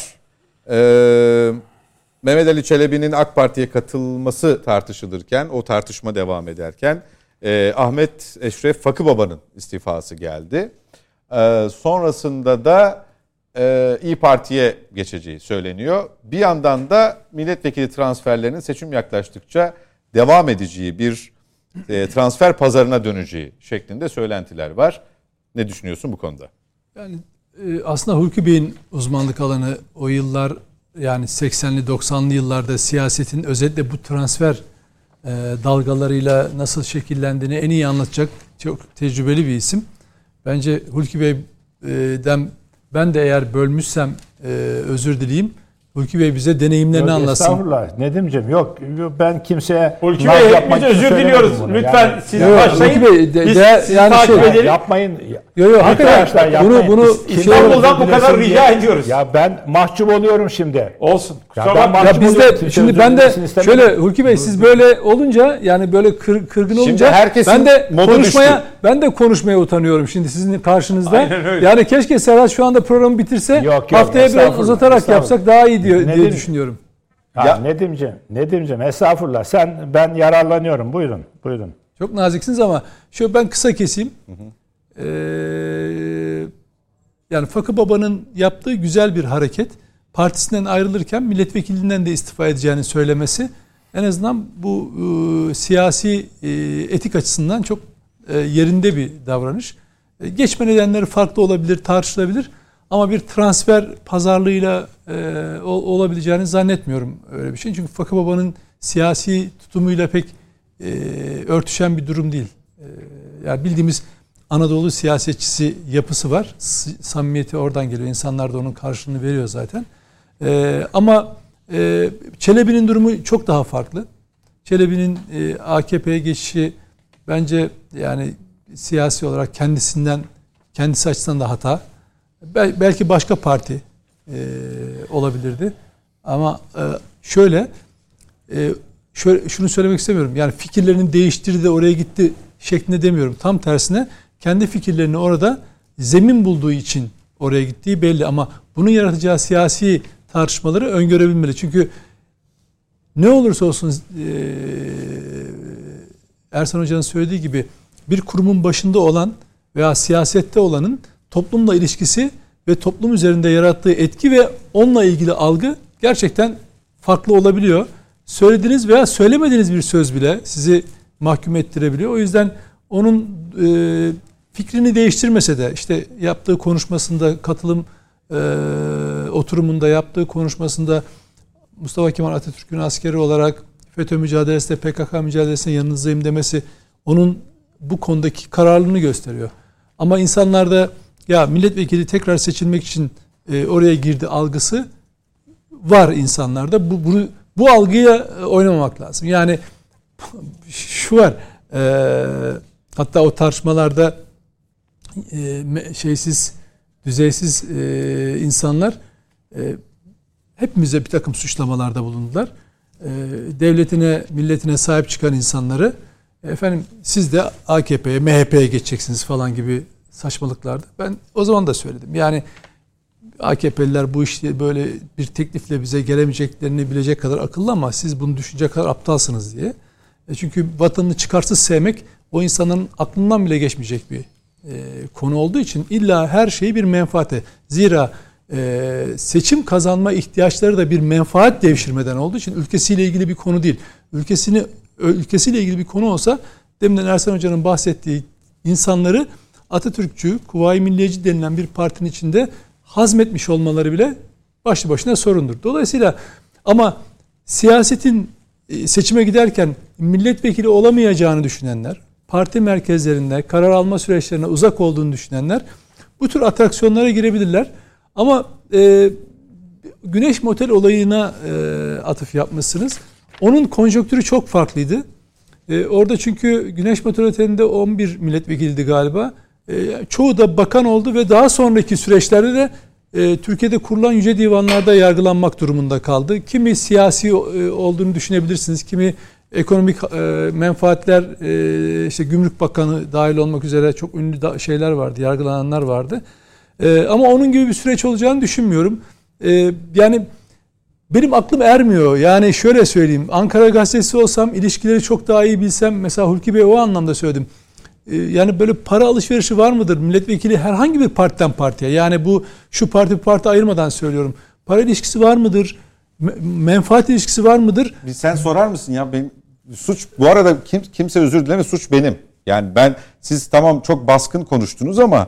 Mehmet Ali Çelebi'nin AK Parti'ye katılması tartışılırken, o tartışma devam ederken Ahmet Eşref Fakıbaba'nın istifası geldi. Sonrasında da İYİ Parti'ye geçeceği söyleniyor. Bir yandan da milletvekili transferlerinin seçim yaklaştıkça devam edeceği bir transfer pazarına döneceği şeklinde söylentiler var. Ne düşünüyorsun bu konuda? Yani aslında Hulki Bey'in uzmanlık alanı o yıllar, yani 80'li 90'lı yıllarda siyasetin özellikle bu transfer dalgalarıyla nasıl şekillendiğini en iyi anlatacak çok tecrübeli bir isim. Bence Hulki Bey'den ben de eğer bölmüşsem özür dileyeyim. Hulki Bey bize deneyimlerini anlatsın. Estağfurullah Nedim'ciğim, yok ben kimseye Hulki Bey hepimiz özür diliyoruz. Lütfen yani, siz başlayın. Hulki Bey, biz yani takip edelim. Yapmayın. Hakikaten bunu İstanbul'dan bu kadar rica ediyoruz. Ya ben mahcup oluyorum şimdi. Olsun. Ya biz de şimdi ben de şöyle Hulki Bey, siz böyle olunca, yani böyle kırgın olunca ben de konuşmaya utanıyorum şimdi sizin karşınızda. Yani keşke Serhat şu anda programı bitirse, haftaya biraz uzatarak yapsak daha iyi diye düşünüyorum. Ya Nedim'ciğim estağfurullah. Ben yararlanıyorum. Buyurun. Çok naziksiniz ama şöyle ben kısa keseyim. Yani Fakı Baba'nın yaptığı güzel bir hareket. Partisinden ayrılırken milletvekilinden de istifa edeceğini söylemesi en azından bu siyasi etik açısından çok yerinde bir davranış. Geçme nedenleri farklı olabilir, tartışılabilir. Ama bir transfer pazarlığıyla olabileceğini zannetmiyorum öyle bir şey. Çünkü Fakı Baba'nın siyasi tutumuyla pek örtüşen bir durum değil. Yani bildiğimiz Anadolu siyasetçisi yapısı var. Samimiyeti oradan geliyor. İnsanlar da onun karşılığını veriyor zaten. Ama Çelebi'nin durumu çok daha farklı. Çelebi'nin AKP'ye geçişi bence yani siyasi olarak kendisi açısından da hata. Belki başka parti olabilirdi. Ama şunu söylemek istemiyorum. Yani fikirlerini değiştirdi de oraya gitti şeklinde demiyorum. Tam tersine kendi fikirlerini orada zemin bulduğu için oraya gittiği belli. Ama bunun yaratacağı siyasi tartışmaları öngörebilmeli. Çünkü ne olursa olsun Ersan Hoca'nın söylediği gibi bir kurumun başında olan veya siyasette olanın toplumla ilişkisi ve toplum üzerinde yarattığı etki ve onunla ilgili algı gerçekten farklı olabiliyor. Söylediğiniz veya söylemediğiniz bir söz bile sizi mahkum ettirebiliyor. O yüzden onun fikrini değiştirmese de işte yaptığı konuşmasında, katılım oturumunda yaptığı konuşmasında Mustafa Kemal Atatürk'ün askeri olarak FETÖ mücadelesinde, PKK mücadelesinde yanınızdayım demesi onun bu konudaki kararlılığını gösteriyor. Ama insanlarda ya milletvekili tekrar seçilmek için oraya girdi algısı var insanlarda. Bu algıya oynamamak lazım. Yani şu var. Hatta o tartışmalarda düzeysiz insanlar hepimize bir takım suçlamalarda bulundular. Devletine, milletine sahip çıkan insanları efendim siz de AKP'ye, MHP'ye geçeceksiniz falan gibi saçmalıklardı. Ben o zaman da söyledim. Yani AKP'liler bu işte böyle bir teklifle bize gelemeyeceklerini bilecek kadar akıllı ama siz bunu düşünecek kadar aptalsınız diye. Çünkü vatanını çıkarsız sevmek o insanların aklından bile geçmeyecek bir konu olduğu için illa her şeyi bir menfaate. Zira seçim kazanma ihtiyaçları da bir menfaat devşirmeden olduğu için ülkesiyle ilgili bir konu değil. Ülkesiyle ilgili bir konu olsa deminden Ersan Hoca'nın bahsettiği insanları Atatürkçü, Kuvayi Milliyeci denilen bir partinin içinde hazmetmiş olmaları bile başlı başına sorundur. Dolayısıyla ama siyasetin seçime giderken milletvekili olamayacağını düşünenler, parti merkezlerinde karar alma süreçlerine uzak olduğunu düşünenler bu tür atraksiyonlara girebilirler. Ama Güneş Motel olayına atıf yapmışsınız. Onun konjonktürü çok farklıydı. Orada çünkü Güneş Motel Oteli'nde 11 milletvekiliydi galiba. Çoğu da bakan oldu ve daha sonraki süreçlerde de Türkiye'de kurulan yüce divanlarda yargılanmak durumunda kaldı. Kimi siyasi olduğunu düşünebilirsiniz, kimi ekonomik menfaatler, işte Gümrük Bakanı dahil olmak üzere çok ünlü şeyler vardı, yargılananlar vardı. Ama onun gibi bir süreç olacağını düşünmüyorum. Yani benim aklım ermiyor. Yani şöyle söyleyeyim, Ankara Gazetesi olsam, ilişkileri çok daha iyi bilsem, mesela Hulki Bey o anlamda söyledim. Yani böyle para alışverişi var mıdır? Milletvekili herhangi bir partiden partiye, yani bu şu parti bu parti ayırmadan söylüyorum. Para ilişkisi var mıdır? Menfaat ilişkisi var mıdır? Sen sorar mısın ya? Benim suç bu arada kimse özür dileme, suç benim. Yani siz tamam çok baskın konuştunuz ama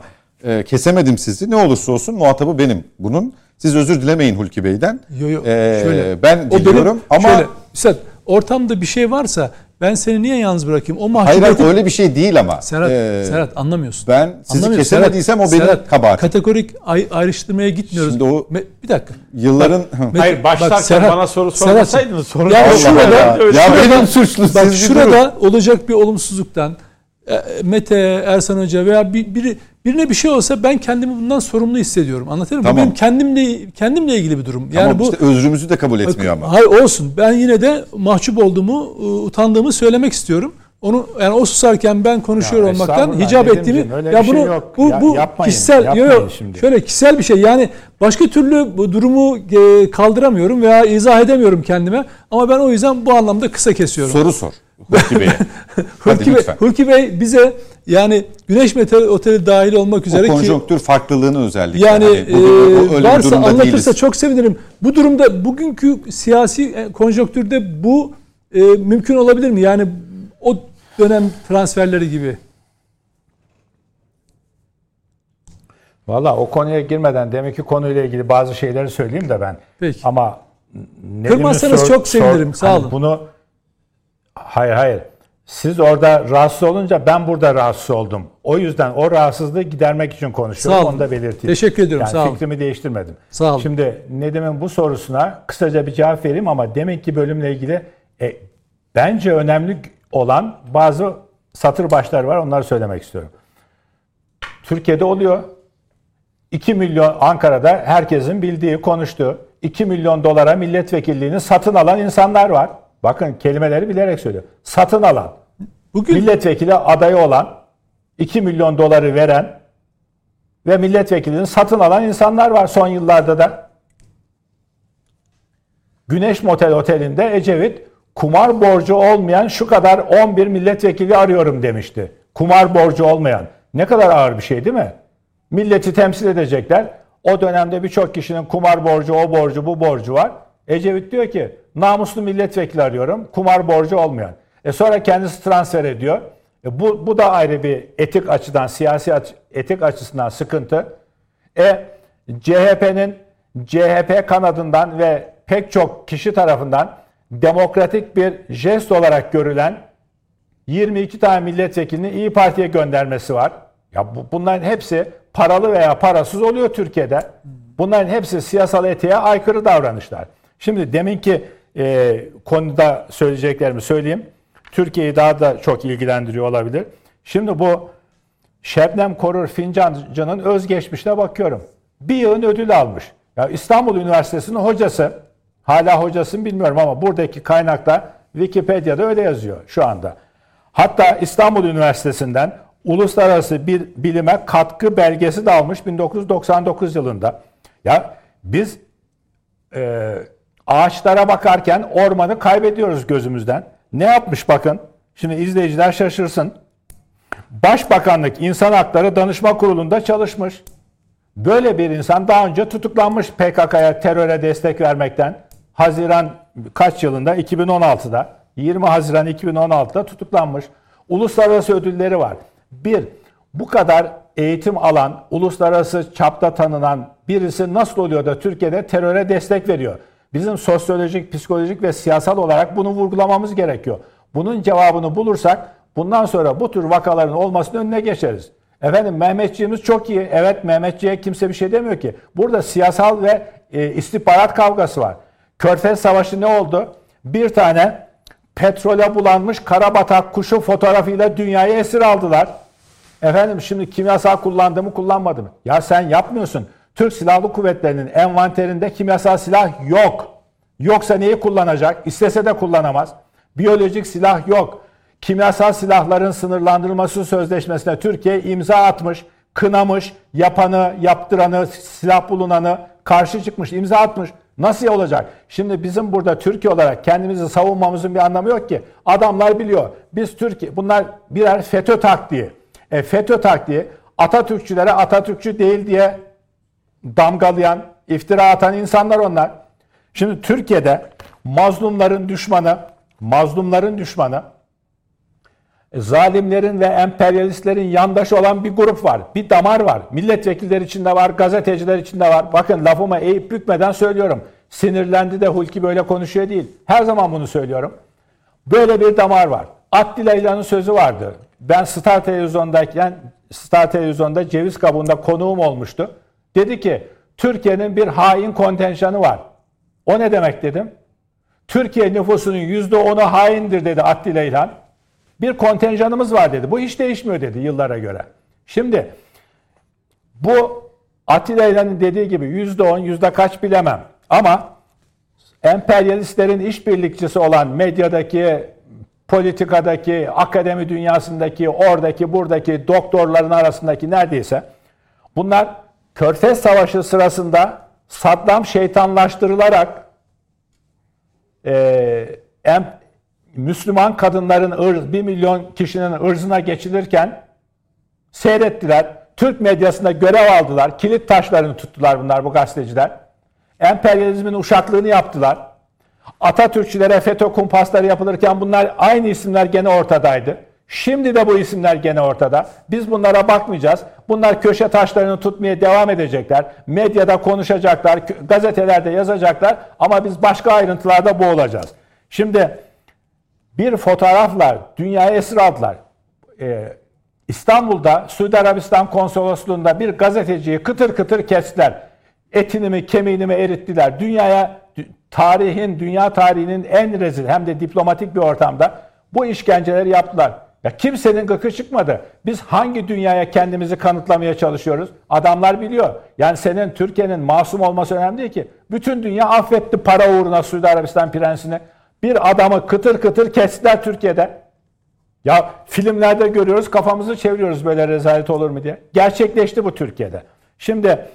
kesemedim sizi. Ne olursa olsun muhatabı benim bunun. Siz özür dilemeyin Hulki Bey'den. Yo, şöyle. Ben diliyorum ama... Şöyle, Üstad, ortamda bir şey varsa ben seni niye yalnız bırakayım? O mahcubiyeti... Hayır öyle bir şey değil ama. Serhat anlamıyorsun. Ben sizi kesemediysem o benim kabahatim. Kategorik ayrıştırmaya gitmiyoruz. Şimdi o bir dakika. Yılların... Hayır başlarken bana soru sormasaydınız soru yani şurada, benim suçlu. Bak şurada olacak bir olumsuzluktan Mete, Ersan Hoca veya birine bir şey olsa ben kendimi bundan sorumlu hissediyorum. Anlatabiliyor muyum? Tamam. Bu benim kendimle ilgili bir durum. Tamam, yani bu işte özrümüzü de kabul etmiyor ama. Hayır olsun. Ben yine de mahcup olduğumu, utandığımı söylemek istiyorum. Onu yani o susarken ben konuşuyor olmaktan hicap ettiğimi ya bunu yok. bu Yapmayın, kişisel şöyle kişisel bir şey. Yani başka türlü bu durumu kaldıramıyorum veya izah edemiyorum kendime. Ama ben o yüzden bu anlamda kısa kesiyorum. Soru sor Hulki Bey'e. Hulki Bey bize yani Güneş Oteli dahil olmak üzere o konjonktür farklılığını özellikle. Yani öyle varsa anlatırsa çok sevinirim. Bu durumda bugünkü siyasi konjonktürde bu mümkün olabilir mi? Yani o dönem transferleri gibi. Valla o konuya girmeden demek ki konuyla ilgili bazı şeyleri söyleyeyim de ben. Peki. Ama kırmazsanız çok sevinirim. Sağ olun. Bunu hayır. Siz orada rahatsız olunca ben burada rahatsız oldum. O yüzden o rahatsızlığı gidermek için konuşuyorum. Sağ olun. Onu da belirteyim. Teşekkür ediyorum. Yani sağ olun. fikrimi değiştirmedim. Sağ olun. Şimdi Nedim'in bu sorusuna kısaca bir cevap vereyim ama demek ki bölümle ilgili bence önemli olan bazı satır başları var. Onları söylemek istiyorum. Türkiye'de oluyor. 2 milyon Ankara'da herkesin bildiği, konuştuğu 2 milyon dolara milletvekilliğini satın alan insanlar var. Bakın kelimeleri bilerek söylüyor. Satın alan. Bugün milletvekili adayı olan 2 milyon doları veren ve milletvekilini satın alan insanlar var son yıllarda da. Güneş Motel Oteli'nde Ecevit kumar borcu olmayan şu kadar 11 milletvekili arıyorum demişti. Kumar borcu olmayan. Ne kadar ağır bir şey değil mi? Milleti temsil edecekler. O dönemde birçok kişinin kumar borcu, o borcu, bu borcu var. Ecevit diyor ki namuslu milletvekili arıyorum, kumar borcu olmayan. Sonra kendisi transfer ediyor. Bu da ayrı bir etik açıdan, siyasi etik açısından sıkıntı. CHP kanadından ve pek çok kişi tarafından demokratik bir jest olarak görülen 22 tane milletvekilini İYİ Parti'ye göndermesi var. Ya bunların hepsi paralı veya parasız oluyor Türkiye'de. Bunların hepsi siyasal etiğe aykırı davranışlar. Şimdi deminki konuda söyleyeceklerimi söyleyeyim. Türkiye'yi daha da çok ilgilendiriyor olabilir. Şimdi bu Şebnem Korur Fincancı'nın özgeçmişine bakıyorum. Bir yılın ödül almış. Ya İstanbul Üniversitesi'nin hocası, hala hocasını bilmiyorum ama buradaki kaynakta Wikipedia'da öyle yazıyor şu anda. Hatta İstanbul Üniversitesi'nden uluslararası bir bilime katkı belgesi de almış 1999 yılında. Ya biz ağaçlara bakarken ormanı kaybediyoruz gözümüzden. Ne yapmış bakın. Şimdi izleyiciler şaşırsın. Başbakanlık İnsan Hakları Danışma Kurulu'nda çalışmış. Böyle bir insan daha önce tutuklanmış PKK'ya, teröre destek vermekten. Haziran kaç yılında? 2016'da. 20 Haziran 2016'da tutuklanmış. Uluslararası ödülleri var. Bu kadar eğitim alan, uluslararası çapta tanınan birisi nasıl oluyor da Türkiye'de teröre destek veriyor? Bizim sosyolojik, psikolojik ve siyasal olarak bunu vurgulamamız gerekiyor. Bunun cevabını bulursak bundan sonra bu tür vakaların olmasının önüne geçeriz. Efendim Mehmetçiğimiz çok iyi. Evet, Mehmetçiğe kimse bir şey demiyor ki. Burada siyasal ve istihbarat kavgası var. Körfez Savaşı ne oldu? Bir tane petrole bulanmış karabatak kuşu fotoğrafıyla dünyayı esir aldılar. Efendim şimdi kimyasal kullandı mı kullanmadı mı? Ya sen yapmıyorsun. Türk Silahlı Kuvvetleri'nin envanterinde kimyasal silah yok. Yoksa neyi kullanacak? İstese de kullanamaz. Biyolojik silah yok. Kimyasal silahların sınırlandırılması sözleşmesine Türkiye imza atmış, kınamış, yapanı, yaptıranı, silah bulunanı karşı çıkmış, imza atmış. Nasıl olacak? Şimdi bizim burada Türkiye olarak kendimizi savunmamızın bir anlamı yok ki. Adamlar biliyor. Biz Türkiye, bunlar birer FETÖ taktiği. FETÖ taktiği Atatürkçülere Atatürkçü değil diye damgalayan, iftira atan insanlar onlar. Şimdi Türkiye'de mazlumların düşmanı Zalimlerin ve emperyalistlerin yandaşı olan bir grup var. Bir damar var. Milletvekilleri içinde var, gazeteciler içinde var. Bakın lafıma eğip bükmeden söylüyorum. Sinirlendi de Hulki böyle konuşuyor değil. Her zaman bunu söylüyorum. Böyle bir damar var. Attila İlhan'ın sözü vardı. Ben Star Televizyon'da ceviz kabuğunda konuğum olmuştu. Dedi ki Türkiye'nin bir hain kontenjanı var. O ne demek dedim. Türkiye nüfusunun %10'u haindir dedi Attila İlhan. Bir kontenjanımız var dedi. Bu hiç değişmiyor dedi yıllara göre. Şimdi bu Attila İlhan'ın dediği gibi %10, yüzde kaç bilemem. Ama emperyalistlerin işbirlikçisi olan medyadaki, politikadaki, akademi dünyasındaki, oradaki, buradaki doktorların arasındaki neredeyse bunlar Körfez Savaşı sırasında Saddam şeytanlaştırılarak Müslüman kadınların 1 milyon kişinin ırzına geçilirken seyrettiler. Türk medyasında görev aldılar. Kilit taşlarını tuttular bunlar, bu gazeteciler. Emperyalizmin uşaklığını yaptılar. Atatürkçülere FETÖ kumpasları yapılırken bunlar aynı isimler gene ortadaydı. Şimdi de bu isimler gene ortada. Biz bunlara bakmayacağız. Bunlar köşe taşlarını tutmaya devam edecekler. Medyada konuşacaklar, gazetelerde yazacaklar ama biz başka ayrıntılarda boğulacağız. Şimdi bir fotoğrafla dünyaya esir aldılar. İstanbul'da Suudi Arabistan konsolosluğunda bir gazeteciyi kıtır kıtır kestiler. Etini mi kemiğini mi erittiler. Dünya tarihinin en rezil hem de diplomatik bir ortamda bu işkenceleri yaptılar. Ya kimsenin gıkı çıkmadı. Biz hangi dünyaya kendimizi kanıtlamaya çalışıyoruz? Adamlar biliyor. Yani senin Türkiye'nin masum olması önemli değil ki. Bütün dünya affetti para uğruna Suudi Arabistan prensini. Bir adamı kıtır kıtır kestiler Türkiye'de. Ya filmlerde görüyoruz, kafamızı çeviriyoruz böyle rezalet olur mu diye. Gerçekleşti bu Türkiye'de. Şimdi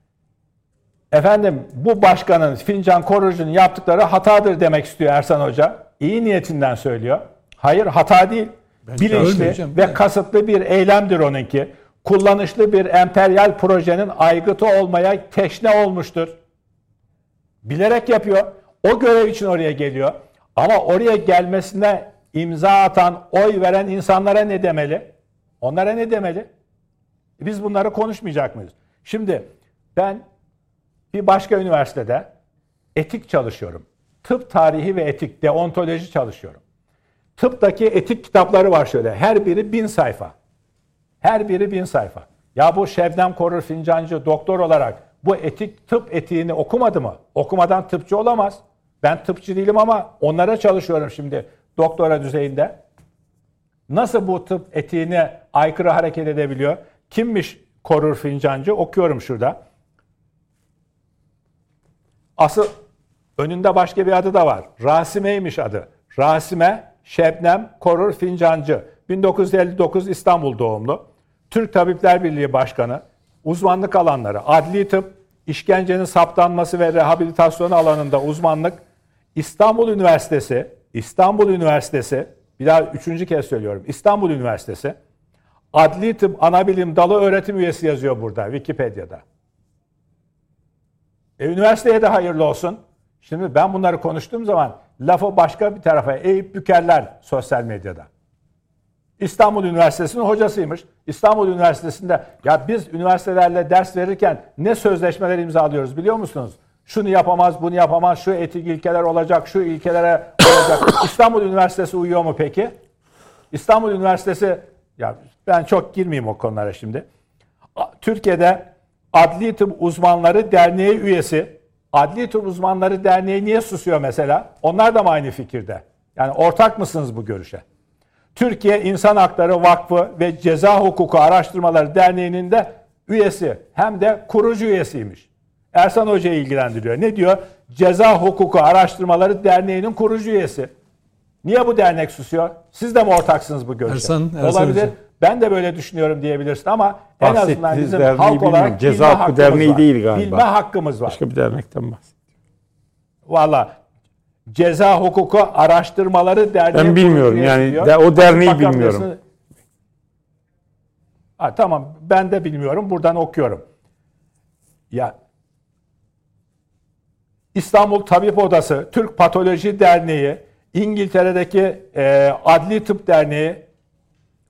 efendim bu başkanın, Fincan Korurcu'nun yaptıkları hatadır demek istiyor Ersan Hoca. İyi niyetinden söylüyor. Hayır, hata değil. Bilinçli ve kasıtlı bir eylemdir onunki. Kullanışlı bir emperyal projenin aygıtı olmaya teşne olmuştur. Bilerek yapıyor. O görev için oraya geliyor. Ama oraya gelmesine imza atan, oy veren insanlara ne demeli? Onlara ne demeli? Biz bunları konuşmayacak mıyız? Şimdi ben bir başka üniversitede etik çalışıyorum. Tıp tarihi ve etik, deontoloji çalışıyorum. Tıptaki etik kitapları var şöyle. Her biri 1000 sayfa. Her biri 1000 sayfa. Ya bu Şebnem Korur Fincancı doktor olarak bu tıp etiğini okumadı mı? Okumadan tıpçı olamaz. Ben tıpçı değilim ama onlara çalışıyorum şimdi doktora düzeyinde. Nasıl bu tıp etiğine aykırı hareket edebiliyor? Kimmiş Korur Fincancı? Okuyorum şurada. Asıl önünde başka bir adı da var. Rasime'ymiş adı. Rasime Şebnem Korur Fincancı. 1959 İstanbul doğumlu. Türk Tabipler Birliği Başkanı. Uzmanlık alanları adli tıp, işkencenin saptanması ve rehabilitasyonu alanında uzmanlık. İstanbul Üniversitesi, bir daha 3. kez söylüyorum. İstanbul Üniversitesi Adli Tıp Anabilim Dalı öğretim üyesi yazıyor burada Wikipedia'da. Üniversiteye de hayırlı olsun. Şimdi ben bunları konuştuğum zaman lafı başka bir tarafa eğip bükerler sosyal medyada. İstanbul Üniversitesi'nin hocasıymış. İstanbul Üniversitesi'nde ya biz üniversitelerle ders verirken ne sözleşmeler imzalıyoruz biliyor musunuz? Şunu yapamaz, bunu yapamaz, şu etik ilkeler olacak, şu ilkelere olacak. İstanbul Üniversitesi uyuyor mu peki? İstanbul Üniversitesi, ya ben çok girmeyeyim o konulara şimdi. Türkiye'de Adli Tıp Uzmanları Derneği üyesi. Adli Tıp Uzmanları Derneği niye susuyor mesela? Onlar da mı aynı fikirde? Yani ortak mısınız bu görüşe? Türkiye İnsan Hakları Vakfı ve Ceza Hukuku Araştırmaları Derneği'nin de üyesi. Hem de kurucu üyesiymiş. Ersan Hoca'yı ilgilendiriyor. Ne diyor? Ceza Hukuku Araştırmaları Derneği'nin kurucu üyesi. Niye bu dernek susuyor? Siz de mi ortaksınız bu görüşe? Ersan olabilir. Hoca. Ben de böyle düşünüyorum diyebilirsin ama en azından bizim halk olarak Ceza Hukuku Derneği değil galiba. Bilme hakkımız var. Başka bir dernekten bahsediyor. Valla Ceza Hukuku Araştırmaları Derneği. Ben bilmiyorum yani diyor. O derneği bilmiyorum. Tamam ben de bilmiyorum. Buradan okuyorum. Ya İstanbul Tabip Odası, Türk Patoloji Derneği, İngiltere'deki Adli Tıp Derneği,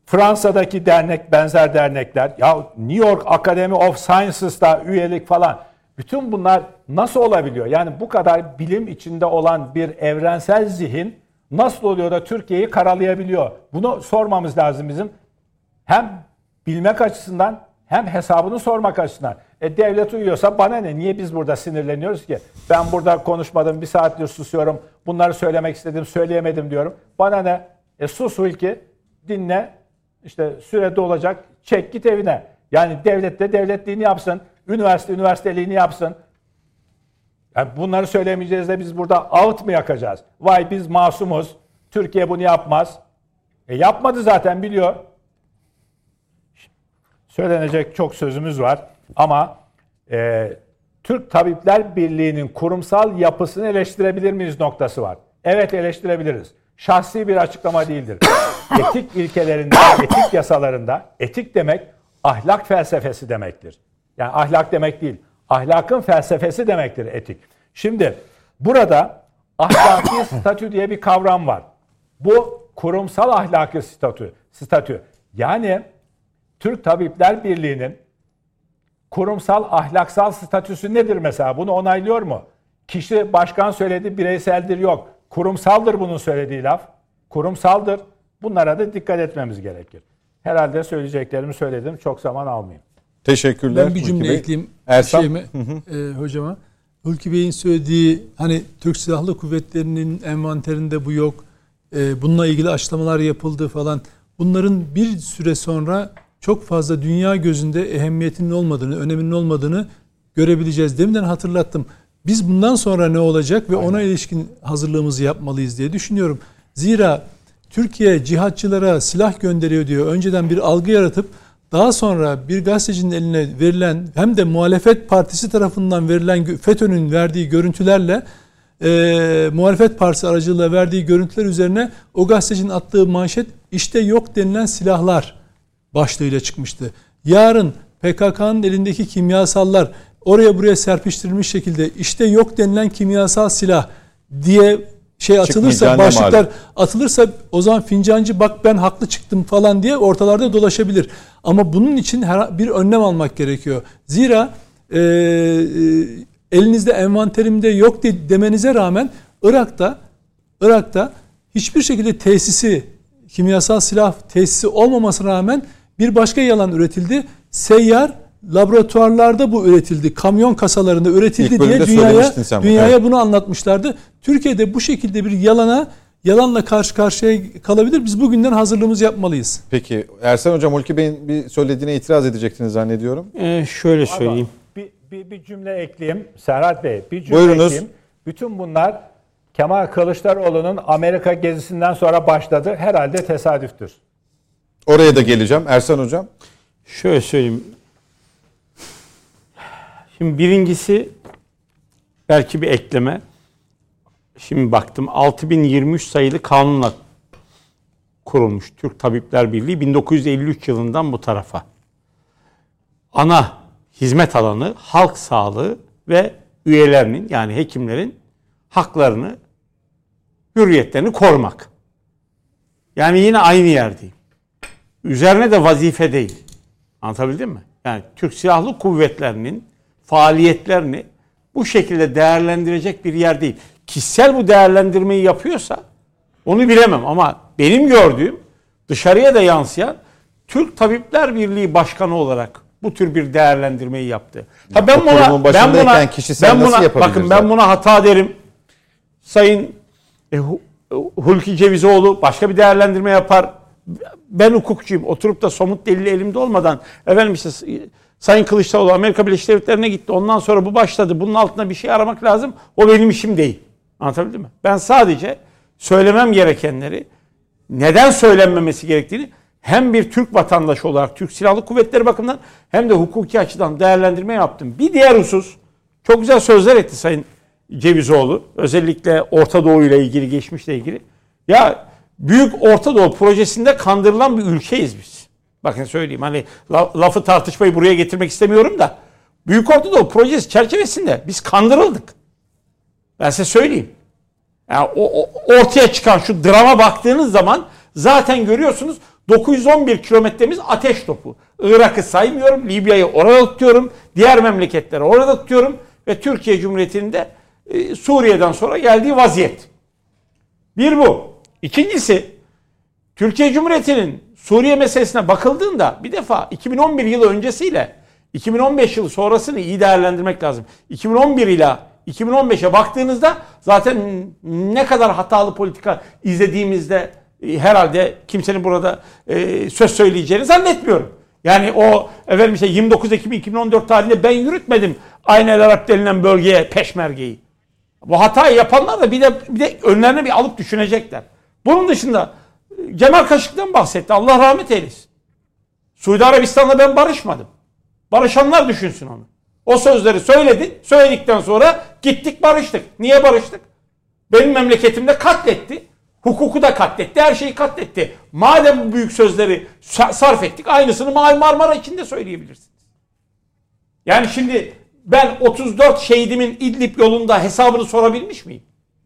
Fransa'daki dernek, benzer dernekler, ya New York Academy of Sciences'ta üyelik falan. Bütün bunlar nasıl olabiliyor? Yani bu kadar bilim içinde olan bir evrensel zihin nasıl oluyor da Türkiye'yi karalayabiliyor? Bunu sormamız lazım bizim. Hem bilmek açısından hem hesabını sormak açısından. Devlet uyuyorsa bana ne? Niye biz burada sinirleniyoruz ki? Ben burada konuşmadım, bir saattir susuyorum. Bunları söylemek istedim, söyleyemedim diyorum. Bana ne? Sus Hulki, dinle. İşte sürede olacak. Çek git evine. Yani devlet de devletliğini yapsın. Üniversite üniversiteliğini yapsın. Yani bunları söylemeyeceğiz de biz burada ağıt mı yakacağız? Vay biz masumuz. Türkiye bunu yapmaz. Yapmadı zaten, biliyor. Söylenecek çok sözümüz var. Ama Türk Tabipler Birliği'nin kurumsal yapısını eleştirebilir miyiz noktası var. Evet, eleştirebiliriz. Şahsi bir açıklama değildir. Etik ilkelerinde, etik yasalarında, etik demek ahlak felsefesi demektir. Yani ahlak demek değil, ahlakın felsefesi demektir etik. Şimdi burada ahlaki statü diye bir kavram var. Bu kurumsal ahlaki statü. Yani Türk Tabipler Birliği'nin kurumsal ahlaksal statüsü nedir mesela? Bunu onaylıyor mu? Kişi başkan söyledi, bireyseldir, yok. Kurumsaldır bunun söylediği laf. Kurumsaldır. Bunlara da dikkat etmemiz gerekir. Herhalde söyleyeceklerimi söyledim. Çok zaman almayayım. Teşekkürler. Ben bir cümle Hulki Bey. ekleyeyim Ersan. Hocama. Hulki Bey'in söylediği, hani Türk Silahlı Kuvvetleri'nin envanterinde bu yok. Bununla ilgili açıklamalar yapıldı falan. Bunların bir süre sonra çok fazla dünya gözünde ehemmiyetinin olmadığını, öneminin olmadığını görebileceğiz. Deminden hatırlattım. Biz bundan sonra ne olacak ve ona ilişkin hazırlığımızı yapmalıyız diye düşünüyorum. Zira Türkiye cihatçılara silah gönderiyor diyor. Önceden bir algı yaratıp daha sonra bir gazetecinin eline verilen, hem de muhalefet partisi tarafından verilen, FETÖ'nün verdiği görüntülerle muhalefet partisi aracılığıyla verdiği görüntüler üzerine o gazetecinin attığı manşet işte yok denilen silahlar başlığıyla çıkmıştı. Yarın PKK'nın elindeki kimyasallar oraya buraya serpiştirilmiş şekilde işte yok denilen kimyasal silah diye atılırsa, başlıklar atılırsa, o zaman fincancı bak ben haklı çıktım falan diye ortalarda dolaşabilir. Ama bunun için bir önlem almak gerekiyor. Zira elinizde envanterimde yok demenize rağmen Irak'ta hiçbir şekilde kimyasal silah tesisi olmamasına rağmen bir başka yalan üretildi. Seyyar laboratuvarlarda bu üretildi. Kamyon kasalarında üretildi diye dünyaya bunu anlatmışlardı. Türkiye'de bu şekilde bir yalanla karşı karşıya kalabilir. Biz bugünden hazırlığımızı yapmalıyız. Peki Ersan Hocam, Hulki Bey'in bir söylediğine itiraz edecektiniz zannediyorum. Şöyle söyleyeyim. Bir cümle ekleyeyim. Serhat Bey, bir cümle ekleyeyim. Bütün bunlar Kemal Kılıçdaroğlu'nun Amerika gezisinden sonra başladı. Herhalde tesadüftür. Oraya da geleceğim. Ersan Hocam. Şöyle söyleyeyim. Şimdi birincisi belki bir ekleme. Şimdi baktım 6023 sayılı kanunla kurulmuş Türk Tabipler Birliği 1953 yılından bu tarafa. Ana hizmet alanı halk sağlığı ve üyelerinin, yani hekimlerin haklarını, hürriyetlerini korumak. Yani yine aynı yerdeyim. Üzerine de vazife değil. Anlatabildim mi? Yani Türk Silahlı Kuvvetleri'nin faaliyetlerini bu şekilde değerlendirecek bir yer değil. Kişisel bu değerlendirmeyi yapıyorsa onu bilemem, ama benim gördüğüm, dışarıya da yansıyan, Türk Tabipler Birliği Başkanı olarak bu tür bir değerlendirmeyi yaptı. Ha ben buna hata derim. Sayın Hulki Cevizoğlu başka bir değerlendirme yapar. Ben hukukçuyum. Oturup da somut delili elimde olmadan, efendim işte Sayın Kılıçdaroğlu Amerika Birleşik Devletleri'ne gitti. Ondan sonra bu başladı. Bunun altında bir şey aramak lazım. O benim işim değil. Anlatabildim mi? Ben sadece söylemem gerekenleri, neden söylenmemesi gerektiğini hem bir Türk vatandaşı olarak Türk Silahlı Kuvvetleri bakımından hem de hukuki açıdan değerlendirme yaptım. Bir diğer husus, çok güzel sözler etti Sayın Cevizoğlu. Özellikle Orta Doğu ile ilgili, geçmişle ilgili. Ya Büyük Orta Doğu projesinde kandırılan bir ülkeyiz biz. Bakın söyleyeyim, hani lafı tartışmayı buraya getirmek istemiyorum da Büyük Orta Doğu projesi çerçevesinde biz kandırıldık. Ben size söyleyeyim. Yani ortaya çıkan şu drama baktığınız zaman zaten görüyorsunuz, 911 kilometremiz ateş topu. Irak'ı saymıyorum, Libya'yı orada tutuyorum, diğer memleketleri orada tutuyorum ve Türkiye Cumhuriyeti'nin de Suriye'den sonra geldiği vaziyet. Bir bu. İkincisi, Türkiye Cumhuriyeti'nin Suriye meselesine bakıldığında bir defa 2011 yılı öncesiyle 2015 yılı sonrasını iyi değerlendirmek lazım. 2011 ile 2015'e baktığınızda zaten ne kadar hatalı politika izlediğimizde herhalde kimsenin burada söz söyleyeceğini zannetmiyorum. Yani o 29 Ekim 2014 tarihinde ben yürütmedim Aynel Arap denilen bölgeye peşmergeyi. Bu hatayı yapanlar da bir de önlerine bir alıp düşünecekler. Bunun dışında Cemal Kaşık'tan bahsetti. Allah rahmet eylesin. Suudi Arabistan'la ben barışmadım. Barışanlar düşünsün onu. O sözleri söyledi. Söyledikten sonra gittik barıştık. Niye barıştık? Benim memleketimde katletti. Hukuku da katletti. Her şeyi katletti. Madem bu büyük sözleri sarf ettik, aynısını Mavi Marmara için de söyleyebilirsiniz. Yani şimdi ben 34 şehidimin İdlib yolunda hesabını sorabilmiş miyim?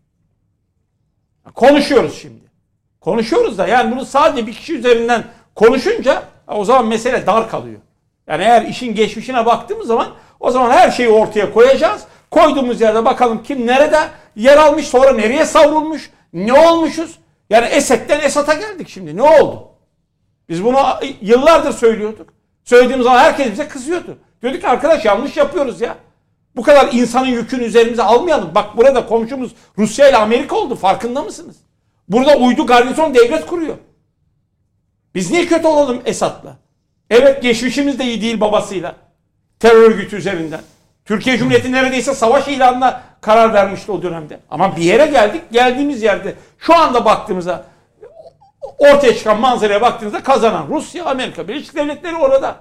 Konuşuyoruz şimdi. Konuşuyoruz da yani bunu sadece bir kişi üzerinden konuşunca o zaman mesele dar kalıyor. Yani eğer işin geçmişine baktığımız zaman o zaman her şeyi ortaya koyacağız. Koyduğumuz yerde bakalım kim nerede yer almış, sonra nereye savrulmuş, ne olmuşuz? Yani Esed'den Esad'a geldik şimdi. Ne oldu? Biz bunu yıllardır söylüyorduk. Söylediğimiz zaman herkes bize kızıyordu. Diyorduk ki arkadaş yanlış yapıyoruz ya. Bu kadar insanın yükünü üzerimize almayalım. Bak burada komşumuz Rusya ile Amerika oldu. Farkında mısınız? Burada uydu garnizon devlet kuruyor. Biz niye kötü olalım Esad'la? Evet geçmişimiz de iyi değil babasıyla. Terör örgütü üzerinden. Türkiye Cumhuriyeti neredeyse savaş ilanına karar vermişti o dönemde. Ama bir yere geldik. Geldiğimiz yerde şu anda baktığımızda ortaya çıkan manzaraya baktığınızda kazanan Rusya, Amerika Birleşik Devletleri orada.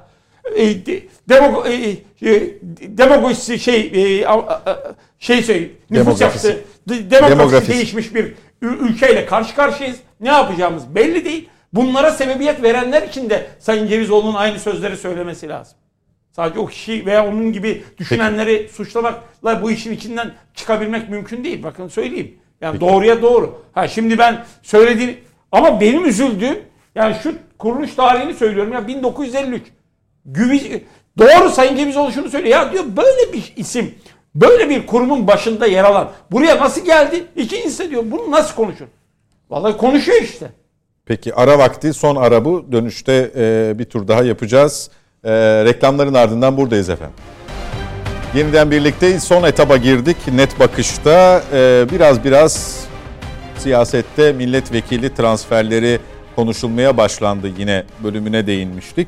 Nüfus yaptı. Demografisi değişmiş bir ülkeyle karşı karşıyayız. Ne yapacağımız belli değil. Bunlara sebebiyet verenler için de Sayın Cevizoğlu'nun aynı sözleri söylemesi lazım. Sadece o kişi veya onun gibi düşünenleri suçlamakla bu işin içinden çıkabilmek mümkün değil. Bakın söyleyeyim. Yani doğruya doğru. Şimdi ben söylediğim ama benim üzüldüğüm yani şu kuruluş tarihini söylüyorum ya 1953. Doğru Sayın Cevizoğlu şunu söylüyor. Ya diyor böyle bir isim, böyle bir kurumun başında yer alan buraya nasıl geldi? İkincisi diyor bunu nasıl konuşur? Vallahi konuşuyor işte. Peki ara vakti son ara bu. Dönüşte bir tur daha yapacağız. Reklamların ardından buradayız efendim. Yeniden birlikteyiz. Son etaba girdik. Net Bakış'ta biraz siyasette milletvekili transferleri konuşulmaya başlandı. Yine bölümüne değinmiştik.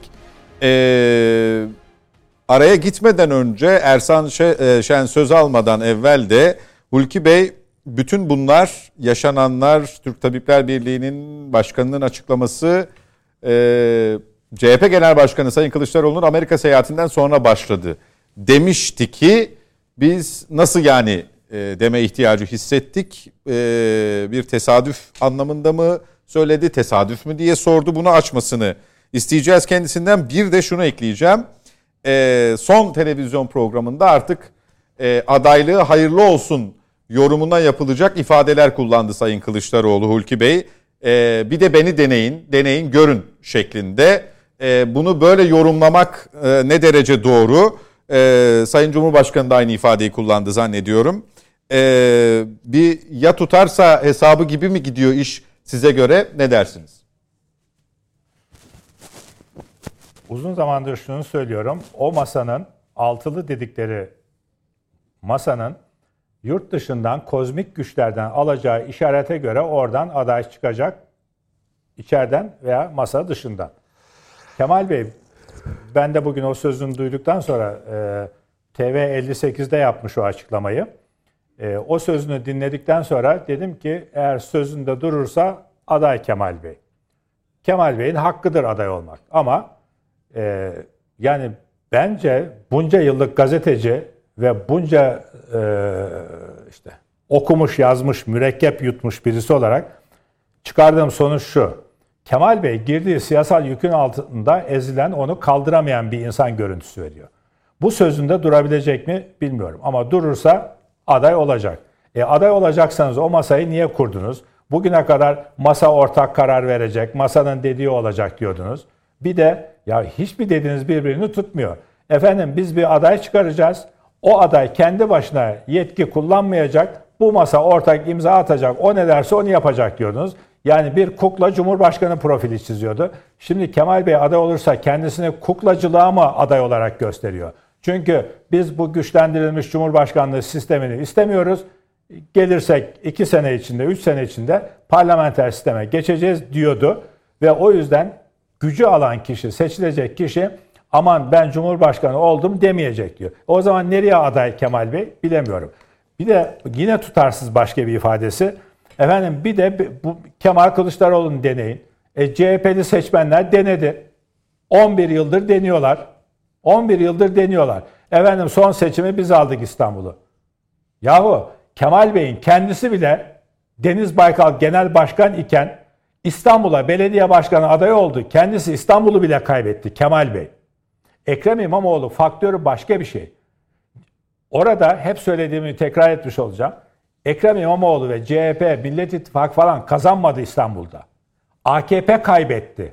Araya gitmeden önce Ersan Şen söz almadan evvel de Hulki Bey bütün bunlar yaşananlar Türk Tabipler Birliği'nin başkanının açıklaması CHP Genel Başkanı Sayın Kılıçdaroğlu'nun Amerika seyahatinden sonra başladı. Demişti ki biz nasıl yani deme ihtiyacı hissettik. Bir tesadüf anlamında mı söyledi, tesadüf mü diye sordu. Bunu açmasını isteyeceğiz kendisinden. Bir de şunu ekleyeceğim. Son televizyon programında artık adaylığı hayırlı olsun yorumuna yapılacak ifadeler kullandı Sayın Kılıçdaroğlu, Hulki Bey. Bir de beni deneyin, görün şeklinde. Bunu böyle yorumlamak ne derece doğru? Sayın Cumhurbaşkanı da aynı ifadeyi kullandı zannediyorum. Bir ya tutarsa hesabı gibi mi gidiyor iş size göre? Ne dersiniz? Uzun zamandır şunu söylüyorum. O masanın, altılı dedikleri masanın yurt dışından kozmik güçlerden alacağı işarete göre oradan aday çıkacak. İçeriden veya masa dışından. Kemal Bey, ben de bugün o sözünü duyduktan sonra TV58'de yapmış o açıklamayı. O sözünü dinledikten sonra dedim ki eğer sözünde durursa aday Kemal Bey. Kemal Bey'in hakkıdır aday olmak. Ama yani bence bunca yıllık gazeteci ve bunca işte okumuş, yazmış, mürekkep yutmuş birisi olarak çıkardığım sonuç şu. Kemal Bey girdiği siyasal yükün altında ezilen, onu kaldıramayan bir insan görüntüsü veriyor. Bu sözünde durabilecek mi bilmiyorum ama durursa aday olacak. Aday olacaksanız o masayı niye kurdunuz? Bugüne kadar masa ortak karar verecek, masanın dediği olacak diyordunuz. Bir de ya hiçbir dediğiniz birbirini tutmuyor. Efendim biz bir aday çıkaracağız. O aday kendi başına yetki kullanmayacak. Bu masa ortak imza atacak. O ne derse onu yapacak diyordunuz. Yani bir kukla Cumhurbaşkanı profili çiziyordu. Şimdi Kemal Bey aday olursa kendisini kuklacılığa mı aday olarak gösteriyor? Çünkü biz bu güçlendirilmiş Cumhurbaşkanlığı sistemini istemiyoruz. Gelirsek 2 sene içinde, 3 sene içinde parlamenter sisteme geçeceğiz diyordu. Ve o yüzden gücü alan kişi, seçilecek kişi aman ben Cumhurbaşkanı oldum demeyecek diyor. O zaman nereye aday Kemal Bey bilemiyorum. Bir de yine tutarsız başka bir ifadesi. Efendim bir de bu Kemal Kılıçdaroğlu'nu deneyin. CHP'li seçmenler denedi. 11 yıldır deniyorlar. 11 yıldır deniyorlar. Efendim son seçimi biz aldık İstanbul'u. Yahu Kemal Bey'in kendisi bile Deniz Baykal Genel Başkan iken İstanbul'a belediye başkanı adayı oldu. Kendisi İstanbul'u bile kaybetti Kemal Bey. Ekrem İmamoğlu faktörü başka bir şey. Orada hep söylediğimi tekrar etmiş olacağım. Ekrem İmamoğlu ve CHP, Millet İttifakı falan kazanmadı İstanbul'da. AKP kaybetti.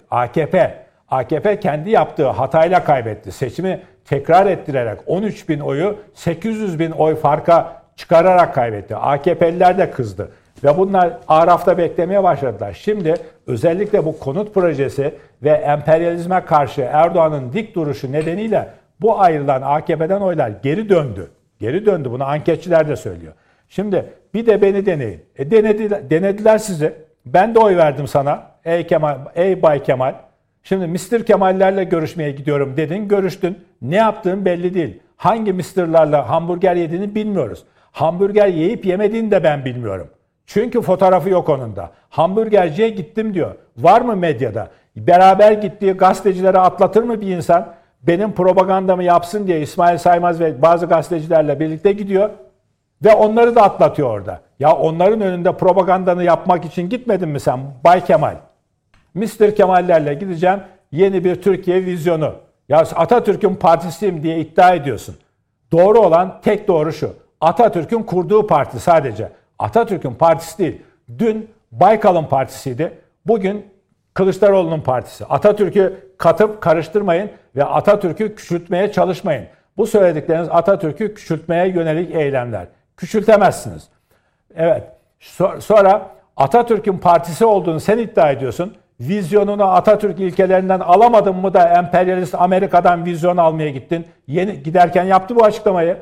AKP kendi yaptığı hatayla kaybetti. Seçimi tekrar ettirerek 13 bin oyu 800 bin oy farka çıkararak kaybetti. AKP'liler de kızdı. Ve bunlar Araf'ta beklemeye başladılar. Şimdi özellikle bu konut projesi ve emperyalizme karşı Erdoğan'ın dik duruşu nedeniyle bu ayrılan AKP'den oylar geri döndü. Geri döndü. Bunu anketçiler de söylüyor. Şimdi bir de beni deneyin. Denediler sizi. Ben de oy verdim sana. Ey Kemal, ey Bay Kemal. Şimdi Mr. Kemal'lerle görüşmeye gidiyorum dedin. Görüştün. Ne yaptığın belli değil. Hangi Mr.'larla hamburger yediğini bilmiyoruz. Hamburger yiyip yemediğini de ben bilmiyorum. Çünkü fotoğrafı yok onun da. Hamburgerciye gittim diyor. Var mı medyada? Beraber gittiği gazetecilere atlatır mı bir insan? Benim propagandamı yapsın diye İsmail Saymaz ve bazı gazetecilerle birlikte gidiyor. Ve onları da atlatıyor orada. Ya onların önünde propagandanı yapmak için gitmedin mi sen Bay Kemal? Mr. Kemal'lerle gideceğim. Yeni bir Türkiye vizyonu. Ya Atatürk'ün partisiyim diye iddia ediyorsun. Doğru olan tek doğru şu. Atatürk'ün kurduğu parti sadece. Atatürk'ün partisi değil. Dün Baykal'ın partisiydi. Bugün Kılıçdaroğlu'nun partisi. Atatürk'ü katıp karıştırmayın ve Atatürk'ü küçültmeye çalışmayın. Bu söyledikleriniz Atatürk'ü küçültmeye yönelik eylemler. Küçültemezsiniz. Evet. Sonra Atatürk'ün partisi olduğunu sen iddia ediyorsun. Vizyonunu Atatürk ilkelerinden alamadın mı da emperyalist Amerika'dan vizyon almaya gittin. Giderken yaptı bu açıklamayı.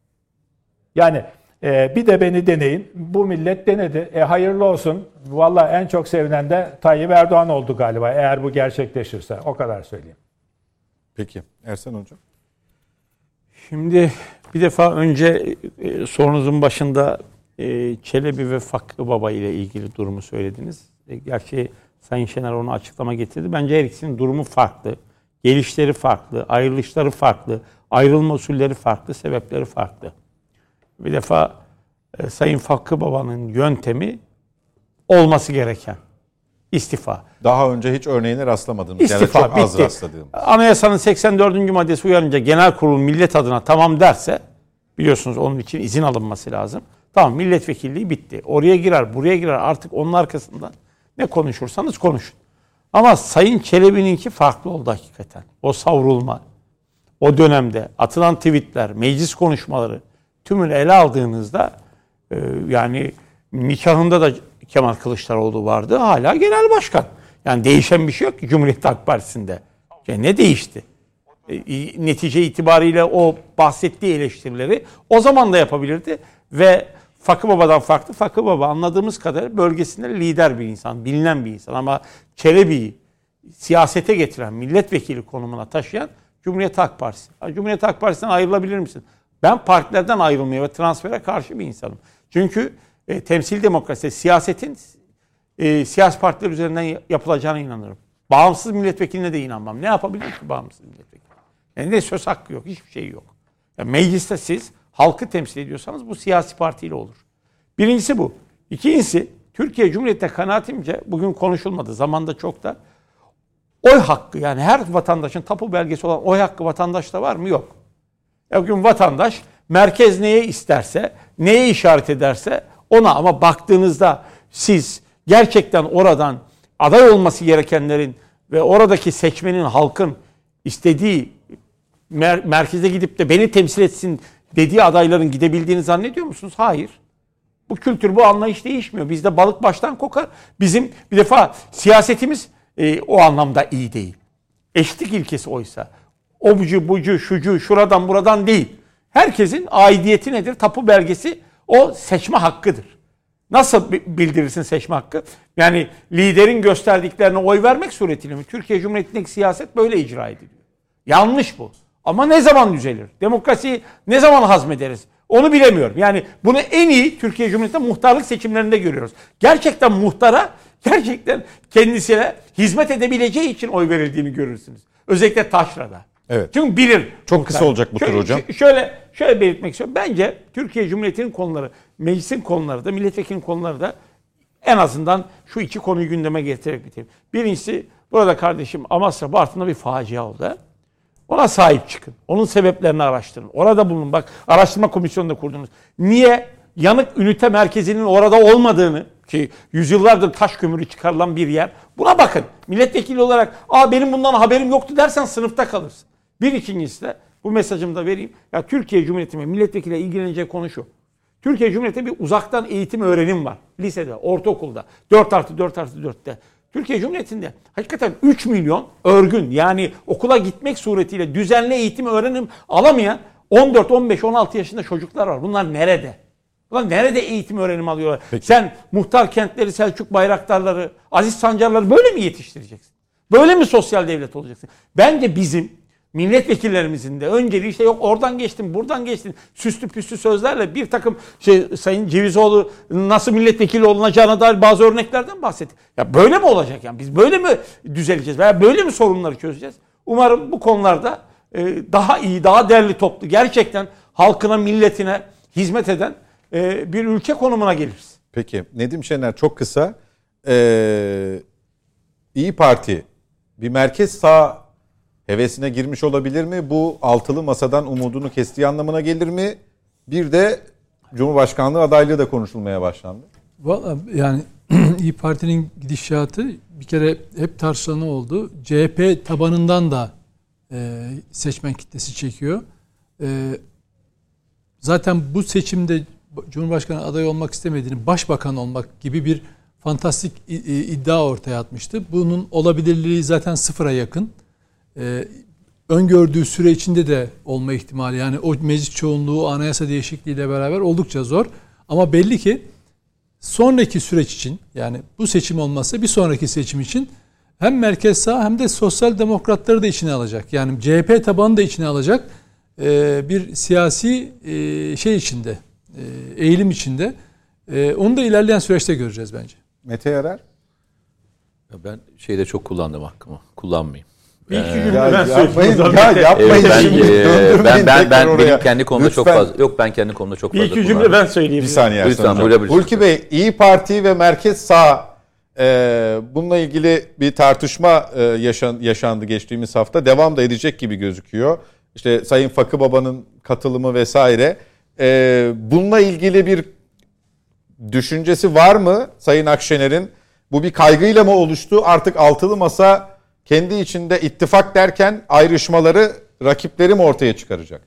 Yani bir de beni deneyin. Bu millet denedi. Hayırlı olsun. Vallahi en çok sevinen de Tayyip Erdoğan oldu galiba. Eğer bu gerçekleşirse. O kadar söyleyeyim. Peki. Ersan Hocam. Şimdi bir defa önce sorunuzun başında Çelebi ve Fakı Baba ile ilgili durumu söylediniz. Gerçi Sayın Şener onu açıklama getirdi. Bence her ikisinin durumu farklı. Gelişleri farklı, ayrılışları farklı, ayrılma usulleri farklı, sebepleri farklı. Bir defa Sayın Fakı Baba'nın yöntemi olması gereken istifa. Daha önce hiç örneğine rastlamadığımız. İstifa, yani çok az bitti. rastladığımız. Anayasanın 84. maddesi uyarınca genel kurul millet adına tamam derse, biliyorsunuz onun için izin alınması lazım. Tamam, milletvekilliği bitti. Oraya girer, buraya girer, artık onun arkasından ne konuşursanız konuşun. Ama Sayın Çelebi'ninki farklı oldu hakikaten. O savrulma, o dönemde atılan tweetler, meclis konuşmaları tümünü ele aldığınızda yani nikahında da Kemal Kılıçdaroğlu vardı. Hala genel başkan. Yani değişen bir şey yok ki Cumhuriyet Halk Partisi'nde. Yani ne değişti? Netice itibariyle o bahsettiği eleştirileri o zaman da yapabilirdi. Ve Fakı Baba'dan farklı. Fakı Baba anladığımız kadar bölgesinde lider bir insan, bilinen bir insan. Ama Çelebi'yi siyasete getiren, milletvekili konumuna taşıyan Cumhuriyet Halk Partisi. Cumhuriyet Halk Partisi'nden ayrılabilir misin? Ben partilerden ayrılmaya ve transfere karşı bir insanım. Çünkü temsil demokrasi, siyasetin siyasi partiler üzerinden yapılacağına inanırım. Bağımsız milletvekiline de inanmam. Ne yapabilir ki bağımsız milletvekili? Yani ne söz hakkı yok, hiçbir şey yok. Yani mecliste siz halkı temsil ediyorsanız bu siyasi partiyle olur. Birincisi bu. İkincisi, Türkiye Cumhuriyeti'nde kanaatimce bugün konuşulmadı. Zamanda çok da oy hakkı, yani her vatandaşın tapu belgesi olan oy hakkı vatandaşta var mı? Yok. Bugün vatandaş merkez neye isterse, neye işaret ederse ona, ama baktığınızda siz gerçekten oradan aday olması gerekenlerin ve oradaki seçmenin, halkın istediği merkeze gidip de beni temsil etsin dediği adayların gidebildiğini zannediyor musunuz? Hayır. Bu kültür, bu anlayış değişmiyor. Bizde balık baştan kokar. Bizim bir defa siyasetimiz o anlamda iyi değil. Eşitlik ilkesi oysa. Obucu, bucu, şucu, şuradan buradan değil. Herkesin aidiyeti nedir? Tapu belgesi o seçme hakkıdır. Nasıl bildirirsin seçme hakkı? Yani liderin gösterdiklerine oy vermek suretiyle mi? Türkiye Cumhuriyeti'ndeki siyaset böyle icra ediliyor. Yanlış bu. Ama ne zaman düzelir? Demokrasiyi ne zaman hazmederiz? Onu bilemiyorum. Yani bunu en iyi Türkiye Cumhuriyeti'nde muhtarlık seçimlerinde görüyoruz. Gerçekten muhtara, gerçekten kendisine hizmet edebileceği için oy verildiğini görürsünüz. Özellikle taşrada. Evet. Çünkü bilir. Çok muhtar. kısa olacak bu tur hocam. Şöyle belirtmek istiyorum. Bence Türkiye Cumhuriyeti'nin konuları, meclisin konuları da, milletvekilinin konuları da en azından şu iki konuyu gündeme getirerek bitireyim. Birincisi, burada kardeşim Amasra Bartın'da bir facia oldu. Ona sahip çıkın. Onun sebeplerini araştırın. Orada bulunun. Bak, araştırma komisyonu da kurdunuz. Niye yanık ünite merkezinin orada olmadığını, ki yüzyıllardır taş kömürü çıkarılan bir yer, buna bakın. Milletvekili olarak benim bundan haberim yoktu dersen sınıfta kalırsın. Bir ikincisi de bu mesajımı da vereyim. Ya Türkiye Cumhuriyeti milletvekiliyle ilgileneceği konu şu. Türkiye Cumhuriyeti'nde bir uzaktan eğitim öğrenim var. Lisede, ortaokulda, 4+4+4'te. Türkiye Cumhuriyeti'nde hakikaten 3 milyon örgün, yani okula gitmek suretiyle düzenli eğitim öğrenim alamayan 14, 15, 16 yaşında çocuklar var. Bunlar nerede? Bunlar nerede eğitim öğrenim alıyorlar? Peki. Sen muhtar kentleri, Selçuk Bayraktarları, Aziz Sancarları böyle mi yetiştireceksin? Böyle mi sosyal devlet olacaksın? Bence bizim milletvekillerimizin de önceliği işte yok oradan geçtim, buradan geçtim, süslü püslü sözlerle bir takım Sayın Cevizoğlu nasıl milletvekili olunacağına dair bazı örneklerden bahsetti. Ya böyle mi olacak yani? Biz böyle mi düzeleceğiz veya böyle mi sorunları çözeceğiz? Umarım bu konularda daha iyi, daha derli toplu, gerçekten halkına, milletine hizmet eden bir ülke konumuna geliriz. Peki Nedim Şener çok kısa. İyi Parti bir merkez sağ hevesine girmiş olabilir mi? Bu altılı masadan umudunu kestiği anlamına gelir mi? Bir de Cumhurbaşkanlığı adaylığı da konuşulmaya başlandı. Vallahi yani İyi Parti'nin gidişatı bir kere hep tartışılan oldu. CHP tabanından da seçmen kitlesi çekiyor. Zaten bu seçimde Cumhurbaşkanı adayı olmak istemediğini, başbakan olmak gibi bir fantastik iddia ortaya atmıştı. Bunun olabilirliği zaten sıfıra yakın. Öngördüğü süre içinde de olma ihtimali, yani o meclis çoğunluğu anayasa değişikliğiyle beraber oldukça zor. Ama belli ki sonraki süreç için, yani bu seçim olmazsa bir sonraki seçim için hem merkez sağ hem de sosyal demokratları da içine alacak. Yani CHP tabanını da içine alacak bir siyasi şey içinde, eğilim içinde. Onu da ilerleyen süreçte göreceğiz bence. Mete Yarar? Ben şeyde çok kullandım hakkımı. Kullanmayayım. Bir iki cümle Ya ben yapmayın, söyleyeyim. yapmayın şimdi. Döndürmeyin tekrar oraya. Benim kendi konumda çok Lütfen. fazla. Yok, ben kendi konumda çok Bir fazla iki cümle kullandım. ben söyleyeyim. Bir saniye Lütfen, Ersan Hocam. buyurabilirsiniz. Hulki Bey, İyi Parti ve merkez sağ bununla ilgili bir tartışma yaşandı geçtiğimiz hafta. Devam da edecek gibi gözüküyor. İşte Sayın Fakı Baba'nın katılımı vesaire. Bununla ilgili bir düşüncesi var mı Sayın Akşener'in? Bu bir kaygıyla mı oluştu? Artık altılı masa kendi içinde ittifak derken ayrışmaları, rakipleri mi ortaya çıkaracak?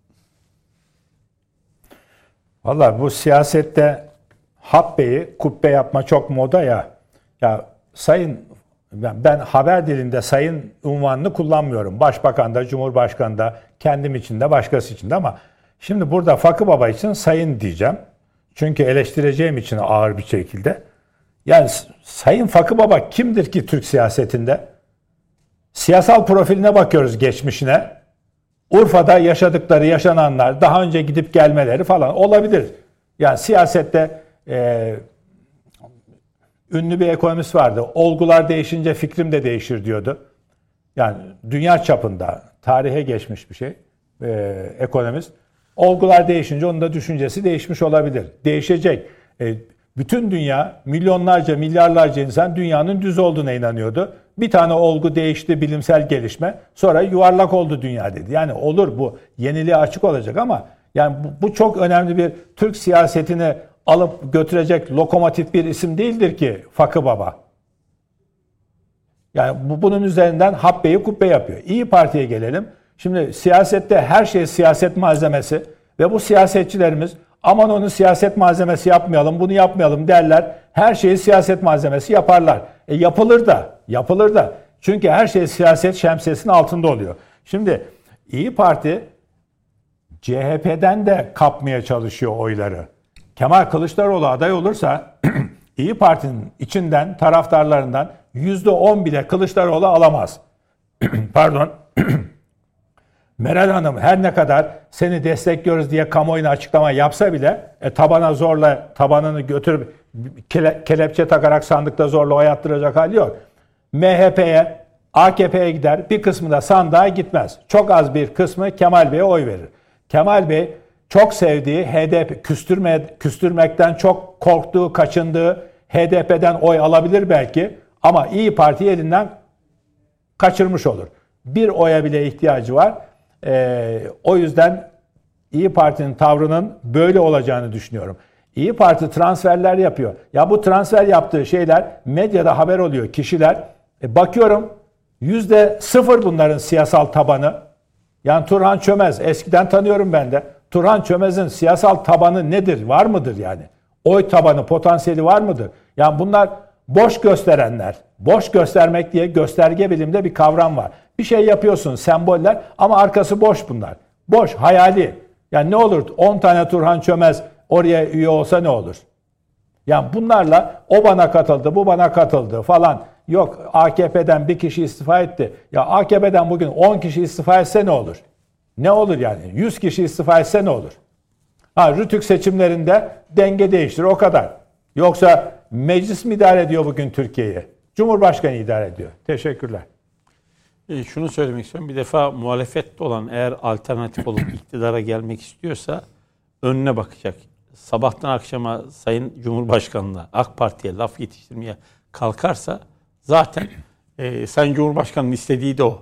Vallahi bu siyasette habbeyi kubbe yapma çok moda ya. Ya sayın, ben haber dilinde sayın unvanını kullanmıyorum. Başbakan da, Cumhurbaşkanı da, kendim için de, başkası için de, ama şimdi burada Fakı Baba için sayın diyeceğim. Çünkü eleştireceğim için ağır bir şekilde. Yani Sayın Fakı Baba kimdir ki Türk siyasetinde? Siyasal profiline bakıyoruz, geçmişine. Urfa'da yaşadıkları, yaşananlar, daha önce gidip gelmeleri falan olabilir. Yani siyasette ünlü bir ekonomist vardı. Olgular değişince fikrim de değişir diyordu. Yani dünya çapında tarihe geçmiş bir şey ekonomist. Olgular değişince onun da düşüncesi değişmiş olabilir. Değişecek. Bütün dünya, milyonlarca, milyarlarca insan dünyanın düz olduğuna inanıyordu. Bir tane olgu değişti, bilimsel gelişme. Sonra yuvarlak oldu dünya dedi. Yani olur, bu yeniliğe açık olacak, ama yani bu çok önemli bir Türk siyasetini alıp götürecek lokomotif bir isim değildir ki Fakı Baba. Yani bunun üzerinden habbeyi kubbe yapıyor. İyi Parti'ye gelelim. Şimdi siyasette her şey siyaset malzemesi ve bu siyasetçilerimiz aman onu siyaset malzemesi yapmayalım, bunu yapmayalım derler. Her şeyi siyaset malzemesi yaparlar. Yapılır da. Çünkü her şey siyaset şemsiyesinin altında oluyor. Şimdi İyi Parti CHP'den de kapmaya çalışıyor oyları. Kemal Kılıçdaroğlu aday olursa İyi Parti'nin içinden, taraftarlarından %10 bile Kılıçdaroğlu alamaz. Pardon. Meral Hanım her ne kadar seni destekliyoruz diye kamuoyuna açıklama yapsa bile tabana zorla tabanını götürüp kelepçe takarak sandıkta zorla oy attıracak hali yok. MHP'ye, AKP'ye gider, bir kısmı da sandığa gitmez. Çok az bir kısmı Kemal Bey'e oy verir. Kemal Bey çok sevdiği HDP, küstürmekten çok korktuğu, kaçındığı HDP'den oy alabilir belki ama İyi Parti elinden kaçırmış olur. Bir oya bile ihtiyacı var. O yüzden İyi Parti'nin tavrının böyle olacağını düşünüyorum. İyi Parti transferler yapıyor. Ya bu transfer yaptığı şeyler medyada haber oluyor. Kişiler bakıyorum %0 bunların siyasal tabanı. Yani Turhan Çömez eskiden tanıyorum ben de. Turhan Çömez'in siyasal tabanı nedir? Var mıdır yani? Oy tabanı, potansiyeli var mıdır? Yani bunlar boş gösterenler. Boş göstermek diye gösterge bilimde bir kavram var. Bir şey yapıyorsun, semboller ama arkası boş bunlar. Boş, hayali. Yani ne olur 10 tane Turhan Çömez oraya üye olsa ne olur? Yani bunlarla o bana katıldı, bu bana katıldı falan. Yok AKP'den bir kişi istifa etti. Ya AKP'den bugün 10 kişi istifa etse ne olur? Ne olur yani? 100 kişi istifa etse ne olur? Rütük seçimlerinde denge değiştir o kadar. Yoksa meclis mi idare ediyor bugün Türkiye'yi? Cumhurbaşkanı idare ediyor. Teşekkürler. Şunu söylemek istiyorum. Bir defa muhalefette olan eğer alternatif olup iktidara gelmek istiyorsa önüne bakacak. Sabahtan akşama Sayın Cumhurbaşkanı'na, AK Parti'ye laf yetiştirmeye kalkarsa zaten Sayın Cumhurbaşkanı'nın istediği de o.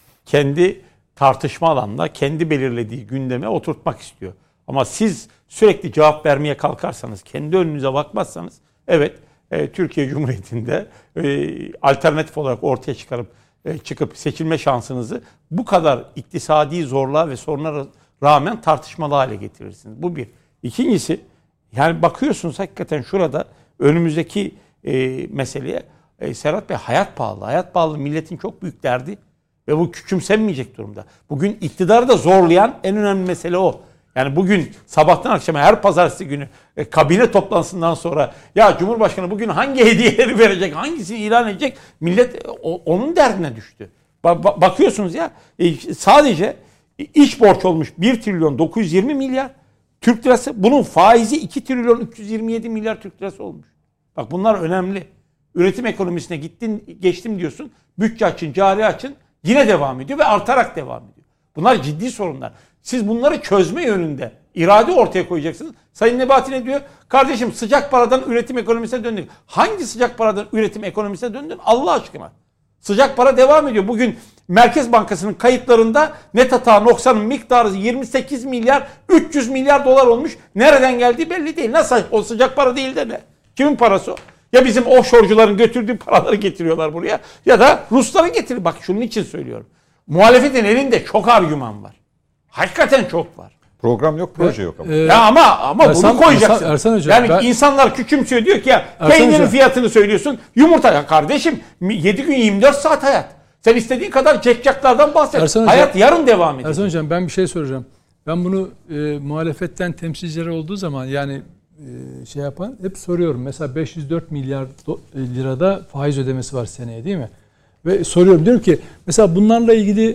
Kendi tartışma alanında kendi belirlediği gündeme oturtmak istiyor. Ama siz sürekli cevap vermeye kalkarsanız, kendi önünüze bakmazsanız evet Türkiye Cumhuriyeti'nde alternatif olarak ortaya çıkıp seçilme şansınızı bu kadar iktisadi zorluğa ve sorunlara rağmen tartışmalı hale getirirsiniz. Bu bir. İkincisi yani bakıyorsunuz hakikaten şurada önümüzdeki meseleye Serhat Bey hayat pahalı. Hayat pahalı milletin çok büyük derdi ve bu küçümsenmeyecek durumda. Bugün iktidarı da zorlayan en önemli mesele o. Yani bugün sabahtan akşama her pazartesi günü kabine toplantısından sonra ya Cumhurbaşkanı bugün hangi hediyeleri verecek, hangisini ilan edecek millet onun derdine düştü. Bakıyorsunuz ya sadece iç borç olmuş 1 trilyon 920 milyar Türk lirası. Bunun faizi 2 trilyon 327 milyar Türk lirası olmuş. Bak bunlar önemli. Üretim ekonomisine geçtim diyorsun. Bütçe açın, cari açın yine devam ediyor ve artarak devam ediyor. Bunlar ciddi sorunlar. Siz bunları çözme yönünde irade ortaya koyacaksınız. Sayın Nebati ne diyor? Kardeşim sıcak paradan üretim ekonomisine döndük. Hangi sıcak paradan üretim ekonomisine döndün? Allah aşkına. Sıcak para devam ediyor. Bugün Merkez Bankası'nın kayıtlarında net hata noksanın miktarı 28 milyar 300 milyar dolar olmuş. Nereden geldiği belli değil. Nasıl o sıcak para değil de ne? Kimin parası o? Ya bizim offshore'cuların götürdüğü paraları getiriyorlar buraya ya da Rusların getiriyor. Bak şunun için söylüyorum. Muhalefetin elinde çok argüman var. Hakikaten çok var. Program yok, proje yok ama. Ya ama bunu koyacaksın. Ersan Hocam, yani insanlar küçümsüyor diyor ki ya peynirin fiyatını söylüyorsun. Yumurta ya kardeşim 7 gün 24 saat hayat. Sen istediğin kadar cekcaklardan bahset. Ersan hayat Hocam, yarın devam ediyor. Ersan Hocam ben bir şey soracağım. Ben bunu muhalefetten temsilcileri olduğu zaman yani şey yapan hep soruyorum. Mesela 504 milyar lirada faiz ödemesi var seneye değil mi? Ve soruyorum diyorum ki mesela bunlarla ilgili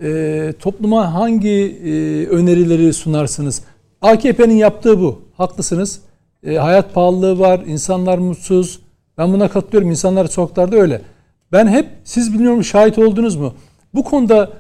topluma hangi önerileri sunarsınız? AKP'nin yaptığı bu. Haklısınız. Hayat pahalılığı var. İnsanlar mutsuz. Ben buna katılıyorum. İnsanlar sokaklarda öyle. Ben hep siz bilmiyorum şahit oldunuz mu? Bu konuda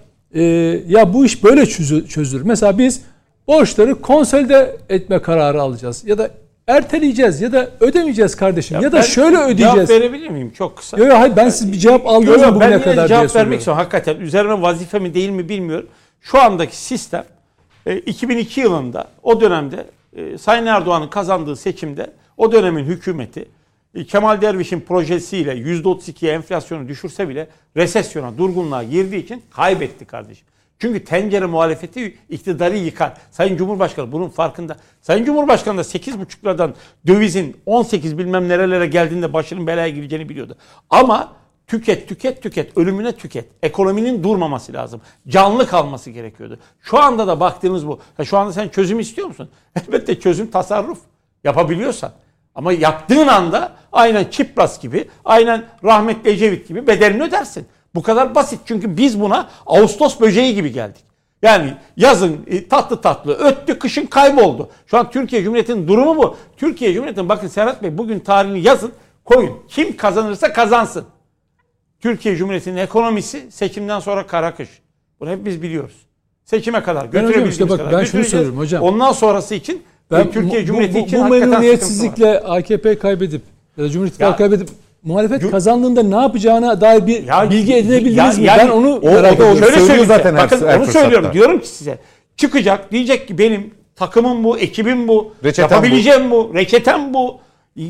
ya bu iş böyle çözülür. Mesela biz borçları konsolide etme kararı alacağız. Ya da erteleyeceğiz ya da ödemeyeceğiz kardeşim. Ya da şöyle ödeyeceğiz. Cevap verebilir miyim? Çok kısa. Yok hayır ben siz bir cevap aldınız mı bugüne kadar diye cevap vermek soruyorum. istiyorum. Hakikaten üzerine vazife mi değil mi bilmiyorum. Şu andaki sistem 2002 yılında o dönemde Sayın Erdoğan'ın kazandığı seçimde o dönemin hükümeti Kemal Derviş'in projesiyle %32'ye enflasyonu düşürse bile resesyona, durgunluğa girdiği için kaybetti kardeşim. Çünkü tencere muhalefeti iktidarı yıkar. Sayın Cumhurbaşkanı bunun farkında. Sayın Cumhurbaşkanı da 8,5 liradan dövizin 18 bilmem nerelere geldiğinde başının belaya gireceğini biliyordu. Ama tüket, ölümüne tüket. Ekonominin durmaması lazım. Canlı kalması gerekiyordu. Şu anda da baktığımız bu. Şu anda sen çözüm istiyor musun? Elbette çözüm tasarruf. Yapabiliyorsan. Ama yaptığın anda aynen Çipras gibi, aynen rahmetli Ecevit gibi bedelini ödersin. Bu kadar basit. Çünkü biz buna Ağustos böceği gibi geldik. Yani yazın tatlı öttü, kışın kayboldu. Şu an Türkiye Cumhuriyeti'nin durumu bu. Türkiye Cumhuriyeti'nin, bakın Serhat Bey, bugün tarihini yazın, koyun. Kim kazanırsa kazansın. Türkiye Cumhuriyeti'nin ekonomisi seçimden sonra kara kış. Bunu hep biz biliyoruz. Seçime kadar götürebildiğimiz kadar ben şunu söylüyorum hocam. Ondan sonrası için Türkiye Cumhuriyeti için bu hakikaten memnuniyetsizlikle AKP kaybedip ya da Cumhur İttifakı kaybedip muhalefet kazandığında ne yapacağına dair bir bilgi edinebildiniz mi? Ben onu merak ediyorum. Şöyle söyleyeyim zaten. Bakın onu söylüyorum. Diyorum ki size. Çıkacak, diyecek ki benim takımım bu, ekibim bu, yapabileceğim bu, reçetem bu,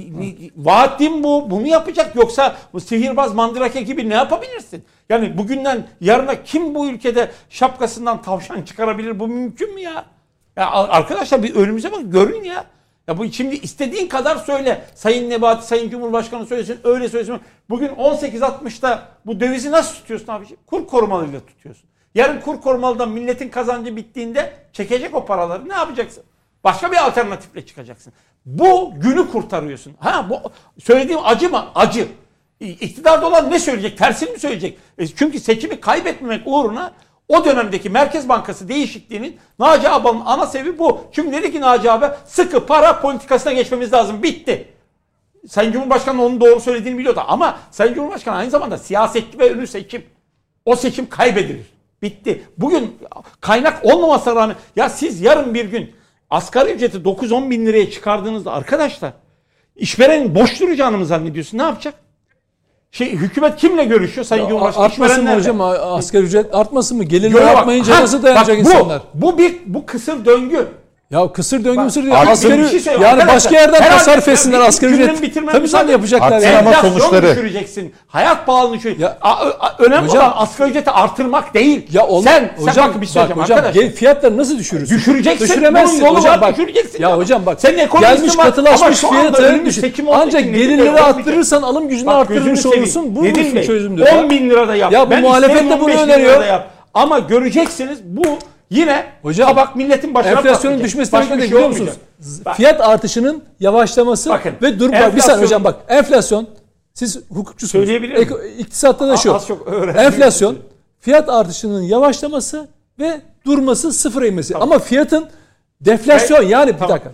vaatim bu. Bunu yapacak. Yoksa bu sihirbaz mandrake gibi ne yapabilirsin? Yani bugünden yarına kim bu ülkede şapkasından tavşan çıkarabilir? Bu mümkün mü ya? Ya arkadaşlar bir önümüze bak, görün ya. Ya bu şimdi istediğin kadar söyle. Sayın Nebati, Sayın Cumhurbaşkanı söylesin, öyle söylesin. Bugün 18.60'da bu dövizi nasıl tutuyorsun abiciğim? Kur korumalıyla tutuyorsun. Yarın kur korumalıdan milletin kazancı bittiğinde çekecek o paraları. Ne yapacaksın? Başka bir alternatifle çıkacaksın. Bu günü kurtarıyorsun. Bu söylediğim acı mı? Acı. İktidarda olan ne söyleyecek? Tersini mi söyleyecek? Çünkü seçimi kaybetmemek uğruna o dönemdeki Merkez Bankası değişikliğinin Naci Ağabey'in ana sebebi bu. Çünkü dedi ki Naci Ağabey, sıkı para politikasına geçmemiz lazım. Bitti. Sayın Cumhurbaşkanı onun doğru söylediğini biliyordu. Ama Sayın Cumhurbaşkanı aynı zamanda siyasetçi ve önü seçim. O seçim kaybedilir. Bitti. Bugün kaynak olmamasına rağmen ya siz yarın bir gün asgari ücreti 9-10 bin liraya çıkardığınızda arkadaşlar işverenin boş duracağını mı zannediyorsun? Ne yapacak? Hükümet kimle görüşüyor Sayın Cumhurbaşkanı? Artmasın mı hocam asgari ücret? Artmasın mı? Gelirler artmayınca nasıl dayanacak insanlar? Bu kısır döngü. Ya kısır döngü mısır diyor. Yani yani başka yerden tasarruf etsinler asgari ücret. Tabii sen yapacaklar. Enflasyon düşüreceksin. Hayat pahalılığını düşüreceksin. Önemli olan asgari ücreti artırmak değil. Ya sen bak bir şey söyleyeceğim arkadaşlar. Fiyatları nasıl düşürürsün? Düşüreceksin. Düşüremezsin. Bunun yolu var, düşüreceksin. Ya hocam bak. Senin ekonomistin gelmiş var. katılaşmış fiyatı ancak gelirleri arttırırsan alım gücünü arttırmış olursun. Bu musun çözümdür? 10 bin lirada yap. Ya bu muhalefet de bunu öneriyor. Ama göreceksiniz bu yine hocam, tabak milletin başına enflasyonun düşmesi demek ne biliyor musunuz? Fiyat artışının yavaşlaması ve bir saniye hocam bak, enflasyon, siz hukukçusunuz. İktisatta da şu. Enflasyon, fiyat artışının yavaşlaması ve durması, sıfıra inmesi. Tamam. Ama fiyatın deflasyon yani bir dakika.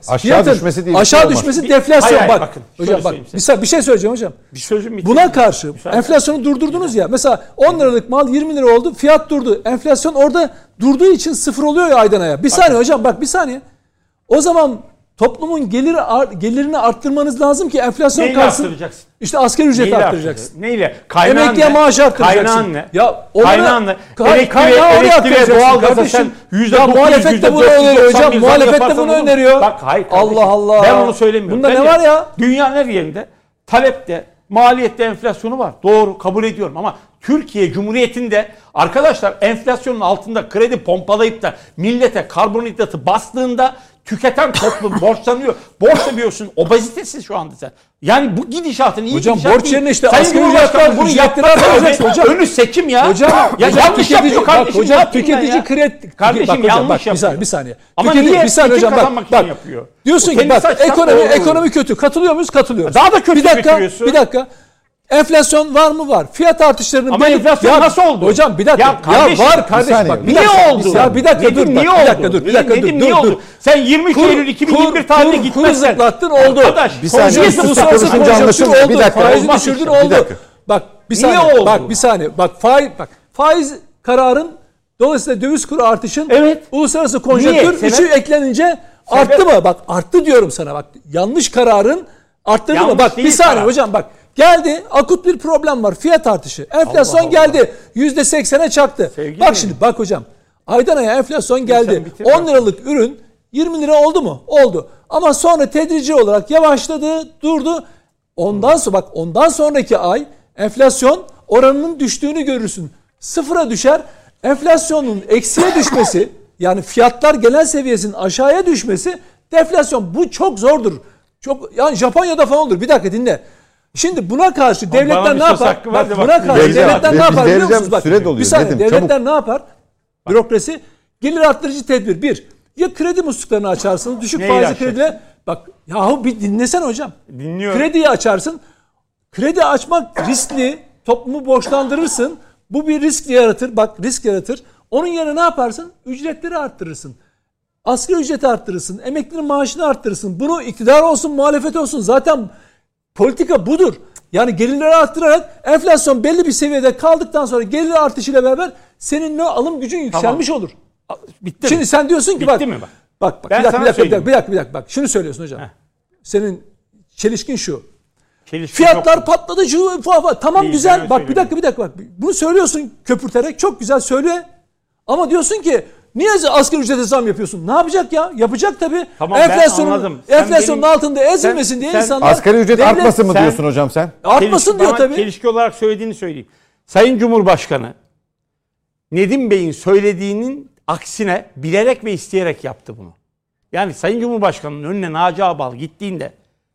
Aşağı düşmesi deflasyon. Hayır, bak. Bakın, hocam bak. Bir şey söyleyeceğim hocam. Buna karşı enflasyonu durdurdunuz ya. Mesela 10 liralık mal 20 lira oldu. Fiyat durdu. Enflasyon orada durduğu için sıfır oluyor ya aydan aya. Bir saniye hocam bak bir saniye. O zaman toplumun gelirini arttırmanız lazım ki enflasyon kalsın. İşte asgari ücreti arttıracaksın. Neyle? Emekliye maaş arttıracaksın. Kaynağın ne? Ya kaynağın ne? Elektriğe, doğalgaza ya muhalefet de bunu öneriyor hocam. Muhalefet de bunu öneriyor. Bak hayır. Allah Allah. Ben onu söylemiyorum. Bunda ne var ya? Dünyanın her yerinde talepte, maliyette enflasyonu var. Doğru, kabul ediyorum ama Türkiye Cumhuriyeti'nde arkadaşlar enflasyonun altında kredi pompalayıp da millete karbonhidratı bastığında tüketen toplum borçlanıyor. Borç biliyorsun, obezitesiz şu anda sen. Yani bu gidişatın iyi hocam, gidişat borç yerine işte asgari ücretler bunu yaptılar hocam. Önü seçim ya. Hocam yanlış yapıyor kardeşim. Hocam tüketici kredi. Kardeşim yanlış yapıyor. Bir saniye. Ama niye bir saniye hocam bak. Yapıyor. Diyorsun ki bak ekonomi kötü. Katılıyor muyuz? Katılıyoruz. Daha da kötü götürüyorsun. Bir dakika. Enflasyon var mı? Var. Fiyat artışlarının ama enflasyon nasıl oldu? Hocam bir dakika. Ya var kardeşim bak. Niye oldu? Ya bir dakika dur. Bir dakika dur. Sen 23 Eylül 2021 tarihine gitmezsen. Kur zıplattın oldu. Bir saniye. Bu sonrası anlaşıldı. Bir dakika. Faizi düşürdün oldu. Bak bir saniye. Bak bir saniye. Bak faiz kararın dolayısıyla döviz kuru artışın uluslararası konjonktür üçü eklenince arttı mı? Bak arttı diyorum sana bak. Yanlış kararın arttırdı mı? Bak bir saniye hocam bak. Geldi, akut bir problem var. Fiyat artışı. Enflasyon geldi. %80'e çaktı. Bak şimdi bak hocam. Aydan aya enflasyon geldi. 10 liralık ürün 20 lira oldu mu? Oldu. Ama sonra tedrici olarak yavaşladı, durdu. Ondan sonraki ay enflasyon oranının düştüğünü görürsün. Sıfıra düşer. Enflasyonun eksiye düşmesi, yani fiyatlar genel seviyesinin aşağıya düşmesi deflasyon. Bu çok zordur. Yani Japonya'da falan olur. Bir dakika dinle. Şimdi buna karşı devletler ne yapar? Buna karşı devletler ne yapar biliyor musunuz? Bak, bir saniye, devletler ne yapar? Bürokrasi gelir arttırıcı tedbir. Bir, ya kredi musluklarını açarsınız, düşük faizli krediler. Bak yahu bir dinlesene hocam. Dinliyorum. Krediyi açarsın. Kredi açmak riskli. Toplumu borçlandırırsın. Bu bir risk yaratır. Bak risk yaratır. Onun yerine ne yaparsın? Ücretleri arttırırsın. Asgari ücreti arttırırsın. Emeklinin maaşını arttırırsın. Bunu iktidar olsun, muhalefet olsun. Zaten politika budur. Yani gelirleri arttırarak enflasyon belli bir seviyede kaldıktan sonra gelir artışıyla beraber senin alım gücün yükselmiş olur. Bitti Şimdi mi? sen diyorsun ki Bitti mi bak? Bak Ben bir sana dakika bak. Şunu söylüyorsun hocam. Senin çelişkin şu. Çelişki Fiyatlar çok- patladı tamam Değil, güzel. ben Bak bir dakika bak. Bunu söylüyorsun köpürterek, çok güzel söyle. Ama diyorsun ki niye asgari ücrete zam yapıyorsun? Ne yapacak ya? Yapacak tabii. Tamam, ben anladım. Sen Enflasyonun benim- altında ezilmesin diye sen- insanlar. Asgari ücret devlet- artmasın mı sen- diyorsun hocam sen? Artmasın diyor bana tabii. Çelişki olarak söylediğini söyleyeyim. Sayın Cumhurbaşkanı Nedim Bey'in söylediğinin aksine bilerek ve isteyerek yaptı bunu. Yani Sayın Cumhurbaşkanı'nın önüne Naci Ağbal gittiğinde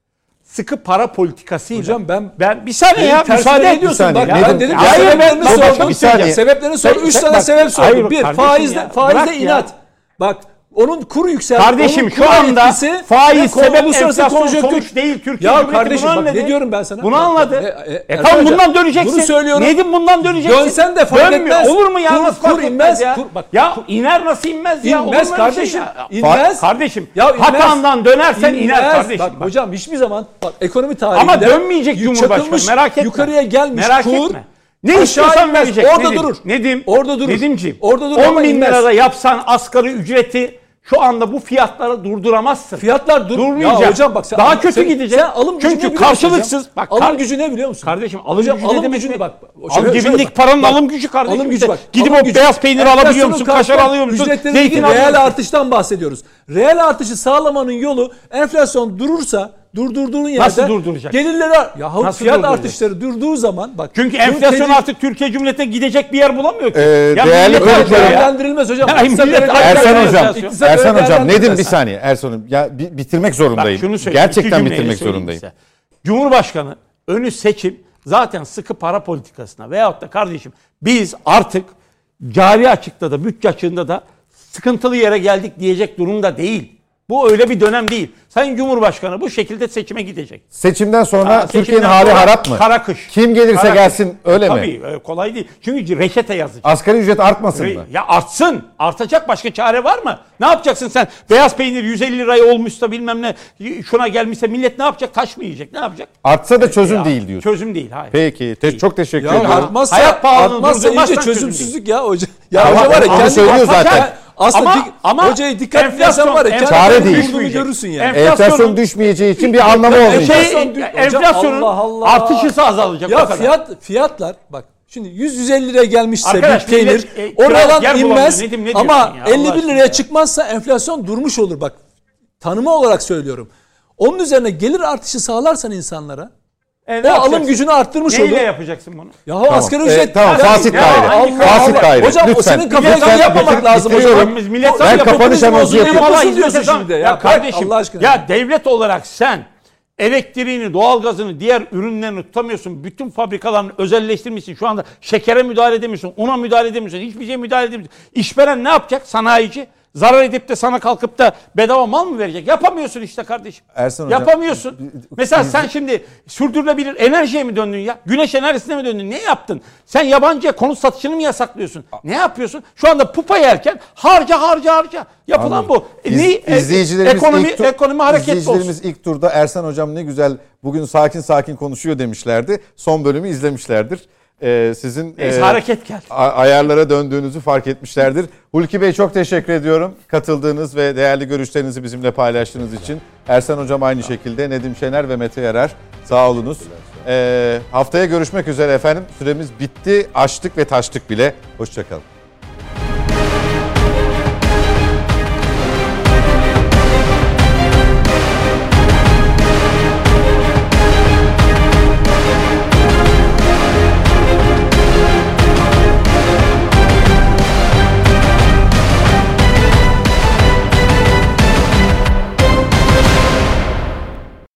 sıkı para politikasıyla. Hocam ben bir saniye ya Tersine müsaade ediyorsun. Bir saniye, Bak Nedim- ben dedim Hayır, sebeplerini ben- sordum. bir saniye. Sebeplerini sordum. 3 tane bak, sebep sordum. hayır, Bir kardeşim ya, faizle bırak ya. inat. Bak onun kuru yükseldi. Kardeşim onun şu kuru anda etkisi faiz ve sebep uluslararası enflasyon konjonktür- sonuç değil. Türkiye Ya Cumhuriyeti kardeşim bunu bak anladı. ne diyorum ben sana? Bunu Bak, anladı. Erkan Tamam Hoca, bundan döneceksin. Bunu söylüyorum. Nedim bundan döneceksin. Dönsen de fark Dönmüyor. etmez. Olur mu ya? Kur- Nasıl kur fark inmez, etmez ya? kur- bak, ya iner nasıl inmez ya? Olur mu İnmez öyle şey kardeşim. ya? İnmez. Kardeşim. Ya inmez. Hatandan dönersen iner İnmez. kardeşim. Bak hocam hiçbir zaman bak ekonomi tarihinde Ama dönmeyecek Cumhurbaşkanı, çakılmış, merak etme. yukarıya gelmiş Merak kur etme. Ne aşağı istiyorsan inmez. verecek. Orada Nedim, durur. Nedim. Orada durur. Nedimciğim. Orada durur 10 ama bin inmez. lirada yapsan asgari ücreti şu anda bu fiyatları durduramazsın. Fiyatlar durmayacak. Ya hocam bak sen daha kötü gidecek. Sen alım gücü ne Çünkü biliyor musun karşılıksız. hocam? Bak alım gücü ne biliyor musun? Kardeşim alım Hocam, gücü alım ne demek? gücünü mi? bak. Cebindeki paranın alım gücü kardeşim. Alım gücü işte. bak. Gidip alım o gücü. beyaz peyniri alabiliyor Enflasyonun musun? Kaşar karşılığı alıyor musun? ücretlerindeki Zeytin alıyor reel musun? artıştan bahsediyoruz. Reel artışı sağlamanın yolu enflasyon durursa durdurduğun yerde Nasıl durduracak? gelirleri yahu Nasıl fiyat durduracak? artışları durduğu zaman bak. Çünkü bunun enflasyon tedbir- artık Türkiye Cumhuriyeti'ne gidecek bir yer bulamıyor ki. Değerli millet konuklarım- harcıyor ya. değerlendirilmez hocam. Ya İktisat millet- öyle Ersan değerlendirilmez. hocam, İktisat Ersan öyle hocam, değerlendirilmez. Nedim bir saniye. Ersan hocam, ya bitirmek zorundayım. Bak şunu söyleyeyim. Gerçekten iki cümleyle bitirmek söyleyeyim zorundayım. size. Cumhurbaşkanı önü seçim zaten sıkı para politikasına veyahut da kardeşim biz artık cari açıkta da bütçe açığında da sıkıntılı yere geldik diyecek durumda değil. Bu öyle bir dönem değil. Sayın Cumhurbaşkanı bu şekilde seçime gidecek. Seçimden sonra Ha, Türkiye'nin seçimden hali sonra harap mı? kara kış. Kim gelirse Kara gelsin kış. öyle mi? Tabii kolay değil. Çünkü reçete yazacak. Asgari ücret artmasın mı? Ya artsın. Artacak başka çare var mı? Ne yapacaksın sen? Beyaz peynir 150 liraya olmuşsa bilmem ne şuna gelmişse millet ne yapacak? Taş mı yiyecek? Ne yapacak? Artsa da çözüm Ya, değil diyorsun. Çözüm değil. Hayır. Peki, çok teşekkür Ya ediyorum. artmazsa, Hayat pahalılığını artmazsa durdurmazsan iyice çözüm çözümsüzlük ya hoca. Ya Ama- hoca var ya ama kendi söylüyor zaten. Aslında Ama hocayı dikkat enflasyon- edersen var ya Çare kendi değil. durduğunu görürsün yani. Enflasyon düşmeyeceği için bir anlamı olmayacak. Enflasyonun Allah Allah. artışı azalacak. o Ya kadar. fiyatlar bak şimdi 100-150 liraya gelmişse Arkadaş, bir peynir millet, oradan yer bulamıyor. inmez Nedim, ne ama diyorsun ya? Allah 51 aşkına liraya ya. çıkmazsa enflasyon durmuş olur bak. Tanımı olarak söylüyorum. Onun üzerine gelir artışı sağlarsan insanlara Ne o yapacaksın? alım gücünü arttırmış Neyle olur. yapacaksın bunu? Yahu asgari ücret. Tamam, Ya- fasit Ya daire. Allah Fasit Allah. daire. Hocam o Lütfen. senin kafanı Lütfen yapmamak lazım hocam. bitiriyorum. Biz millet Ben zam yapıyor, kapanış popülizm anonsu olsun, yapıyorum. yapalım Yapıyorsun diyorsun diyorsun şimdi. Ya Ya kardeşim Allah aşkına. ya devlet olarak sen elektriğini, doğalgazını, diğer ürünlerini tutamıyorsun. Bütün fabrikalarını özelleştirmişsin. Şu anda şekere müdahale edemiyorsun, una müdahale edemiyorsun, hiçbir şeye müdahale edemiyorsun. İşveren ne yapacak? Sanayici. Zarar edip de sana kalkıp da bedava mal mı verecek? Yapamıyorsun işte kardeşim. Ersan hocam, Yapamıyorsun. Mesela sen şimdi sürdürülebilir enerjiye mi döndün ya? Güneş enerjisine mi döndün? Ne yaptın? Sen yabancıya konut satışını mı yasaklıyorsun? Ne yapıyorsun? Şu anda pupa yerken harca. Yapılan Anladım. bu. İzleyicilerimiz Ekonomi hareketli olsun. İzleyicilerimiz ilk turda Ersan hocam ne güzel bugün sakin konuşuyor demişlerdi. Son bölümü izlemişlerdir. Sizin hareket geldi. Ayarlara döndüğünüzü fark etmişlerdir. Hulki Bey çok teşekkür ediyorum. Katıldığınız ve değerli görüşlerinizi bizimle paylaştığınız için. Ersan hocam aynı şekilde. Nedim Şener ve Mete Yarar sağ olunuz. Haftaya görüşmek üzere efendim. Süremiz bitti. Açtık ve taştık bile. Hoşça kalın.